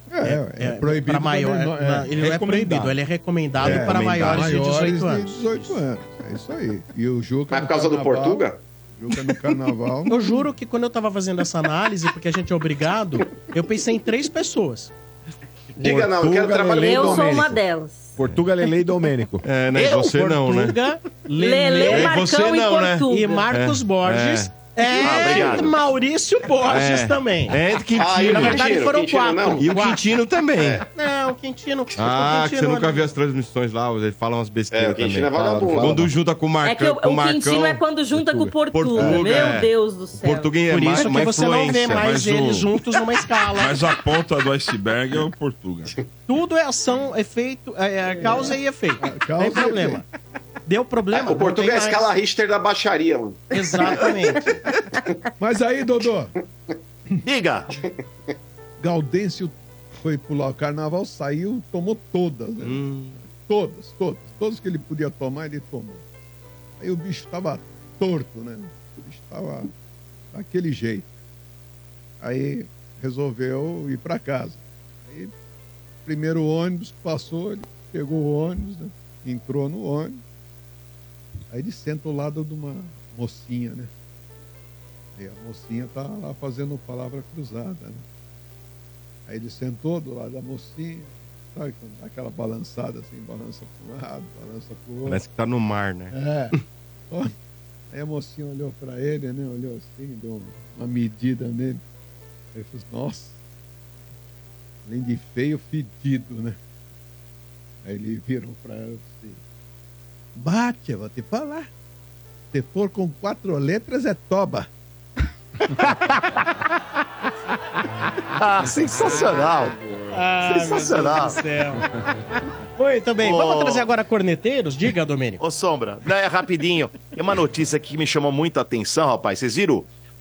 É proibido. Para maior, ele não é proibido, ele é recomendado para maiores de 18 anos. 18 anos. É isso aí. E o Juca. Mas por causa do Portuga? Juca no carnaval. Eu juro que quando eu tava fazendo essa análise, porque a gente é obrigado, eu pensei em 3 pessoas. Diga não, eu quero trabalhar. Eu sou uma delas. Portuga, Lele e Domênico. É, né? Você não, né? Portuga, Lele, Marcão você não, né? e Marcos Borges. Maurício Borges também. Quintino. Na verdade foram Quintino, 4. não. E o Quintino também. Não, o Quintino. Ah, o que você nunca viu as transmissões lá, ele fala umas besteiras o Quintino também. é vagabundo. Quando junta com o Marcão. É que o Quintino é quando junta com o Portuga. Meu Deus do céu. Português é Por mais isso uma que você não vê influência. mais eles juntos numa escala. Mas a ponta do iceberg é o Portuga. Tudo é ação, efeito, causa e efeito. Não tem problema. Deu problema. O Portuga é a não tem escala mais. Richter da baixaria, mano. Exatamente. Mas aí, Dodô, Diga. Gaudêncio foi pular o carnaval, saiu, tomou todas, né? Todas. Todas que ele podia tomar, ele tomou. Aí o bicho tava torto, né? O bicho tava daquele jeito. Aí resolveu ir para casa. Aí, primeiro ônibus passou, ele pegou o ônibus, né? Entrou no ônibus. Aí ele senta ao lado de uma mocinha, né? Aí a mocinha tá lá fazendo palavra cruzada, né? Aí ele sentou do lado da mocinha, sabe? Quando dá aquela balançada assim, balança para um lado, balança para o outro. Parece que tá no mar, né? É. Ó, aí a mocinha olhou para ele, né? Olhou assim, deu uma medida nele. Aí ele falou, nossa, além de feio, fedido, né? Aí ele virou para ela assim, bate, eu vou te falar. Se for com 4 letras, é toba. Sensacional. Sensacional. Muito bem, vamos trazer agora corneteiros? Diga, Domênico. Ô, Sombra, não, é rapidinho. Tem uma notícia aqui que me chamou muito a atenção, rapaz. Vocês viram?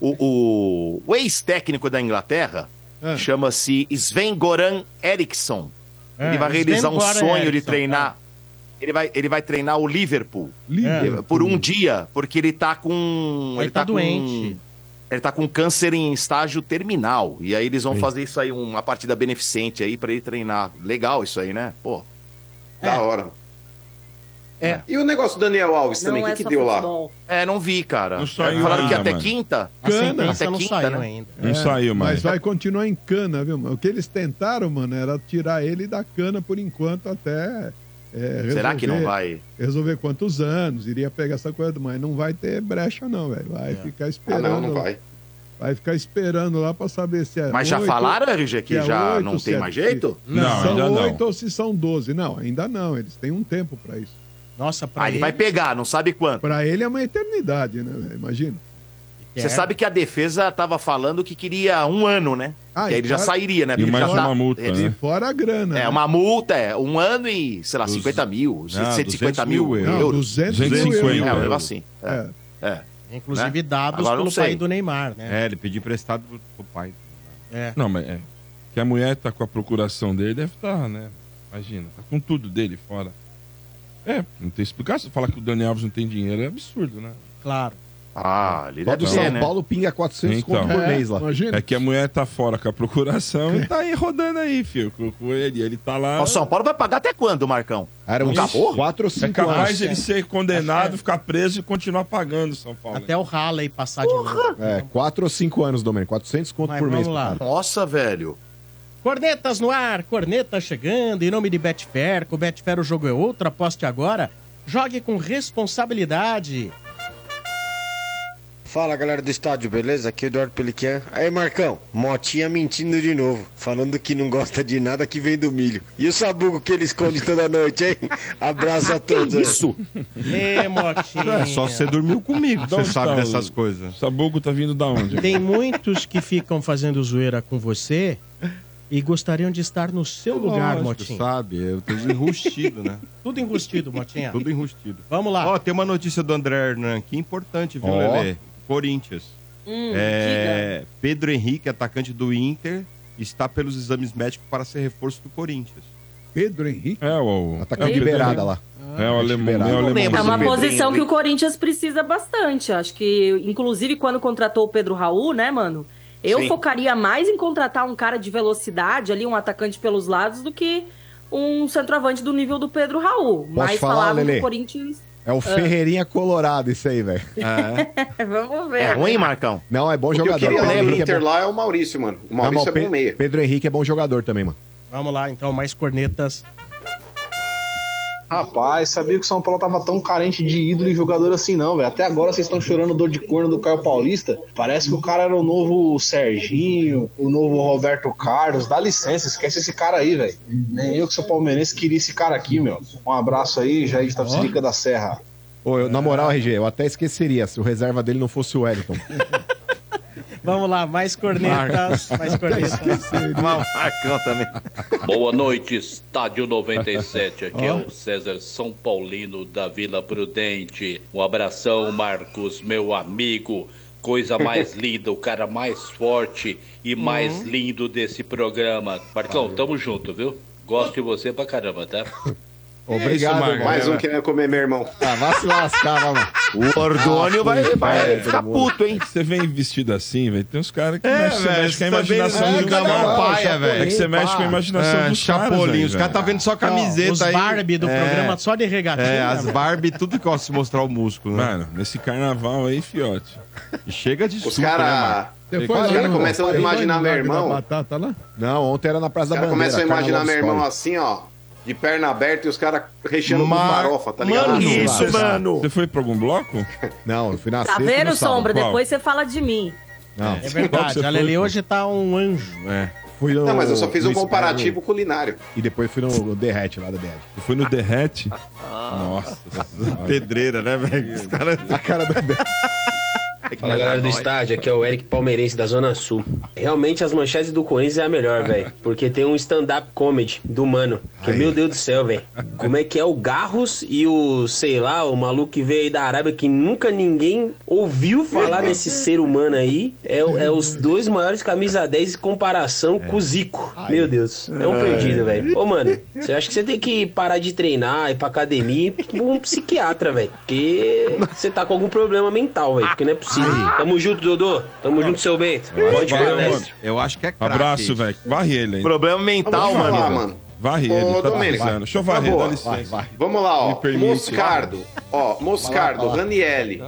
O ex-técnico da Inglaterra chama-se Sven-Goran Eriksson. Ele vai realizar um sonho de treinar. Ele vai treinar o Liverpool por um dia, porque ele tá com. Ele tá doente. Ele tá com câncer em estágio terminal. E aí eles vão fazer isso aí, uma partida beneficente aí pra ele treinar. Legal isso aí, né? Pô. Da hora. E o negócio do Daniel Alves também, o que deu futebol. lá? Não vi, cara. Não saiu Falaram que ainda, até mano. quinta. A sentença até não quinta, saiu né? ainda. Não saiu mais. Mas vai continuar em cana, viu, mano? O que eles tentaram, mano, era tirar ele da cana por enquanto até Será que não vai? Resolver quantos anos, iria pegar essa coisa, mas não vai ter brecha não, velho. Vai ficar esperando. Não vai. Vai ficar esperando lá pra saber se é. Mas já 8, falaram, RG, que já 8, não tem se mais jeito? Não, são ainda 8 não. ou se são 12. Não, ainda não. Eles têm um tempo pra isso. Nossa, pra Ele vai pegar, não sabe quanto. Pra ele é uma eternidade, né, velho? Imagina. Você sabe que a defesa tava falando que queria 1 ano, né? Ah, e aí ele já sairia, né? E Porque mais já tá- uma multa, ele- né? Fora a grana. É, uma multa, 1 ano e, sei lá, 50 mil, 150 mil 200 Não, euros. 250 É, um euros. negócio assim. É. Inclusive Né? dados Agora não pelo sei. pai do Neymar, né? Ele pediu emprestado pro pai. Não, mas que a mulher tá com a procuração dele, deve estar, né? Imagina, tá com tudo dele fora. Não tem explicação. Falar que o Dani Alves não tem dinheiro é absurdo, né? Claro. Ele Só deve do ter, São né? Paulo pinga 400 Então. conto por mês lá. Imagina. É que a mulher tá fora com a procuração e tá aí rodando aí, filho, com ele. Ele tá lá. O São Paulo vai pagar até quando, Marcão? Era uns acabou? 4 ou É 5 capaz anos. de ele ser condenado, ficar preso e continuar pagando São Paulo. Até o Halley passar de novo. 4 ou 5 anos, Domênico. 400 conto Mas por mês. vamos lá. pro cara. Nossa, velho. Cornetas no ar, corneta chegando, em nome de Betfair. Com Betfair o jogo é outro, aposte agora. Jogue com responsabilidade. Fala galera do estádio, beleza? Aqui é o Eduardo Peliquian. Aí Marcão, Motinha mentindo de novo, falando que não gosta de nada que vem do milho. E o sabugo que ele esconde toda noite, hein? Abraço a todos. Isso? Ê, Motinha. É só você dormiu comigo, você onde sabe tá dessas o- coisas. Sabugo tá vindo da onde? Tem muitos que ficam fazendo zoeira com você e gostariam de estar no seu lugar, Lógico, Motinha. sabe? Eu tô enrustido, né? Tudo enrustido, Motinha. Tudo enrustido. Vamos lá. Ó, tem uma notícia do André Hernan aqui importante, viu, Ó. Lelê? Corinthians. Pedro Henrique, atacante do Inter, está pelos exames médicos para ser reforço do Corinthians. Pedro Henrique. Atacante liberada lá. É o alemão. liberado. É o É alemão. uma Pedrinho, posição que hein? o Corinthians precisa bastante. Acho que, inclusive, quando contratou o Pedro Raul, né, mano? Eu Sim. focaria mais em contratar um cara de velocidade ali, um atacante pelos lados, do que um centroavante do nível do Pedro Raul. Mas falar, falavam Lelê? do Corinthians... É o Ferreirinha Colorado, isso aí, velho. Vamos ver. É ruim, Marcão? Não, é bom O que eu jogador. queria Pedro lembrar Henrique do Inter é bom. lá é o Maurício, mano. O Não, Maurício mas é bom meia. Pedro Henrique é bom jogador também, mano. Vamos lá, então, mais cornetas. Rapaz, sabia que o São Paulo tava tão carente de ídolo e jogador assim não, velho. Até agora vocês estão chorando dor de corno do Caio Paulista. Parece que o cara era o novo Serginho, o novo Roberto Carlos. Dá licença, esquece esse cara aí, velho. Nem eu que sou palmeirense queria esse cara aqui, meu. Um abraço aí, Jair de Tapicerica da Serra. Ô, na moral, RG, eu até esqueceria se o reserva dele não fosse o Wellington. Vamos lá, mais cornetas. Mais cornetas. Marcão também. Boa noite, Estádio 97. Aqui é o César São Paulino da Vila Prudente. Um abração, Marcos, meu amigo. Coisa mais linda, o cara mais forte e mais lindo desse programa. Marcão, tamo junto, viu? Gosto de você pra caramba, tá? Obrigado, Marcão. Mais um querendo comer meu irmão. Ah, vai se lascar, mano. O Ordônio vai ficar puto, hein? Você vem vestido assim, velho. Tem uns caras que velho, mexe com a você imaginação também dos não é caras. paia, velho. É que você mexe com a imaginação dos caras. Chapolin, aí, os caras tá velho. vendo só camiseta Os aí. Barbie do programa só de regatinha. É, as velho. Barbie, tudo que gosta de mostrar o músculo, né? Mano, nesse carnaval aí, fiote. E chega de Os suco, né, mano? caras Você foi lá cara no- começam a foi imaginar no meu Largo da irmão. Batata lá? Não, ontem era na Praça Os da caras Bandeira. começam a imaginar Carnaval meu irmão Escola. assim, ó, de perna aberta e os caras recheando com Mar- farofa, tá ligado? Mano, Isso, mano. Você foi pra algum bloco? Não, eu fui na Tá sexta e vendo, no sábado. Sombra? Qual? Depois você fala de mim. Não, É verdade, a Lele hoje tá um anjo. É. fui no, Não, mas eu só fiz no um comparativo culinário. E depois fui no Derrete lá da Derrete. Eu fui no Derrete. Nossa. Pedreira, né, velho? Os caras... A cara do Fala galera do estádio, aqui é o Eric Palmeirense da Zona Sul. Realmente as manchetes do Corinthians é a melhor, velho. Porque tem um stand-up comedy do mano. Que meu Deus do céu, velho. Como é que é o Garros e o, sei lá, o maluco que veio aí da Arábia que nunca ninguém ouviu falar desse ser humano aí. É os dois maiores camisa 10 em comparação com o Zico. Meu Deus, é um perdido, velho. Ô, mano, você acha que você tem que parar de treinar, ir pra academia e ir pra um psiquiatra, velho. Porque você tá com algum problema mental, velho. Porque não é possível. Tamo junto, Dodô. Tamo junto, seu Bento. Pode Valeu, ver, mano. Eu acho que é craque. Abraço, velho. Varre ele, hein? Problema mental, Vamos falar, mano. mano. Varre Ô, ele, tá Domênico, precisando. Deixa eu tá varrer, boa. dá licença. Vamos lá, ó. Me permite. Moscardo. Ó, Moscardo, Ranielli,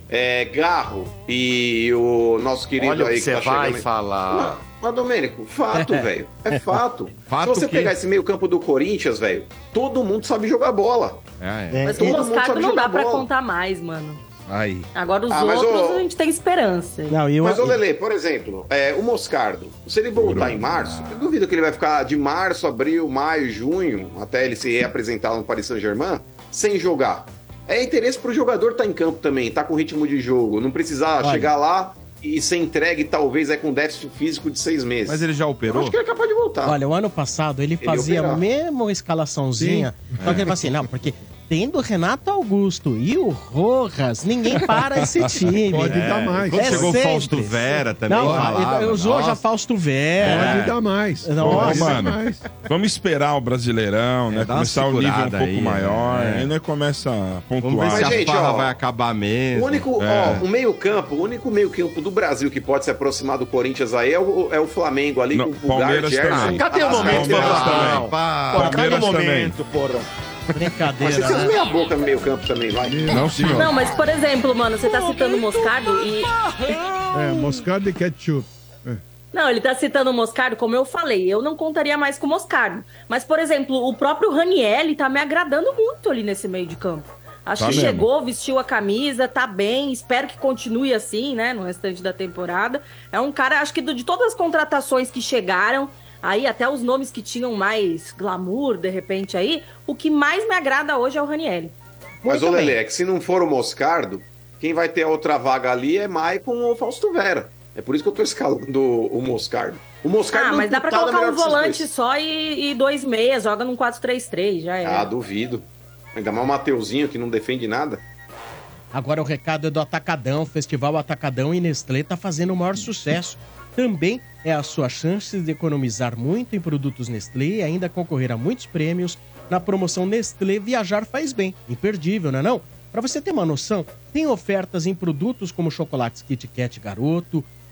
Garro e o nosso querido Olha o aí que você tá vai chegando aí. falar. Mas, Domênico, fato, velho. É fato. Fato Se você o quê? pegar esse meio campo do Corinthians, velho, todo mundo sabe jogar bola. Mas o Todo mundo Moscardo sabe não dá jogar pra bola. contar mais, mano. Aí. Agora os Mas, outros ô, a gente tem esperança. Não, e Mas, ô Lele, por exemplo, o Moscardo, se ele voltar em março, eu duvido que ele vai ficar de março, abril, maio, junho, até ele se reapresentar no Paris Saint-Germain, sem jogar. É interesse pro jogador estar em campo também, tá com ritmo de jogo, não precisar chegar lá e ser entregue, talvez, com déficit físico de 6 meses. Mas ele já Eu operou? acho que ele é capaz de voltar. Olha, o ano passado ele fazia a operava. mesma escalaçãozinha. Só que ele falou assim, não, porque tendo o Renato Augusto e o Rojas, ninguém para esse time. Pode dar mais. Quando chegou o sempre. Fausto Vera também. Não, falava, ele usou já nossa. Fausto Vera. Pode dar mais. Nossa. Pode dar Mano, mais. vamos esperar o Brasileirão, né? dá uma Começar o nível um segurada pouco aí, maior. é. Aí nós começa a Vamos pontuar. ver se Mas, a gente, farra ó, vai acabar mesmo. O único, o meio-campo do Brasil que pode se aproximar do Corinthians aí é o Flamengo ali Não, com o Pulgar, Palmeiras Gerson. também. Cadê o momento, Palmeiras Fabão? também. Pá, Cadê o Palmeiras momento, porra? Mas Brincadeira, você fez né? meia boca no meio-campo também, vai. Não, senhor. Não, mas por exemplo, mano, você tá citando o Moscardo e. Moscardo e ketchup. Não, ele tá citando o Moscardo, como eu falei, eu não contaria mais com o Moscardo. Mas, por exemplo, o próprio Ranielli tá me agradando muito ali nesse meio de campo. Acho Tá que mesmo. chegou, vestiu a camisa, tá bem, espero que continue assim, né, no restante da temporada. É um cara, acho que de todas as contratações que chegaram, aí até os nomes que tinham mais glamour, de repente aí, o que mais me agrada hoje é o Ranielli. Mas, Muito ô Lele, bem. é que se não for o Moscardo, quem vai ter a outra vaga ali é Maicon ou Fausto Vera. É por isso que eu tô escalando o Moscardo. O Moscardo não Mas dá pra tá na colocar melhor um desses volante dois. só e 2 meias, joga num 4-3-3, já é. Ah, duvido. Ainda mais o Mateuzinho, que não defende nada. Agora o recado é do Atacadão. O Festival Atacadão e Nestlé tá fazendo o maior sucesso. Também é a sua chance de economizar muito em produtos Nestlé e ainda concorrer a muitos prêmios na promoção Nestlé Viajar Faz Bem. Imperdível, não é não? Para você ter uma noção, tem ofertas em produtos como chocolates Kit Kat Garoto,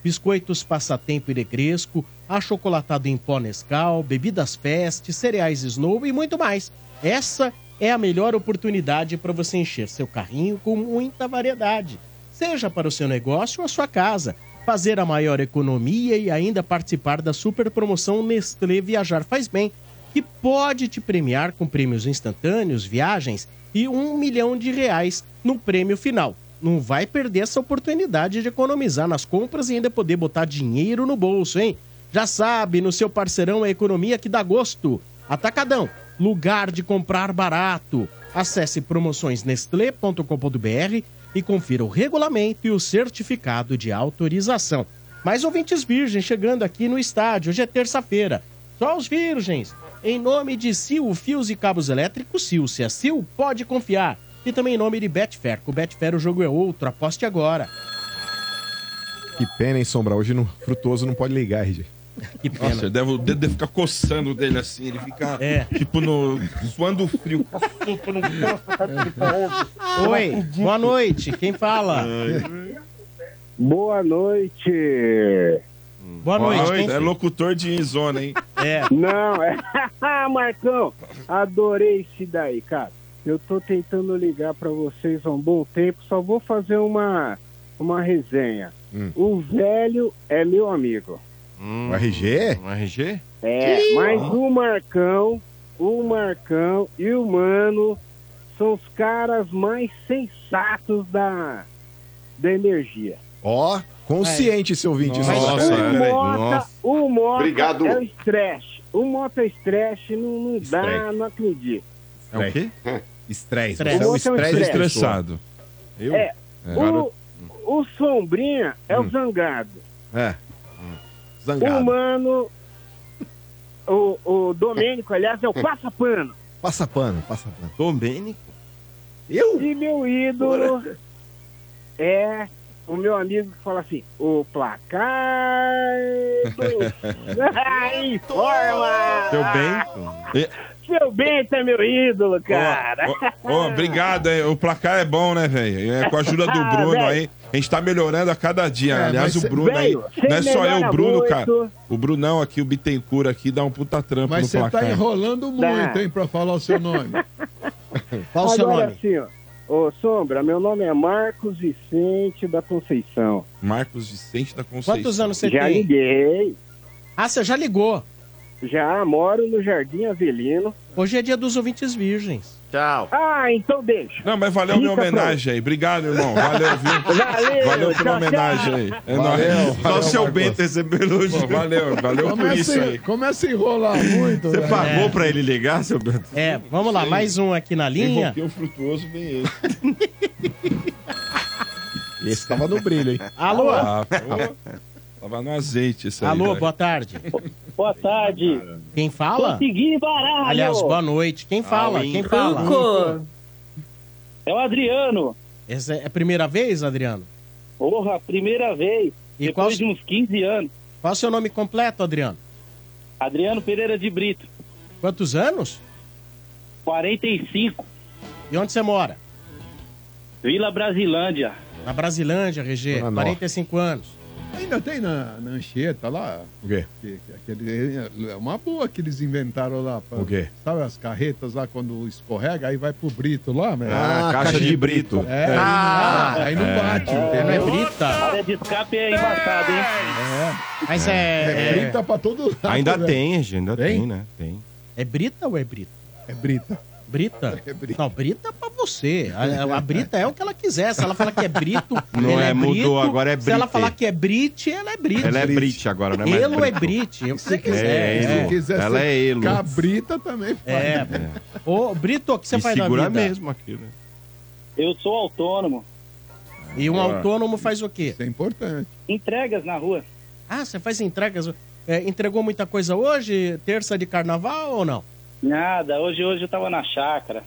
biscoitos Passatempo e Negresco, achocolatado em pó Nescau, bebidas Peste, cereais Snow e muito mais. Essa é a melhor oportunidade para você encher seu carrinho com muita variedade. Seja para o seu negócio ou a sua casa. Fazer a maior economia e ainda participar da super promoção Nestlé Viajar Faz Bem, que pode te premiar com prêmios instantâneos, viagens e R$1 milhão no prêmio final. Não vai perder essa oportunidade de economizar nas compras e ainda poder botar dinheiro no bolso, hein? Já sabe, no seu parceirão é a economia que dá gosto. Atacadão, lugar de comprar barato. Acesse promoçõesnestlé.com.br e confira o regulamento e o certificado de autorização. Mais ouvintes virgens chegando aqui no estádio. Hoje é terça-feira. Só os virgens. Em nome de Sil Fios e Cabos Elétricos, Sil. Se é Sil, pode confiar. E também em nome de Betfair. Com Betfair o jogo é outro. Aposte agora. Que pena, hein, Sombra? Hoje no Frutuoso não pode ligar, RG. Que pena. Nossa, o dedo deve ficar coçando o dele assim. Ele fica, tipo, suando frio. Oi, boa noite. Quem fala? Boa noite. Boa noite. Quem... É locutor de zona, hein? Não, Marcão, adorei esse daí, cara. Eu tô tentando ligar pra vocês há um bom tempo, só vou fazer uma resenha. O velho é meu amigo. O RG? O RG? Mas o Marcão e o Mano são os caras mais sensatos da energia. Ó, consciente esse ouvinte. O Mota Obrigado. É o estresse. O Mota é estresse, não dá, não acredito. É o quê? Estresse. O Mota é um estresse. Estressado. O Sombrinha é o zangado. Zangado. O Mano, o Domênico, aliás, é o passa-pano. Passa-pano. Domênico? E meu ídolo é o meu amigo que fala assim, o placar informa! Seu bem? Seu Bento é meu ídolo, cara. Obrigado, hein? O placar é bom, né, velho? Com a ajuda do Bruno aí, a gente tá melhorando a cada dia. Aliás, o Bruno aí, não é só eu, o Bruno, cara. O Brunão aqui, o Bittencourt aqui, dá um puta trampo no placar. Mas você tá enrolando muito, hein, pra falar o seu nome. Qual o seu nome? Assim, ô, Sombra, meu nome é Marcos Vicente da Conceição. Marcos Vicente da Conceição. Quantos anos você Já tem? liguei. Ah, você já ligou? Já moro no Jardim Avelino. Hoje é dia dos ouvintes virgens. Tchau. Ah, então deixa. Não, mas valeu a minha homenagem aí. Obrigado, irmão. Valeu, viu? Valeu pela homenagem aí. É nóis. Só o seu Bento recebeu elogio. Valeu por isso aí. Começa a enrolar muito. Você pagou pra ele ligar, seu Bento? Vamos lá, mais um aqui na linha. Invoquei o Frutuoso, vem esse. Esse tava no brilho, hein? Alô? Tava no azeite esse aí. Alô, velho. boa tarde. Boa tarde. Quem fala? Consegui baralho. Aliás, boa noite. Quem fala? Quem fala? É o Adriano. Essa é a primeira vez, Adriano? Porra, primeira vez. E depois de uns 15 anos. Qual é o seu nome completo, Adriano? Adriano Pereira de Brito. Quantos anos? 45. E onde você mora? Vila Brasilândia. Na Brasilândia, RG. 45 anos. Ainda tem na Anchieta lá. O quê? É uma boa que eles inventaram lá. O quê? Sabe as carretas lá quando escorrega, aí vai pro Brito lá, velho? Caixa de Brito. Aí não bate. Não é Brita. A área de escape é embaçada, hein? Mas Brita pra todo lado. Ainda velho. tem, gente. Ainda tem, né? Tem. É Brita ou é Brita? É Brita. Brita? É Brita. Não, Brita é pra você. A Brita é o que ela quiser. Se ela falar que é Brito, Não ele é, mudou, Brito. agora é Se ela Brite. falar que é Brit, ela é Brit. Ela é Brit agora, não é mais Elo é Brito. Brit, é o que você Se quiser. quiser Ela ser é Elo. cabrita também faz. Ô, Brito, o que você E faz na segura vida? mesmo aqui, né? Eu sou autônomo. E um autônomo faz o quê? Isso é importante. Entregas na rua. Ah, você faz entregas. Entregou muita coisa hoje? Terça de carnaval ou não? Nada, hoje eu tava na chácara.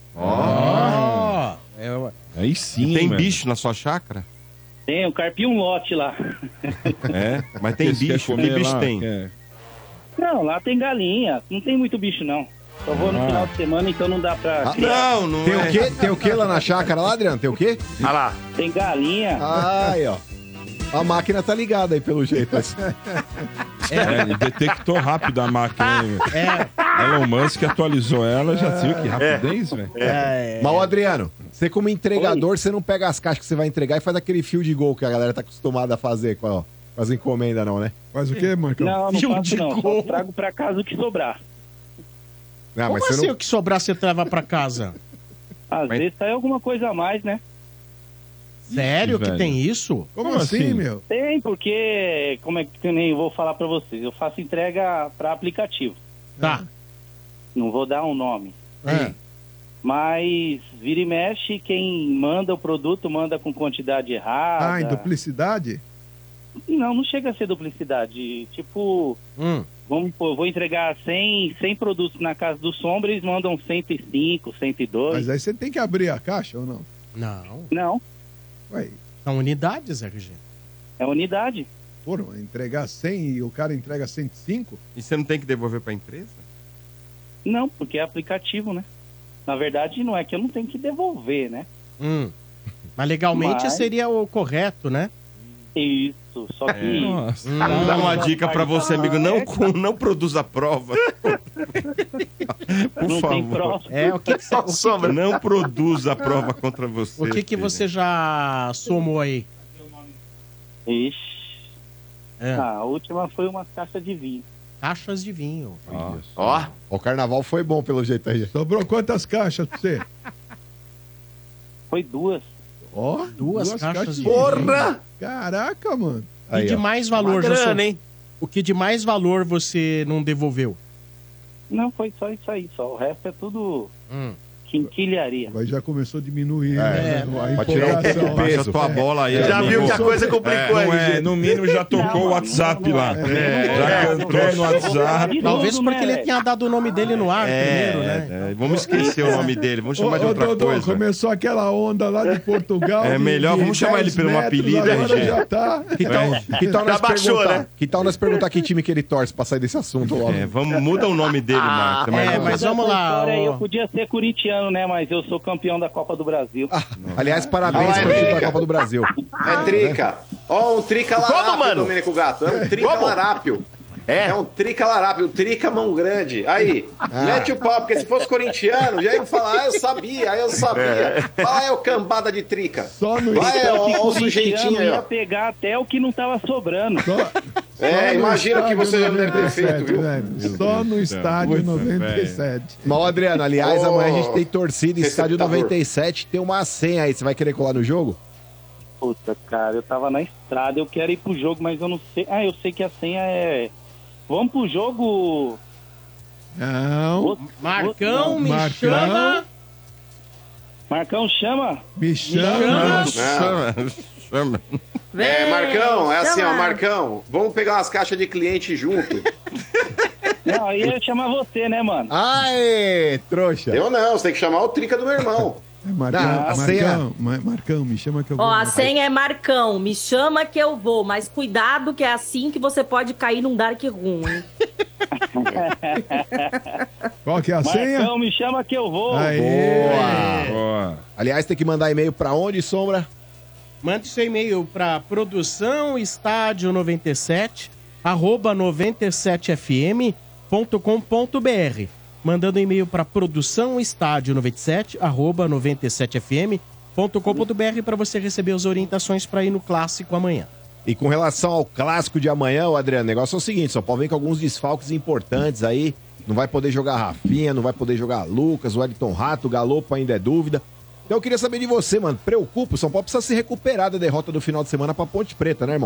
Aí sim, Tem mano. bicho na sua chácara? Tem, eu carpi um lote lá. Mas tem Esse quer bicho? comer Que bicho lá, tem? quer? Não, lá tem galinha. Não tem muito bicho, não. Só vou no final de semana, então não dá pra... Não Tem é. o quê? Tem o quê lá na chácara lá, Adriano? Tem o quê? Ah lá. Tem galinha. Aí, ó. A máquina tá ligada aí, pelo jeito. Ele detectou rápido a máquina. Hein, Elon Musk atualizou ela, já viu que rapidez, velho. Mas, ô, Adriano, você como entregador, você não pega as caixas que você vai entregar e faz aquele fio de gol que a galera tá acostumada a fazer com as encomendas, não, né? Faz o quê, Marcão? Não faço não. Só trago pra casa o que sobrar. Não, Como assim o que sobrar você leva pra casa? Às vezes sai alguma coisa a mais, né? Sério que tem isso? Como assim, meu? Tem, porque, como é que eu nem vou falar pra vocês, eu faço entrega pra aplicativo. Tá. Não vou dar um nome. Mas vira e mexe, quem manda o produto manda com quantidade errada. Em duplicidade? Não chega a ser duplicidade. Tipo, vamos pôr, eu vou entregar 100 produtos na casa do Sombra, eles mandam 105, 102. Mas aí você tem que abrir a caixa ou não? Não. Ué. São unidades, RG. É unidade. Porra, entregar 100 e o cara entrega 105? E você não tem que devolver pra empresa? Não, porque é aplicativo, né? Na verdade, não é que eu não tenho que devolver, né? Mas legalmente seria o correto, né? Isso, só que... Vou dar uma dica pra você, amigo. Não produza prova. Por Não favor. tem prova. O que Não produza a prova contra você. O que você já somou aí? Ixi. A última foi uma caixa de vinho. Caixas de vinho. Ó. O carnaval foi bom, pelo jeito aí. Sobrou quantas caixas pra você? Foi 2. Ó, duas caixas de Porra! Caraca, mano. E de mais valor, grana, o que de mais valor você não devolveu? Não, foi só isso aí, só. O resto é tudo quinquilharia. Aí já começou a diminuir. Pra tirar um peso. Tua bola aí. Já viu que a coisa complicou aí. No mínimo já tocou o WhatsApp lá. Já cantou no WhatsApp. Talvez porque ele tinha dado o nome dele no ar primeiro, né? Vamos esquecer o nome dele, vamos chamar de outra Dodô, coisa. começou aquela onda lá de Portugal. É melhor, vamos chamar ele pelo apelido, RG. Já tá. Que tal nós perguntar que time que ele torce pra sair desse assunto logo? Muda o nome dele, Marcos. Mas vamos lá. Eu podia ser corintiano, né? Mas eu sou campeão da Copa do Brasil. Aliás, parabéns pelo título da Copa do Brasil. É trica. Ó, um trica larápio, Domênico Gato. É um trica larápio. É um trica larápio, trica mão grande. Aí, mete o pau, porque se fosse corintiano, já iam falar, eu sabia. Fala, o cambada de trica. Só no ó, o sujeitinho aí, ó. Ia pegar até o que não tava sobrando. Imagina o que você já deve ter feito, viu? Só no estádio 97. Mas, Adriano, aliás, amanhã a gente tem torcida estádio 97, tem uma senha aí, você vai querer colar no jogo? Puta, cara, eu tava na estrada, eu quero ir pro jogo, mas eu não sei. Eu sei que a senha é... Vamos pro jogo... Não. Marcão, me chama... Marcão, chama? Me chama. Chama. Marcão, é assim, ó, Marcão, vamos pegar umas caixas de cliente junto. Não, aí eu ia chamar você, né, mano? Aê, trouxa. Eu não, você tem que chamar o trica do meu irmão. Marcão, me chama que eu vou. Ó, a senha é Marcão, me chama que eu vou, mas cuidado que é assim que você pode cair num dark room, hein? Qual que é a senha? Marcão, me chama que eu vou. Boa. Aliás, tem que mandar e-mail pra onde, Sombra? Mande seu e-mail para produção estádio 97 @97fm.com.br. Mandando e-mail para produção estádio 97 @97fm.com.br para você receber as orientações para ir no clássico amanhã. E com relação ao clássico de amanhã, Adriano, o negócio é o seguinte, só pode ver com alguns desfalques importantes aí. Não vai poder jogar Rafinha, não vai poder jogar Lucas, o Wellington Rato, o Galopo ainda é dúvida. Então eu queria saber de você, mano. Preocupa, o São Paulo precisa se recuperar da derrota do final de semana pra Ponte Preta, né, irmão?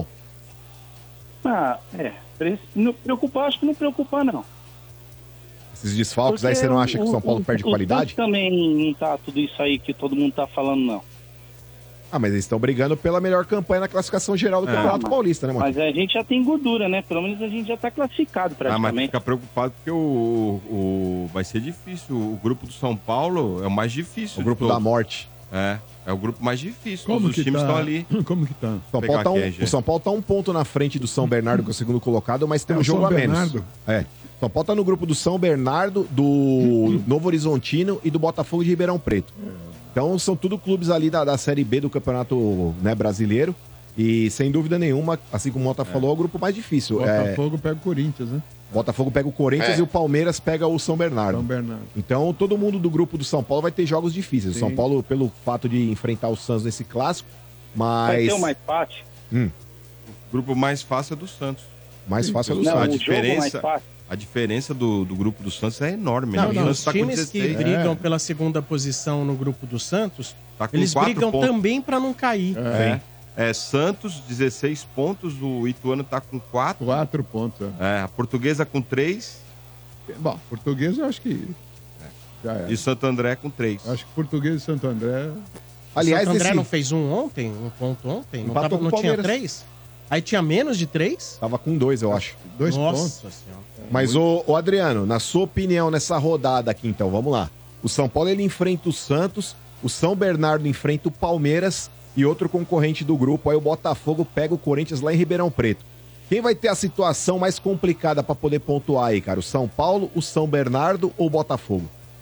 Não preocupar, acho que não preocupar, não. Esses desfalques aí, você não acha que o São Paulo perde qualidade? Também não tá tudo isso aí que todo mundo tá falando, não. Mas eles estão brigando pela melhor campanha na classificação geral do Campeonato Paulista, né, mano? Mas a gente já tem gordura, né? Pelo menos a gente já tá classificado praticamente. Mas fica preocupado porque vai ser difícil. O grupo do São Paulo é o mais difícil. O grupo da morte. É o grupo mais difícil. Como Todos os times estão ali. Como que tá? O São Paulo tá um ponto na frente do São Bernardo, que é o segundo colocado, mas tem um jogo a menos. São Paulo tá no grupo do São Bernardo, do Novo Horizontino e do Botafogo de Ribeirão Preto. Então são tudo clubes ali da Série B do Campeonato, né, brasileiro. E sem dúvida nenhuma, assim como o Mota falou, é o grupo mais difícil. Botafogo pega o Corinthians, né? Botafogo pega o Corinthians e o Palmeiras pega o São Bernardo. São Bernardo. Então, todo mundo do grupo do São Paulo vai ter jogos difíceis. Sim. O São Paulo, pelo fato de enfrentar o Santos nesse clássico, mas... Vai ter o mais fácil? O grupo mais fácil é do Santos. Mais fácil é do Não, Santos. A diferença do grupo do Santos é enorme. Não, né? O os Santos tá com times que 16. brigam pela segunda posição no grupo do Santos, Tá com eles 4 brigam pontos. também para não cair. Santos, 16 pontos. O Ituano tá com 4. 4 pontos. A Portuguesa com 3. Bom, Português eu acho que... Já é. E Santo André com 3. Acho que Português e Santo André... Aliás, Santo André não fez um ponto ontem? Não, Empatou com o não tinha Palmeiras. 3? Aí tinha menos de 3? Tava com 2, eu acho. 2 Nossa pontos. Senhora. Mas, ô Adriano, na sua opinião, nessa rodada aqui, então, vamos lá. O São Paulo, ele enfrenta o Santos, o São Bernardo enfrenta o Palmeiras e outro concorrente do grupo, aí o Botafogo pega o Corinthians lá em Ribeirão Preto. Quem vai ter a situação mais complicada pra poder pontuar aí, cara? O São Paulo, o São Bernardo ou o Botafogo?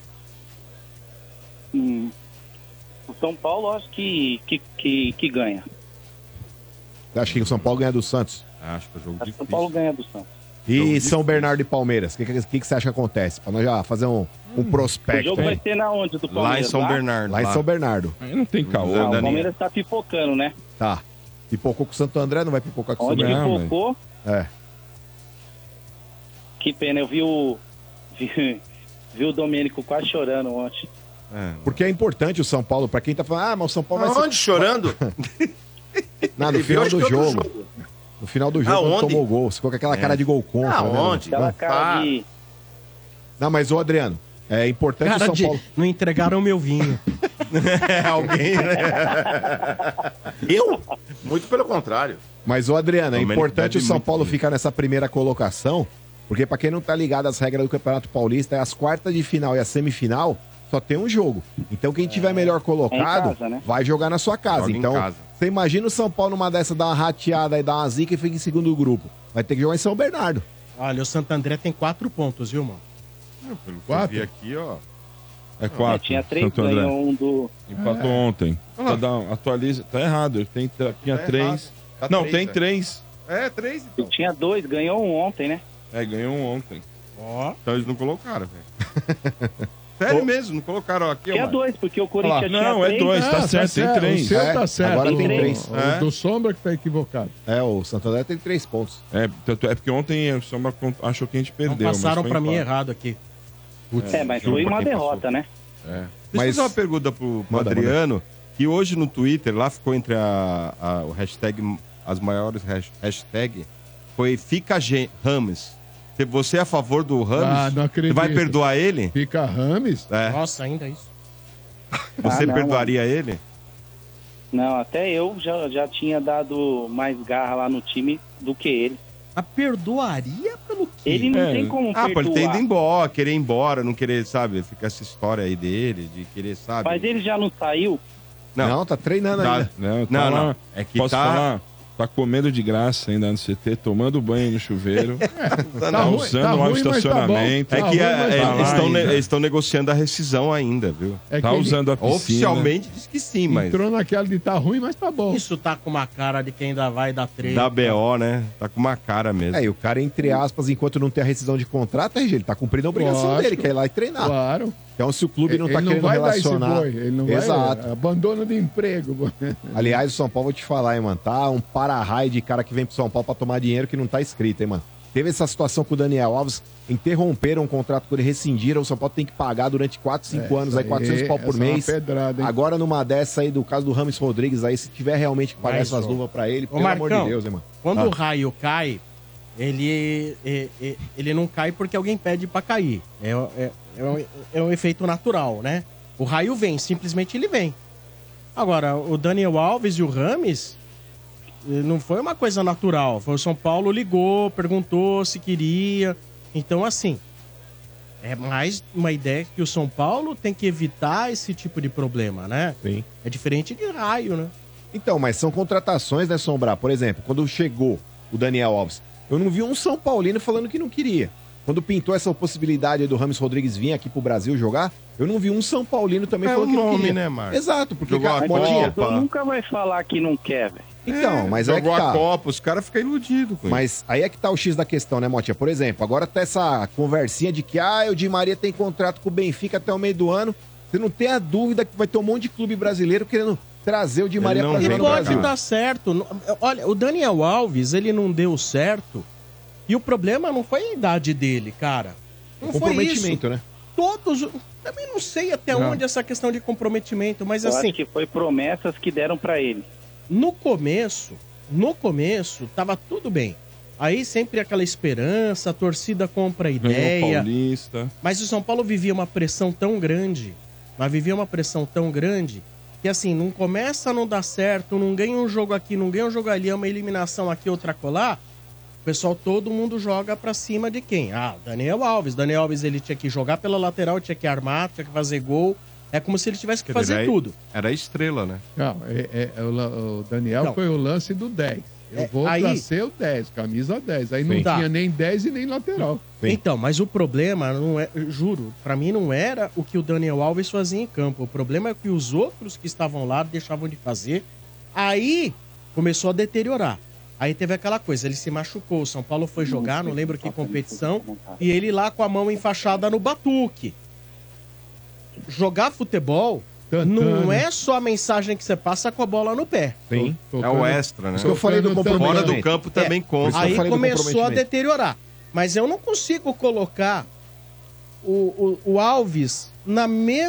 O São Paulo, acho que ganha. Você acha que o São Paulo ganha do Santos? Acho que é jogo Acho que o São Paulo ganha do Santos. E São Bernardo e Palmeiras? O que você acha que acontece? Pra nós já fazer um prospecto. O jogo vai ser na onde do Palmeiras? Lá em São Bernardo. Lá em São Bernardo. Aí não tem caô, O Daniel. Palmeiras tá pipocando, né? Tá. Pipocou com o Santo André, não vai pipocar com o São Onde Bernardo? pipocou, É. que pena. Eu vi o Domênico quase chorando ontem. Porque é importante o São Paulo, pra quem tá falando, mas o São Paulo vai Aonde chorando? Não, no Ele final viu, do acho que outro jogo. jogo. No final do jogo, quando Aonde? tomou o gol. Ficou com aquela cara de gol contra. Aonde? Né, Aquela cara de... Não, mas, ô Adriano, é importante Cara o São de... Paulo... Não entregaram meu vinho. Alguém, né? Eu? Muito pelo contrário. Mas, ô Adriano, é Domênico importante o bebe São muito Paulo vinho. ficar nessa primeira colocação, porque pra quem não tá ligado às regras do Campeonato Paulista, as quartas de final e a semifinal só tem um jogo. Então quem tiver melhor colocado, casa, né? vai jogar na sua casa. Joga em Então, casa. você imagina o São Paulo numa dessa dar uma rateada e dar uma zica e fica em segundo grupo. Vai ter que jogar em São Bernardo. Olha, o Santo André tem 4 pontos, viu, mano? Pelo que eu 4? vi aqui, ó. É 4. Tinha 3, Santo André. ganhou um do... Empatou ontem. Atualiza. Tá errado. Ele tinha 3. Tá Não, três, tem é. 3. É, 3 então. Ele tinha 2, ganhou um ontem, né? Ganhou um ontem. Ó. Então eles não colocaram, velho. Sério mesmo, não colocaram aqui, ó. Tinha 2, porque o Corinthians tinha Não, é 3. 2, tá certo, tem 3. O seu tá certo. agora tem o- 3. O do Sombra que tá equivocado. É, o Santo André tem 3 pontos. É porque ontem o Sombra achou que a gente Não perdeu. passaram mas foi pra mim empate. errado aqui. Mas foi uma derrota, né? Deixa eu Mas- fazer uma pergunta pro Manda, Adriano, que hoje no Twitter, lá ficou entre o hashtag, as maiores hashtag, foi Fica Rames. Você é a favor do Rames? Ah, não Você acredito. vai perdoar ele? Fica Rames? É. Nossa, ainda isso. Você não, perdoaria ele? Não, até eu já tinha dado mais garra lá no time do que ele. A perdoaria pelo quê? Ele não tem como Ah, pô, ele tem perdoar. ido embora, querer ir embora, não querer, sabe, ficar essa história aí dele, de querer, sabe? Mas ele já não saiu? Não, tá treinando Tá- ainda. Não, Não, lá, não. É que posso tá- falar? Tá comendo de graça ainda no CT, tomando banho no chuveiro. Tá ruim, usando tá um ruim, mas tá estacionamento. bom. É que Tá ruim, mas tá eles lá ainda. estão negociando a rescisão ainda, viu? É Tá que ele usando a piscina. Oficialmente diz que sim, mas entrou naquela de tá ruim, mas tá bom. Isso tá com uma cara de quem ainda vai dar treta. da BO, né? Tá com uma cara mesmo. É, e o cara, entre aspas, enquanto não tem a rescisão de contrato, ele tá cumprindo a obrigação Lógico. dele, que é ir lá e treinar. Claro. Então, se o clube não tá Ele não querendo vai relacionar... dar esse boi. Ele não Exato. vai... Abandono de emprego. Aliás, o São Paulo, vou te falar, hein, mano, tá um para-raio de cara que vem pro São Paulo pra tomar dinheiro que não tá escrito, hein, mano. Teve essa situação com o Daniel Alves, interromperam um contrato com ele, rescindiram, o São Paulo tem que pagar durante 4, 5 anos, aí 400 pau por essa é uma mês. pedrada, hein? Agora, numa dessa aí, do caso do Rames Rodrigues, aí, se tiver realmente que pagar Mas, essas ó, luvas pra ele, Ô, pelo amor de Marcão, Deus, hein, mano. Quando Ah. o raio cai, ele não cai porque alguém pede pra cair. É um efeito natural, né? O raio vem, simplesmente ele vem. Agora, o Daniel Alves e o Rames não foi uma coisa natural. Foi o São Paulo ligou, perguntou se queria. Então, assim, é mais uma ideia que o São Paulo tem que evitar esse tipo de problema, né? Sim. É diferente de raio, né? Então, mas são contratações, né, Sombrar? Por exemplo, quando chegou o Daniel Alves, eu não vi um São Paulino falando que não queria. Quando pintou essa possibilidade do Rames Rodrigues vir aqui pro Brasil jogar, eu não vi um São Paulino também É falando o que não nome, queria. né, Marcos? Exato, porque Jogou cara, a Motinha, Copa. Nunca vai falar que não quer, velho. Então, mas aí é que jogou tá. a Copa, os caras ficam iludidos com Mas aí é que tá o X da questão, né, Motinha? Por exemplo, agora tá essa conversinha de que o Di Maria tem contrato com o Benfica até o meio do ano. Você não tem a dúvida que vai ter um monte de clube brasileiro querendo trazer o Di Maria pra jogar no Brasil. Pode dar certo. Olha, o Daniel Alves, ele não deu certo. E o problema não foi a idade dele, cara. Não foi comprometimento, isso. né? Todos... Também não sei até onde essa questão de comprometimento, mas Eu assim... acho que foi promessas que deram pra ele. No começo, tava tudo bem. Aí sempre aquela esperança, a torcida compra a ideia. Paulista. Mas o São Paulo vivia uma pressão tão grande, que assim, não começa a não dar certo, não ganha um jogo aqui, não ganha um jogo ali, é uma eliminação aqui, outra colar. O pessoal, todo mundo joga pra cima de quem? Daniel Alves. Daniel Alves, ele tinha que jogar pela lateral, tinha que armar, tinha que fazer gol. É como se ele tivesse que fazer tudo. Era a estrela, né? Não, o Daniel foi o lance do 10. Eu vou pra ser o 10, camisa 10. Aí não tinha nem 10 e nem lateral. Então, mas o problema, não é, juro, pra mim não era o que o Daniel Alves fazia em campo. O problema é que os outros que estavam lá deixavam de fazer. Aí começou a deteriorar. Aí teve aquela coisa, ele se machucou. O São Paulo foi jogar, não lembro que competição, e ele lá com a mão enfaixada no batuque. Jogar futebol não é só a mensagem que você passa com a bola no pé. Sim, é o extra, né? Isso que eu falei do comprometimento. Fora do campo também conta. Aí começou a deteriorar. Mas eu não consigo colocar o Alves no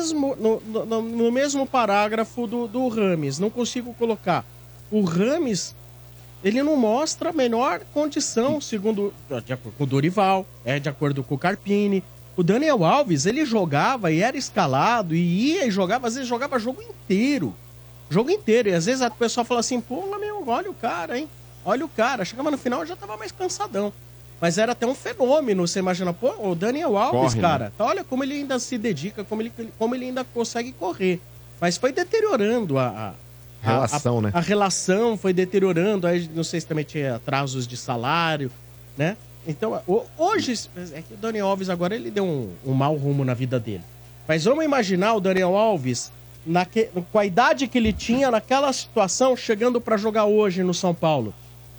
mesmo parágrafo do Rames. Não consigo colocar. O Rames, ele não mostra a menor condição, segundo, de acordo com o Dorival, de acordo com o Carpini. O Daniel Alves, ele jogava e era escalado, e ia e jogava, às vezes jogava jogo inteiro. Jogo inteiro. E às vezes o pessoal fala assim, pô, meu, olha o cara, hein? Olha o cara. Chegava no final, já tava mais cansadão. Mas era até um fenômeno, você imagina, pô, o Daniel Alves, Corre, cara, né? olha como ele ainda se dedica, como ele ainda consegue correr. Mas foi deteriorando a relação, né? A relação foi deteriorando, aí não sei se também tinha atrasos de salário, né? Então, hoje, é que o Daniel Alves agora ele deu um mau rumo na vida dele. Mas vamos imaginar o Daniel Alves, com a idade que ele tinha, naquela situação, chegando pra jogar hoje no São Paulo.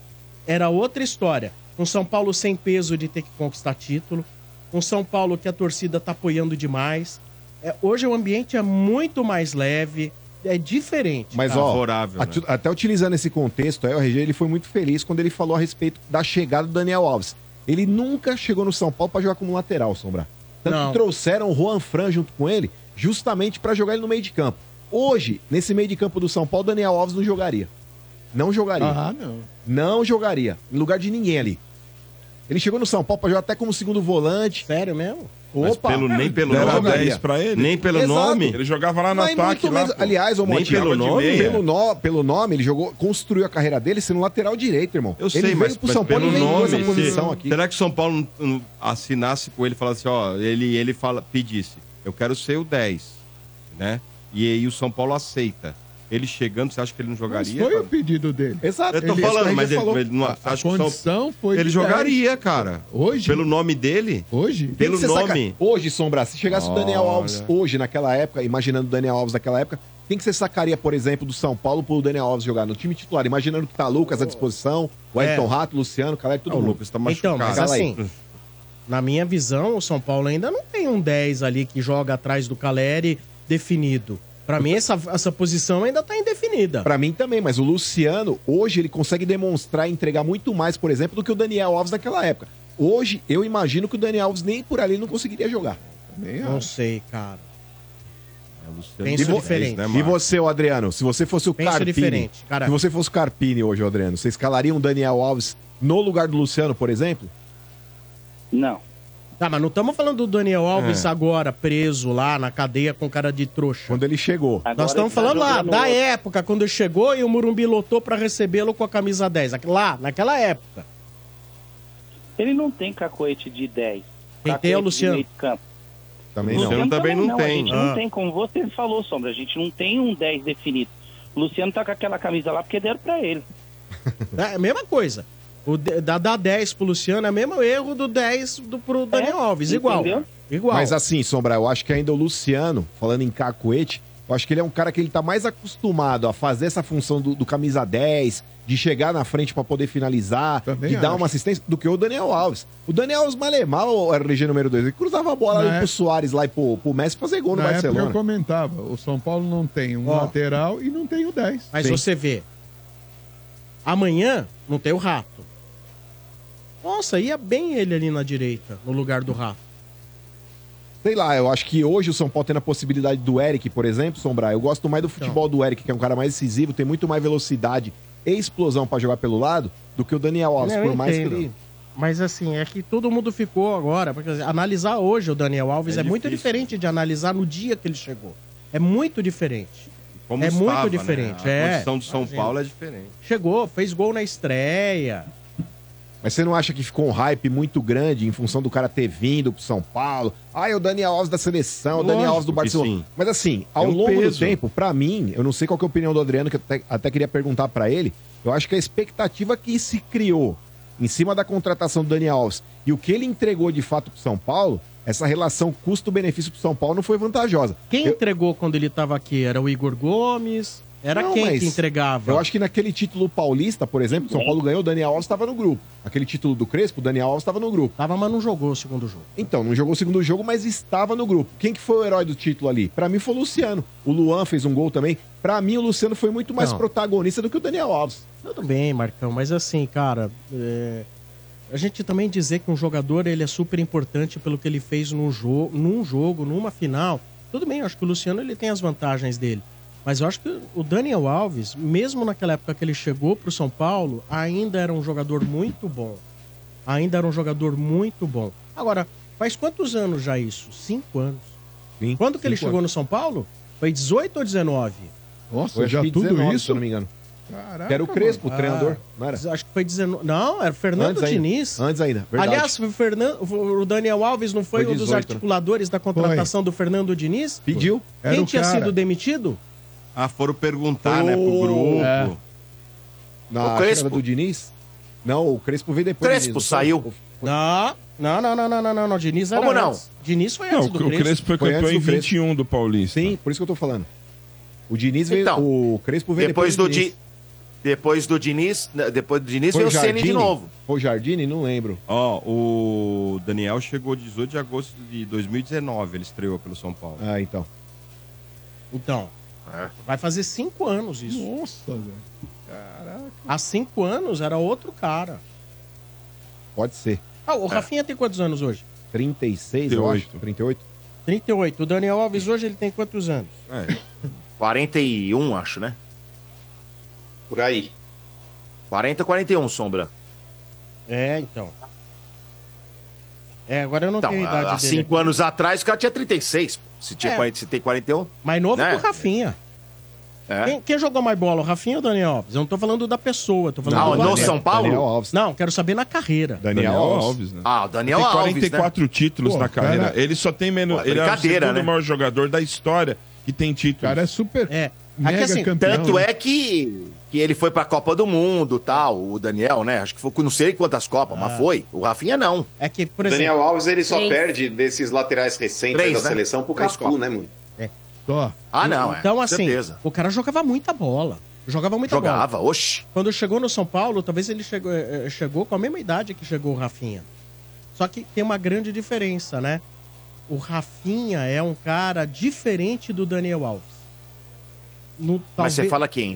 Era outra história. Um São Paulo sem peso de ter que conquistar título. Um São Paulo que a torcida tá apoiando demais. Hoje o ambiente é muito mais leve, é diferente. Mas, favorável, né? até utilizando esse contexto, o RG ele foi muito feliz quando ele falou a respeito da chegada do Daniel Alves. Ele nunca chegou no São Paulo pra jogar como lateral, Sombra. Tanto que trouxeram o Juan Fran junto com ele, justamente pra jogar ele no meio de campo. Hoje, nesse meio de campo do São Paulo, Daniel Alves não jogaria. Não jogaria. Não. Não jogaria. Em lugar de ninguém ali. Ele chegou no São Paulo pra jogar até como segundo volante. Sério mesmo? Mas nem pelo Era nome. 10 pra ele? Nem pelo Exato. nome. Ele jogava lá no Mas ataque. muito Lá, menos- pô. aliás, ô Nem Motinha, pelo nome? pelo nome, ele construiu a carreira dele sendo lateral direito, irmão. Eu ele sei, veio mas pro São Paulo e pelo inventou nome. essa posição aqui. Será que o São Paulo não assinasse com ele e falasse, ele pedisse, eu quero ser o 10, né? E aí o São Paulo aceita. Ele chegando, você acha que ele não Mas jogaria? foi cara? o pedido dele. Exato. Eu tô falando, mas ele não A acho que o São- condição foi ele de jogaria, 10. cara. Hoje? Pelo nome dele? Hoje? Tem Pelo que ser nome. Hoje, Sombra, se chegasse o Daniel Alves hoje, naquela época, imaginando o Daniel Alves naquela época, quem que você sacaria, por exemplo, do São Paulo pro Daniel Alves jogar no time titular? Imaginando que tá Lucas à disposição, o Elton Rato, Luciano, Caleri, tudo O mundo. Lucas tá machucado. Então, mas assim, na minha visão, o São Paulo ainda não tem um 10 ali que joga atrás do Caleri definido. Pra mim, essa posição ainda tá indefinida. Pra mim também, mas o Luciano, hoje, ele consegue demonstrar e entregar muito mais, por exemplo, do que o Daniel Alves naquela época. Hoje, eu imagino que o Daniel Alves nem por ali não conseguiria jogar. Não sei, cara. E, e você, ô Adriano, se você fosse o Penso Carpini, diferente, cara. se você fosse o Carpini hoje, ô Adriano, você escalaria um Daniel Alves no lugar do Luciano, por exemplo? Não. Tá, mas não estamos falando do Daniel Alves agora, preso lá na cadeia com cara de trouxa. Quando ele chegou. Nós estamos falando lá, da época, quando ele chegou e o Morumbi lotou pra recebê-lo com a camisa 10. Lá, naquela época. Ele não tem cacoete de 10. Quem tem é o Luciano. De meio de campo. Também não. Luciano também não tem. A gente não tem, como você falou, Sombra, a gente não tem um 10 definido. O Luciano tá com aquela camisa lá porque deram pra ele. É a mesma coisa. Dar 10 pro Luciano é o mesmo erro do 10 pro Daniel Alves. Igual. Mas assim, Sombra, eu acho que ainda o Luciano, falando em cacuete, Eu acho que ele é um cara que ele tá mais acostumado a fazer essa função do camisa 10, de chegar na frente pra poder finalizar, Também de dar acho. uma assistência, do que o Daniel Alves. O Daniel Alves mal era o RG número 2. Ele cruzava a bola ali pro Soares lá e pro Messi fazer gol no Na época Barcelona. eu comentava, o São Paulo não tem um lateral e não tem o 10. Mas você vê, amanhã não tem o Rato. Nossa, ia bem ele ali na direita, no lugar do Rato. Sei lá, eu acho que hoje o São Paulo tendo a possibilidade do Eric, por exemplo, Sombra, eu gosto mais do futebol do Eric, que é um cara mais decisivo, tem muito mais velocidade e explosão pra jogar pelo lado do que o Daniel Alves, Não, por eu mais que entendo. ele... Mas assim, é que todo mundo ficou agora, porque assim, analisar hoje o Daniel Alves é muito difícil. diferente de analisar no dia que ele chegou. É muito diferente. Como é estava, muito diferente. Né? A é. condição do São Imagina. Paulo é diferente. Chegou, fez gol na estreia. Mas você não acha que ficou um hype muito grande em função do cara ter vindo pro São Paulo? Ah, é o Daniel Alves da seleção, o Daniel Alves do Lógico que Barcelona. sim. Mas assim, ao É um longo do peso. tempo, pra mim, eu não sei qual que é a opinião do Adriano, que eu até queria perguntar pra ele, eu acho que a expectativa que se criou em cima da contratação do Daniel Alves e o que ele entregou de fato pro São Paulo, essa relação custo-benefício pro São Paulo não foi vantajosa. Quem entregou quando ele tava aqui? Era o Igor Gomes? Era Não, quem mas que entregava? Eu acho que naquele título paulista, por exemplo, que São Paulo ganhou, o Daniel Alves estava no grupo. Aquele título do Crespo, o Daniel Alves estava no grupo. Tava, mas não jogou o segundo jogo. Então, não jogou o segundo jogo, mas estava no grupo. Quem que foi o herói do título ali? Pra mim foi o Luciano. O Luan fez um gol também. Pra mim, o Luciano foi muito mais Não. protagonista do que o Daniel Alves. Tudo bem, Marcão, mas assim, cara, a gente também dizer que um jogador ele é super importante pelo que ele fez num jogo, numa final. Tudo bem, eu acho que o Luciano ele tem as vantagens dele. Mas eu acho que o Daniel Alves, mesmo naquela época que ele chegou pro São Paulo, ainda era um jogador muito bom. Ainda era um jogador muito bom. Agora, faz quantos anos já isso? 5 anos. Sim, Quando que ele 5 chegou anos. no São Paulo? Foi 18 ou 19? Nossa, Foi, acho já que tudo 19, isso? se eu não me engano. Caraca, Que era o Crespo, o mano. treinador, Ah, não era? Acho que foi 19. Não, era o Fernando Antes ainda. Diniz. Antes ainda, verdade. Aliás, o Daniel Alves não foi, Foi um dos 18, né? articuladores da contratação do Fernando Diniz? Pediu. Quem Era o tinha cara. sido demitido? Ah, foram perguntar, né, pro grupo. É. Na O Crespo. chegada do Diniz? Não, o Crespo veio depois. Crespo do Diniz, saiu. Não. Diniz era Como não? antes. Diniz foi Não, antes do o Crespo foi Foi campeão antes em do Crespo. 21 do Paulista. Sim, por isso que eu tô falando. O Diniz veio. Então, O Crespo veio Depois do Diniz. Depois do Diniz Foi veio o Ceni de novo. Foi o Jardine? Não lembro. Ó, o Daniel chegou 18 de agosto de 2019, ele estreou pelo São Paulo. Ah, então. Então, vai fazer 5 anos isso. Nossa, velho. Caraca. Há 5 anos era outro cara. Pode ser. Ah, o Rafinha tem quantos anos hoje? 36, eu acho. 38. 38. O Daniel Alves hoje ele tem quantos anos? 41, acho, né? Por aí. 40, 41, Sombra. É, então. Agora eu não Então, tenho a idade há dele. 5 anos atrás o cara tinha 36. Pô. Se, tinha 40, se tem 41. Mais novo né? que o Rafinha. É. Quem jogou mais bola, o Rafinha ou o Daniel Alves? Eu não tô falando da pessoa, tô falando Não, do no Daniel. São Paulo? Daniel Alves. Não, quero saber na carreira. Daniel Alves. né? Ah, o Daniel Tem Alves, 44 né? títulos Pô, na carreira. cara- Ele só tem menos. Pô, Ele é o brincadeira, segundo né? maior jogador da história que tem O títulos. cara é super mega assim, campeão. Tanto né? é que ele foi pra Copa do Mundo tal, o Daniel, né? Acho que foi com não sei quantas Copas, mas foi. O Rafinha não. É que, por O Daniel Alves, ele só Três. perde desses laterais recentes aí 3, da né? seleção pro 3 Cafu, Copas. né, mano? Só. Ah, não, Então, com assim, certeza. o cara jogava muita bola. Jogava muita bola. Jogava, oxi. Quando chegou no São Paulo, talvez ele chegou com a mesma idade que chegou o Rafinha. Só que tem uma grande diferença, né? O Rafinha é um cara diferente do Daniel Alves. Mas você fala quem?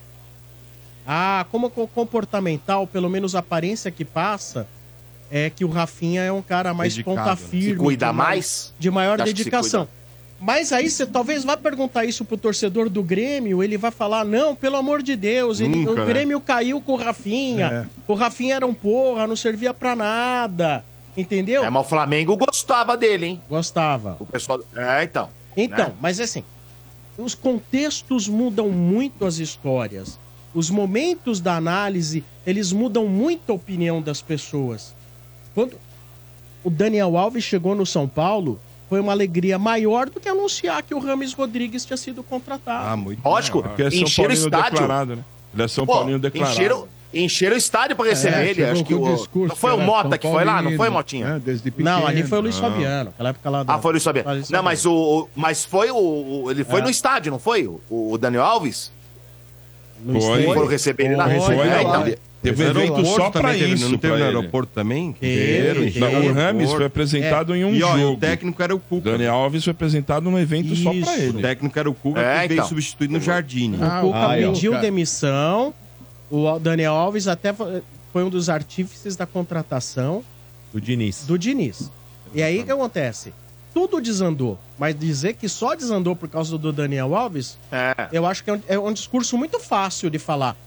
Como comportamental, pelo menos a aparência que passa, é que o Rafinha é um cara mais Dedicado, ponta né? firme. Se cuida de mais? De maior Acho que se dedicação. cuida. Mas aí você talvez vá perguntar isso pro torcedor do Grêmio, ele vai falar, não, pelo amor de Deus, Nunca, o né? Grêmio caiu com o Rafinha, o Rafinha era um porra, não servia pra nada, entendeu? É, mas o Flamengo gostava dele, hein? Gostava. O pessoal. É, então. Então, né? mas assim, os contextos mudam muito as histórias. Os momentos da análise, eles mudam muito a opinião das pessoas. Quando o Daniel Alves chegou no São Paulo, foi uma alegria maior do que anunciar que o Rames Rodrigues tinha sido contratado. Ah, muito Lógico, maior. Porque é São encheram o Paulino estádio. declarado, né? Ele é São Pô, Paulino declarado. Encheram o estádio pra receber ele. Acho que não foi o Mota que foi lá? Não foi, Motinha? Desde pequeno. Não, ali foi o Luiz Fabiano. Aquela época lá foi o Luiz Fabiano. Não, mas foi ele foi no estádio, não foi? O Daniel Alves? Foi. Foram receber ele lá. Teve um evento só pra isso. Não teve no aeroporto também? O Rames foi apresentado em um jogo. O técnico era o Cuca. Daniel Alves foi apresentado num evento só pra ele. O técnico era o Cuca, que veio substituir no Jardim. O Cuca pediu demissão. O Daniel Alves até foi um dos artífices da contratação do Diniz. E aí o que acontece? Tudo desandou, mas dizer que só desandou por causa do Daniel Alves, eu acho que é um discurso muito fácil de falar.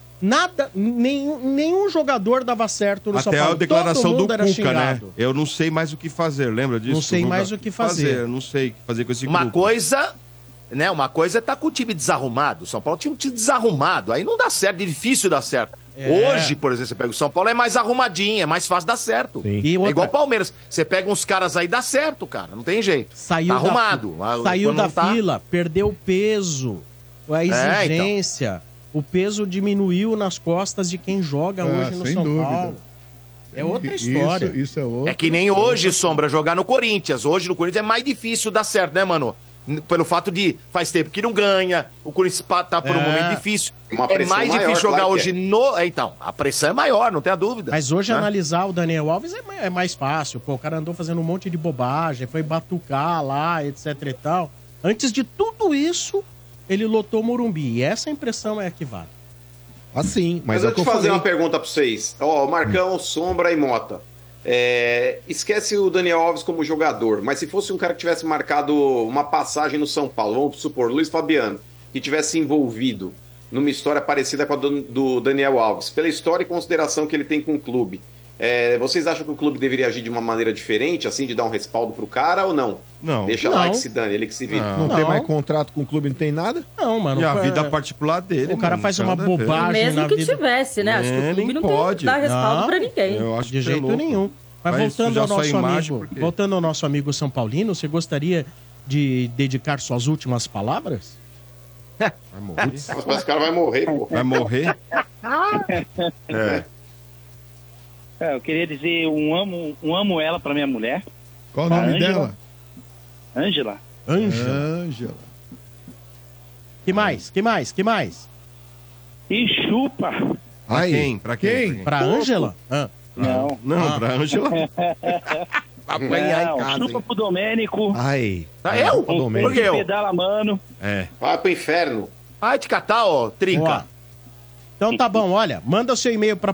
Nenhum jogador dava certo no São Paulo. Até a declaração do Cuca, xingado. né? Eu não sei mais o que fazer, lembra disso? Não sei mais o que fazer. Eu não sei o que fazer com esse Uma grupo. Uma coisa é estar com o time desarrumado. O São Paulo tinha um time desarrumado. Aí não dá certo, é difícil dar certo. Hoje, por exemplo, você pega o São Paulo, é mais arrumadinho, é mais fácil dar certo. É igual o Palmeiras. Você pega uns caras aí, dá certo, cara. Não tem jeito. Saiu tá arrumado. Saiu da fila, perdeu o peso, a exigência. O peso diminuiu nas costas de quem joga hoje no São Paulo. É outra história. Isso é outra. É que nem hoje, Sombra, jogar no Corinthians. Hoje no Corinthians é mais difícil dar certo, né, mano? Pelo fato de faz tempo que não ganha, o Corinthians tá por um momento difícil. É mais difícil jogar hoje no... Então, a pressão é maior, não tem a dúvida. Mas hoje analisar o Daniel Alves é mais fácil. Pô, o cara andou fazendo um monte de bobagem, foi batucar lá, etc e tal. Antes de tudo isso, ele lotou o Morumbi. E essa impressão é a que vale. Assim, mas eu vou te fazer uma pergunta pra vocês. Marcão, Sombra e Mota. Esquece o Daniel Alves como jogador, mas se fosse um cara que tivesse marcado uma passagem no São Paulo, vamos supor, Luiz Fabiano, que tivesse envolvido numa história parecida com a do Daniel Alves, pela história e consideração que ele tem com o clube, vocês acham que o clube deveria agir de uma maneira diferente, assim, de dar um respaldo pro cara ou não? Não. Deixa lá que se dane, ele que se vira. Não tem mais contrato com o clube, não tem nada? Não, mano. E a vida particular dele. O cara faz uma bobagem mesmo na que vida. tivesse, né? Acho que o clube não pode dar respaldo pra ninguém. Eu acho de jeito nenhum. Mas voltando ao nosso amigo São Paulino, você gostaria de dedicar suas últimas palavras? Vai morrer. Mas o cara vai morrer, pô. Vai morrer? Eu queria dizer amo ela pra minha mulher. Qual o nome dela? Ângela. Que mais? E chupa. Pra quem? Pra Ângela? Não, pra Ângela. Chupa pro Domênico. Eu? Por que eu? Pedala, mano. Vai pro inferno. Vai te catar, trinca. Então tá bom, olha, manda o seu e-mail para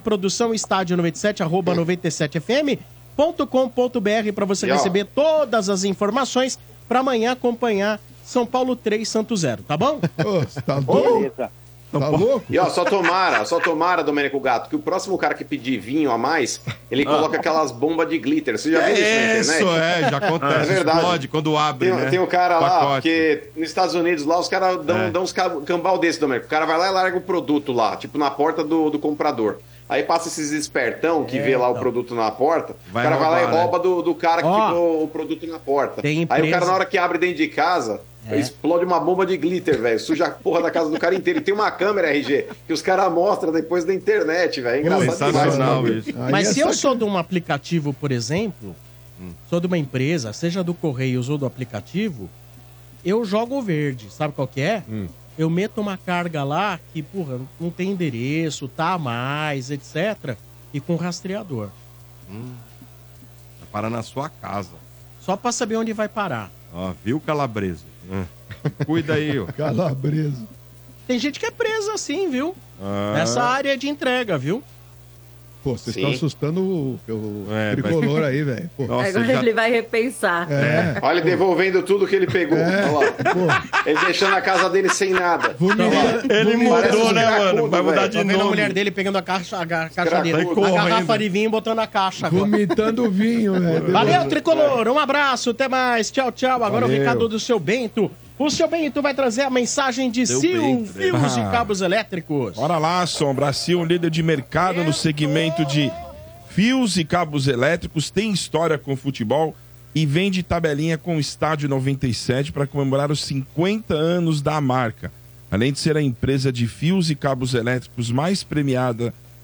produçãoestádio97@97fm.com.br para você receber todas as informações para amanhã acompanhar São Paulo 3, Santos 0, tá bom? Tá doido? Tá louco? E só tomara, Domênico Gato, que o próximo cara que pedir vinho a mais, ele coloca aquelas bombas de glitter. Você já viu isso na internet? Já acontece. É verdade. Explode quando abre, Tem um cara lá, porque nos Estados Unidos lá, os caras dão uns cambal desse, Domênico. O cara vai lá e larga o produto lá, tipo na porta do comprador. Aí passa esses espertão que vê lá o produto na porta, o cara vai lá e rouba do cara que ficou o produto na porta. Aí o cara, na hora que abre dentro de casa, explode uma bomba de glitter, velho. Suja a porra da casa do cara inteiro. E tem uma câmera, RG, que os caras mostram depois da internet, velho. É engraçado demais. Mas se eu sou de um aplicativo, por exemplo, sou de uma empresa, seja do Correios ou do aplicativo, eu jogo verde. Sabe qual que é? Eu meto uma carga lá que, porra, não tem endereço, tá a mais, etc. E com rastreador. Vai parar na sua casa. Só pra saber onde vai parar. Viu, Calabresa? Cuida aí, ó. Calabresa. Tem gente que é presa assim, viu? Nessa área de entrega, viu? Pô, vocês estão assustando o tricolor aí, velho. Agora ele vai repensar. Olha, devolvendo tudo que ele pegou. Olha lá. Ele deixando a casa dele sem nada. Ele mudou, né, mano? Vai mudar de nome. A mulher dele pegando a caixa dele, a garrafa de vinho, botando a caixa agora. Vomitando vinho, velho. Valeu, tricolor. Um abraço, até mais. Tchau, tchau. Agora o recado do seu Bento. O seu Bento vai trazer a mensagem de Sil, fios e cabos elétricos. Bora lá, Sombra. Sil, líder de mercado no segmento de fios e cabos elétricos, tem história com futebol e vende tabelinha com o Estádio 97 para comemorar os 50 anos da marca. Além de ser a empresa de fios e cabos elétricos mais premiada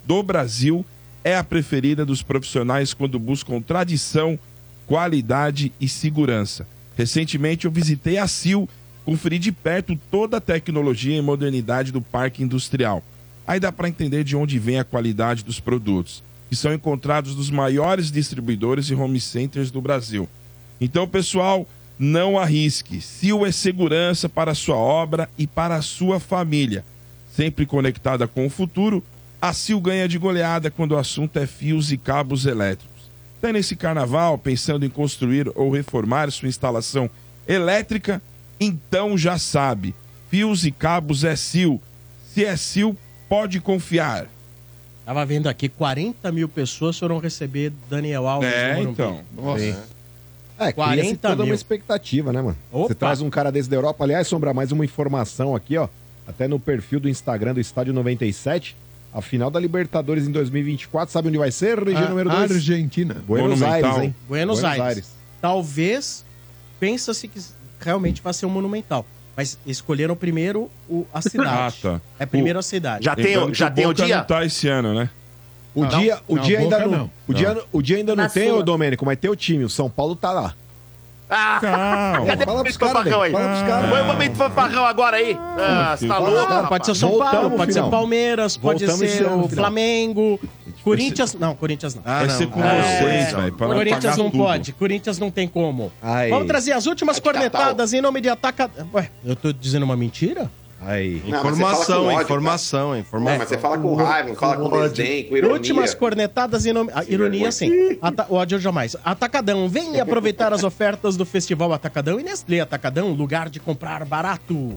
do Brasil, é a preferida dos profissionais quando buscam tradição, qualidade e segurança. Recentemente eu visitei a Sil, conferi de perto toda a tecnologia e modernidade do parque industrial. Aí dá para entender de onde vem a qualidade dos produtos, que são encontrados nos maiores distribuidores e home centers do Brasil. Então, pessoal, não arrisque. Sil é segurança para a sua obra e para a sua família. Sempre conectada com o futuro, a Sil ganha de goleada quando o assunto é fios e cabos elétricos. Está nesse carnaval pensando em construir ou reformar sua instalação elétrica? Então já sabe, fios e cabos é Sil. Se é Sil, pode confiar. Tava vendo aqui, 40 mil pessoas foram receber Daniel Alves no Morumbi. Então. Nossa. É, 40 toda mil. uma expectativa, né, mano? Opa. Você traz um cara desse da Europa. Aliás, Sombra, mais uma informação aqui, ó. Até no perfil do Instagram do Estádio 97. A final da Libertadores em 2024, sabe onde vai ser? Região número 2. Argentina. Buenos Monumental. Aires, hein? Buenos Aires. Talvez, pensa-se que realmente vai ser um monumental. Mas escolheram primeiro a cidade. Ah, tá. É primeiro a cidade. Já tem o Boca dia? não tá esse ano, né? O dia ainda Boca não. não. O dia ainda não Na tem, sua. ô Domênico, mas tem o time. O São Paulo tá lá. Calma. Cadê Fala o pros momento caras, fanfarrão aí? velho. Fala pros caras. Põe o momento fanfarrão agora aí. Você tá louco, Pode rapaz? ser São Voltamos, Paulo, pode final. ser Palmeiras, pode Voltamos esse ser ano, o final. Flamengo. Corinthians. Não, Corinthians não. Vai ser com vocês, velho. pra Corinthians pagar não tudo. pode. Corinthians não tem como. Aí. Vamos trazer as últimas Vai de cornetadas em nome de Ataca. Ué, eu tô dizendo uma mentira? Aí. Não, mas você fala com ódio, Informação. Não, mas você fala com raiva, fala com desdém, com ironia. Últimas cornetadas em nome. Ironia, sim. Ódio jamais. Atacadão, vem aproveitar as ofertas do Festival Atacadão e Nestlé Atacadão, lugar de comprar barato.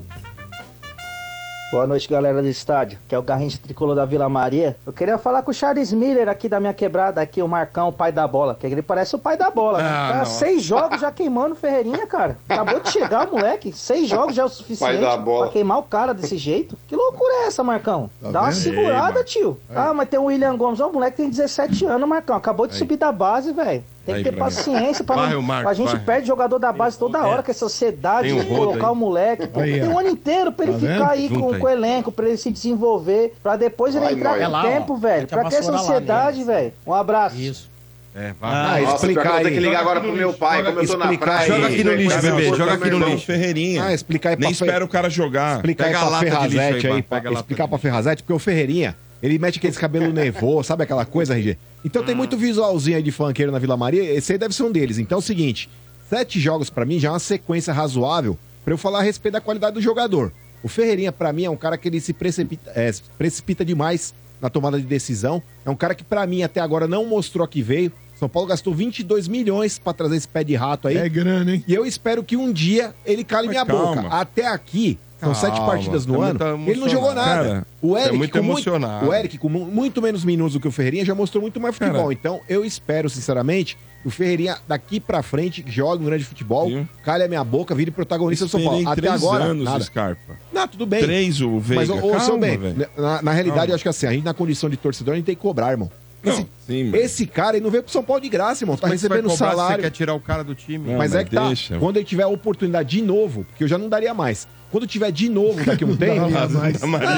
Boa noite, galera do estádio, que é o Garrincha Tricolor da Vila Maria. Eu queria falar com o Charles Miller aqui da minha quebrada, aqui, o Marcão, o pai da bola, que ele parece o pai da bola. Né? Tá 6 jogos já queimando o Ferreirinha, cara. Acabou de chegar o moleque, 6 jogos já é o suficiente Pai da bola. pra queimar o cara desse jeito. Que loucura é essa, Marcão? Tá Dá uma vendo? segurada, Ei, tio. Ah, mas tem o William Gomes, ó, o moleque tem 17 anos, Marcão. Acabou de subir da base, velho. Tem que ter paciência pra Vai, não... o Marcos, A gente vai. perde jogador da base toda hora, que essa sociedade Tem um de rodo colocar aí. o moleque. Pô, Aí, tem ó. um ano inteiro pra ele Tá ficar vendo? aí Junta com aí. o elenco, pra ele se desenvolver, pra depois ele Vai, entrar Noia. com É lá, tempo, ó. velho. Mete a Pra que essa vassoura lá, ansiedade, né? velho? Um abraço. Isso. Ah, Nossa, explicar pior que eu vou ter aí. que ligar agora pro meu pai, como eu tô na Explicar praia. aí. Joga aqui no lixo, bebê, joga aqui no Irmão lixo. Ferreirinha. Ah, explicar aí Nem pra espera o cara jogar. Explicar Pega aí a pra lata de lixo Ferrazete aí, aí, pega a lata explicar de pra Ferrazete, porque o Ferreirinha, ele mete aqueles cabelo nervoso, sabe aquela coisa, RG? Então tem muito visualzinho aí de funkeiro na Vila Maria, esse aí deve ser um deles. Então é o seguinte, 7 jogos pra mim já é uma sequência razoável pra eu falar a respeito da qualidade do jogador. O Ferreirinha, pra mim, é um cara que ele se precipita demais na tomada de decisão. É um cara que, pra mim, até agora não mostrou que veio. São Paulo gastou 22 milhões pra trazer esse pé de rato aí. É grana, hein? E eu espero que um dia ele cale Mas minha calma. boca. Até aqui, são Calma, 7 partidas no tá ano, muito ele não jogou emocionado. nada. Cara, O Eric, é muito emocionado. o Eric, com muito menos minutos do que o Ferreirinha, já mostrou muito mais futebol. Cara. Então, eu espero, sinceramente, que o Ferreirinha, daqui pra frente, jogue um grande futebol, Sim. calhe a minha boca, vire protagonista do São Esperei Paulo. Até 3 agora, anos, nada. Scarpa. Não, tudo bem. 3 o Veiga. Mas, ô, seu Calma, bem, velho. na realidade, Calma. eu acho que assim, a gente na condição de torcedor, a gente tem que cobrar, irmão. Não, sim, mas- Esse cara, ele não veio pro São Paulo de graça, irmão. Tá Como é que você vai recebendo cobrar se salário. Você quer tirar o cara do time? Não, Mas é que tá. deixa. Quando ele tiver a oportunidade de novo, porque eu já não daria mais. Quando tiver de novo daqui a um tempo. Não, mas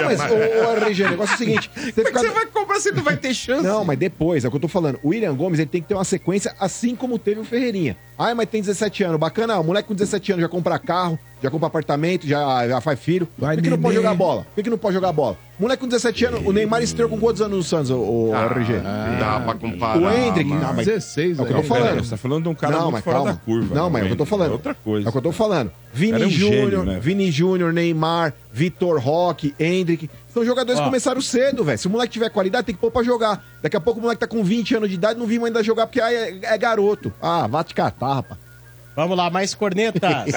o RG, o negócio é o seguinte. Você vai cobrar se não vai ter chance? Não, mas depois, é o que eu tô falando. O William Gomes, ele tem que ter uma sequência assim como teve o Ferreirinha. Ah, mas tem 17 anos. Bacana, o moleque com 17 anos já compra carro, já compra apartamento, já faz filho. Por que não pode jogar bola? Por que não pode jogar bola? Moleque com 17 anos, o Neymar estreou com quantos anos no Santos, o RG? Dá pra comparar. O Hendrick, mano. não, mas 16, é o que eu tô Não, falando. pera, você tá falando de um cara Não, muito mas fora calma. da curva. Não, mas é o que eu tô falando. É outra coisa. É o que eu tô falando. Vini Era um Júnior, gênio, né? Vini Júnior, Neymar, Vitor Roque, Hendrick. São jogadores que começaram cedo, velho. Se o moleque tiver qualidade, tem que pôr pra jogar. Daqui a pouco o moleque tá com 20 anos de idade, não vimos ainda jogar porque é garoto. Ah, vá te catar, rapaz. Vamos lá, mais cornetas.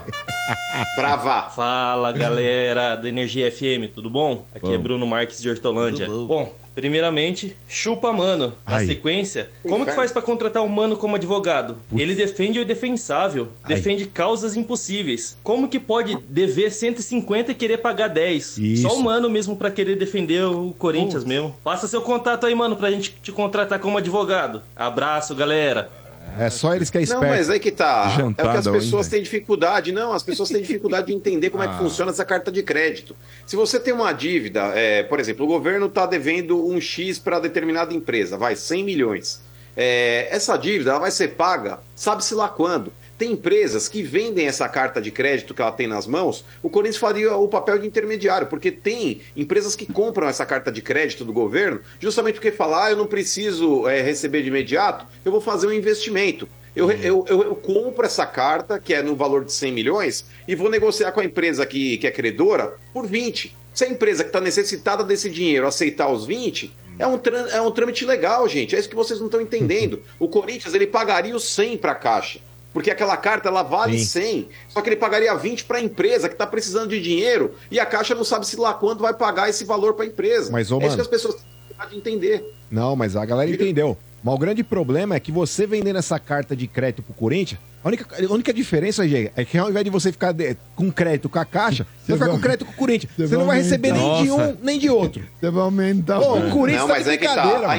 Brava. Fala, galera da Energia FM, tudo bom? Aqui é Bruno Marques de Hortolândia. Bom, primeiramente, chupa Mano. Na Ai. sequência, como que faz pra contratar o Mano como advogado? Ele defende o indefensável, defende causas impossíveis. Como que pode dever 150 e querer pagar 10? Isso. Só o Mano mesmo pra querer defender o Corinthians mesmo. Passa seu contato aí, Mano, pra gente te contratar como advogado. Abraço, galera. É só eles que é esperto. Não, mas aí que tá. Jantada, é o que as pessoas hein, têm dificuldade. Não, as pessoas têm dificuldade de entender como é que funciona essa carta de crédito. Se você tem uma dívida, por exemplo, o governo está devendo um X para determinada empresa, vai, 100 milhões. Essa dívida ela vai ser paga, sabe-se lá quando. Tem empresas que vendem essa carta de crédito que ela tem nas mãos, o Corinthians faria o papel de intermediário, porque tem empresas que compram essa carta de crédito do governo, justamente porque falam, eu não preciso receber de imediato, eu vou fazer um investimento. Eu compro essa carta, que é no valor de 100 milhões, e vou negociar com a empresa que é credora por 20. Se a empresa que está necessitada desse dinheiro aceitar os 20, é um trâmite legal, gente. É isso que vocês não estão entendendo. O Corinthians ele pagaria os 100 para a Caixa. Porque aquela carta ela vale 100, só que ele pagaria 20 para a empresa que está precisando de dinheiro e a Caixa não sabe se lá quando vai pagar esse valor para a empresa. Mas, isso que as pessoas têm que entender. Não, mas a galera entendeu. Mas o grande problema é que você vendendo essa carta de crédito pro Corinthians, a única diferença, Gê, é que ao invés de você ficar com crédito com a Caixa, você vai ficar com crédito com o Corinthians. Você não vai receber nem de um, nem de outro. Você vai aumentar o Corinthians. Não, mas aí que tá.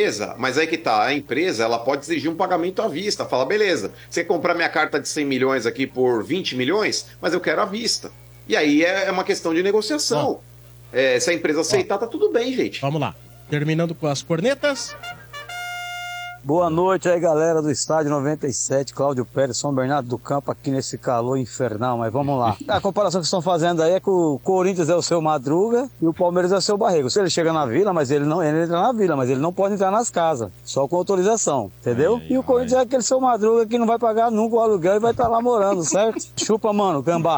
A empresa, ela pode exigir um pagamento à vista. Fala, beleza, você comprar minha carta de 100 milhões aqui por 20 milhões, mas eu quero à vista. E aí é uma questão de negociação. Se a empresa aceitar, tá tudo bem, gente. Vamos lá. Terminando com as cornetas. Boa noite aí, galera do Estádio 97, Cláudio Pérez, São Bernardo do Campo, aqui nesse calor infernal, mas vamos lá. A comparação que estão fazendo aí é que o Corinthians é o seu Madruga e o Palmeiras é o seu Barrego. Se ele chega na Vila, mas ele entra na Vila, mas ele não pode entrar nas casas, só com autorização, entendeu? E o Corinthians é aquele seu Madruga que não vai pagar nunca o aluguel e vai estar lá morando, certo? Chupa, mano, gambá.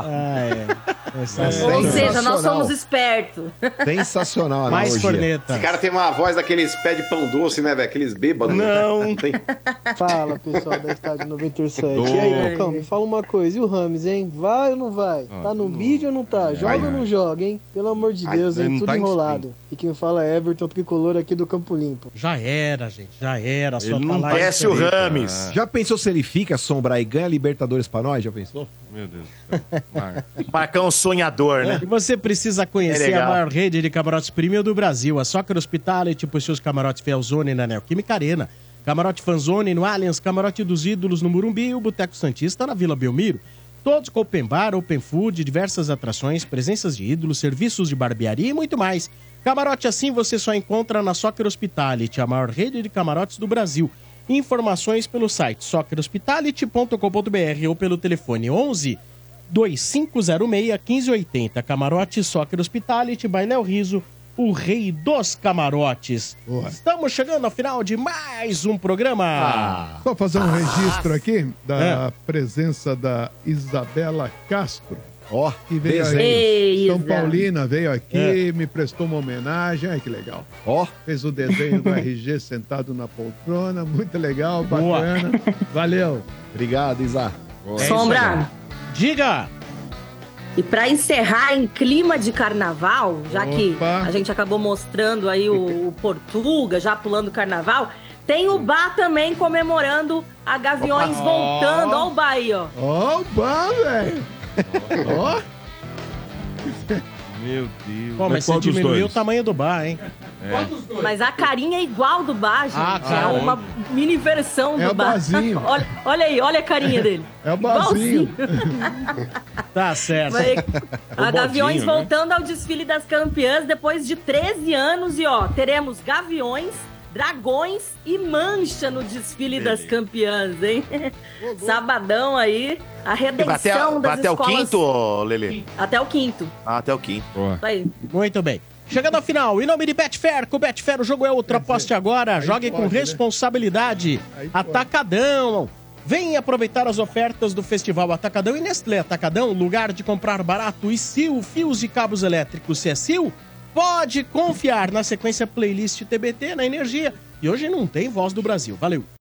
Ou seja, nós somos espertos. Sensacional, Mais corneta. Esse cara tem uma voz daqueles pé de pão doce, né, velho? Aqueles bêbados. Não. Tem. Fala, pessoal da Estádio 97. E aí, Marcão, me fala uma coisa. E o Rames, hein? Vai ou não vai? Tá no vídeo ou não tá? Joga ou não joga, hein? Pelo amor de Deus, hein? Tudo enrolado. E quem fala é Everton Tricolor aqui do Campo Limpo. Já era, gente. Já era. Ele não conhece o Rames. Já pensou se ele fica, assombrar e ganha Libertadores pra nós? Já pensou? Meu Deus do céu. Marcão sonhador, né? E você precisa conhecer a maior rede de camarotes premium do Brasil. A Soccer Hospitality possui os camarotes Felzone na Neoquímica Arena. Camarote Fanzone no Allianz, Camarote dos Ídolos no Morumbi e o Boteco Santista na Vila Belmiro. Todos com open bar, open food, diversas atrações, presenças de ídolos, serviços de barbearia e muito mais. Camarote assim você só encontra na Soccer Hospitality, a maior rede de camarotes do Brasil. Informações pelo site soccerhospitality.com.br ou pelo telefone 11 2506 1580. Camarote Soccer Hospitality, Bainel Riso, o rei dos camarotes. Boa. Estamos chegando ao final de mais um programa. Só fazer um registro aqui da presença da Isabela Castro. Ó, que veio aí. São Paulina veio aqui, me prestou uma homenagem. Ai, que legal. Ó. Fez o desenho do RG sentado na poltrona. Muito legal, bacana. Valeu. Obrigado, Isa. Sombra. Diga. E para encerrar em clima de carnaval, já que a gente acabou mostrando aí o Portuga, já pulando o carnaval, tem o Bá também comemorando a Gaviões voltando. Ó o Bá aí, ó. Ó o Bá, velho. Ó. Meu Deus. Pô, mas você diminuiu o tamanho do bar, hein? Mas a carinha é igual do bar, gente. Tá. É uma mini versão É do o bar. barzinho. Olha aí, olha a carinha dele. É o barzinho. Tá certo. A Gaviões né? voltando ao desfile das campeãs depois de 13 anos. E ó, teremos Gaviões, Dragões e Mancha no desfile das campeãs, hein? Sabadão aí, a redenção das até escolas... o quinto, Lelê? Até o quinto. Até o quinto. Isso aí. Muito bem. Chegando ao final, em nome de Betfair, com o Betfair o jogo é outro, aposte agora, jogue com responsabilidade. Atacadão, vem aproveitar as ofertas do Festival Atacadão e Nestlé Atacadão, lugar de comprar barato. E Sil, fios e cabos elétricos, se é Sil, pode confiar na sequência playlist TBT, na energia. E hoje não tem Voz do Brasil, valeu.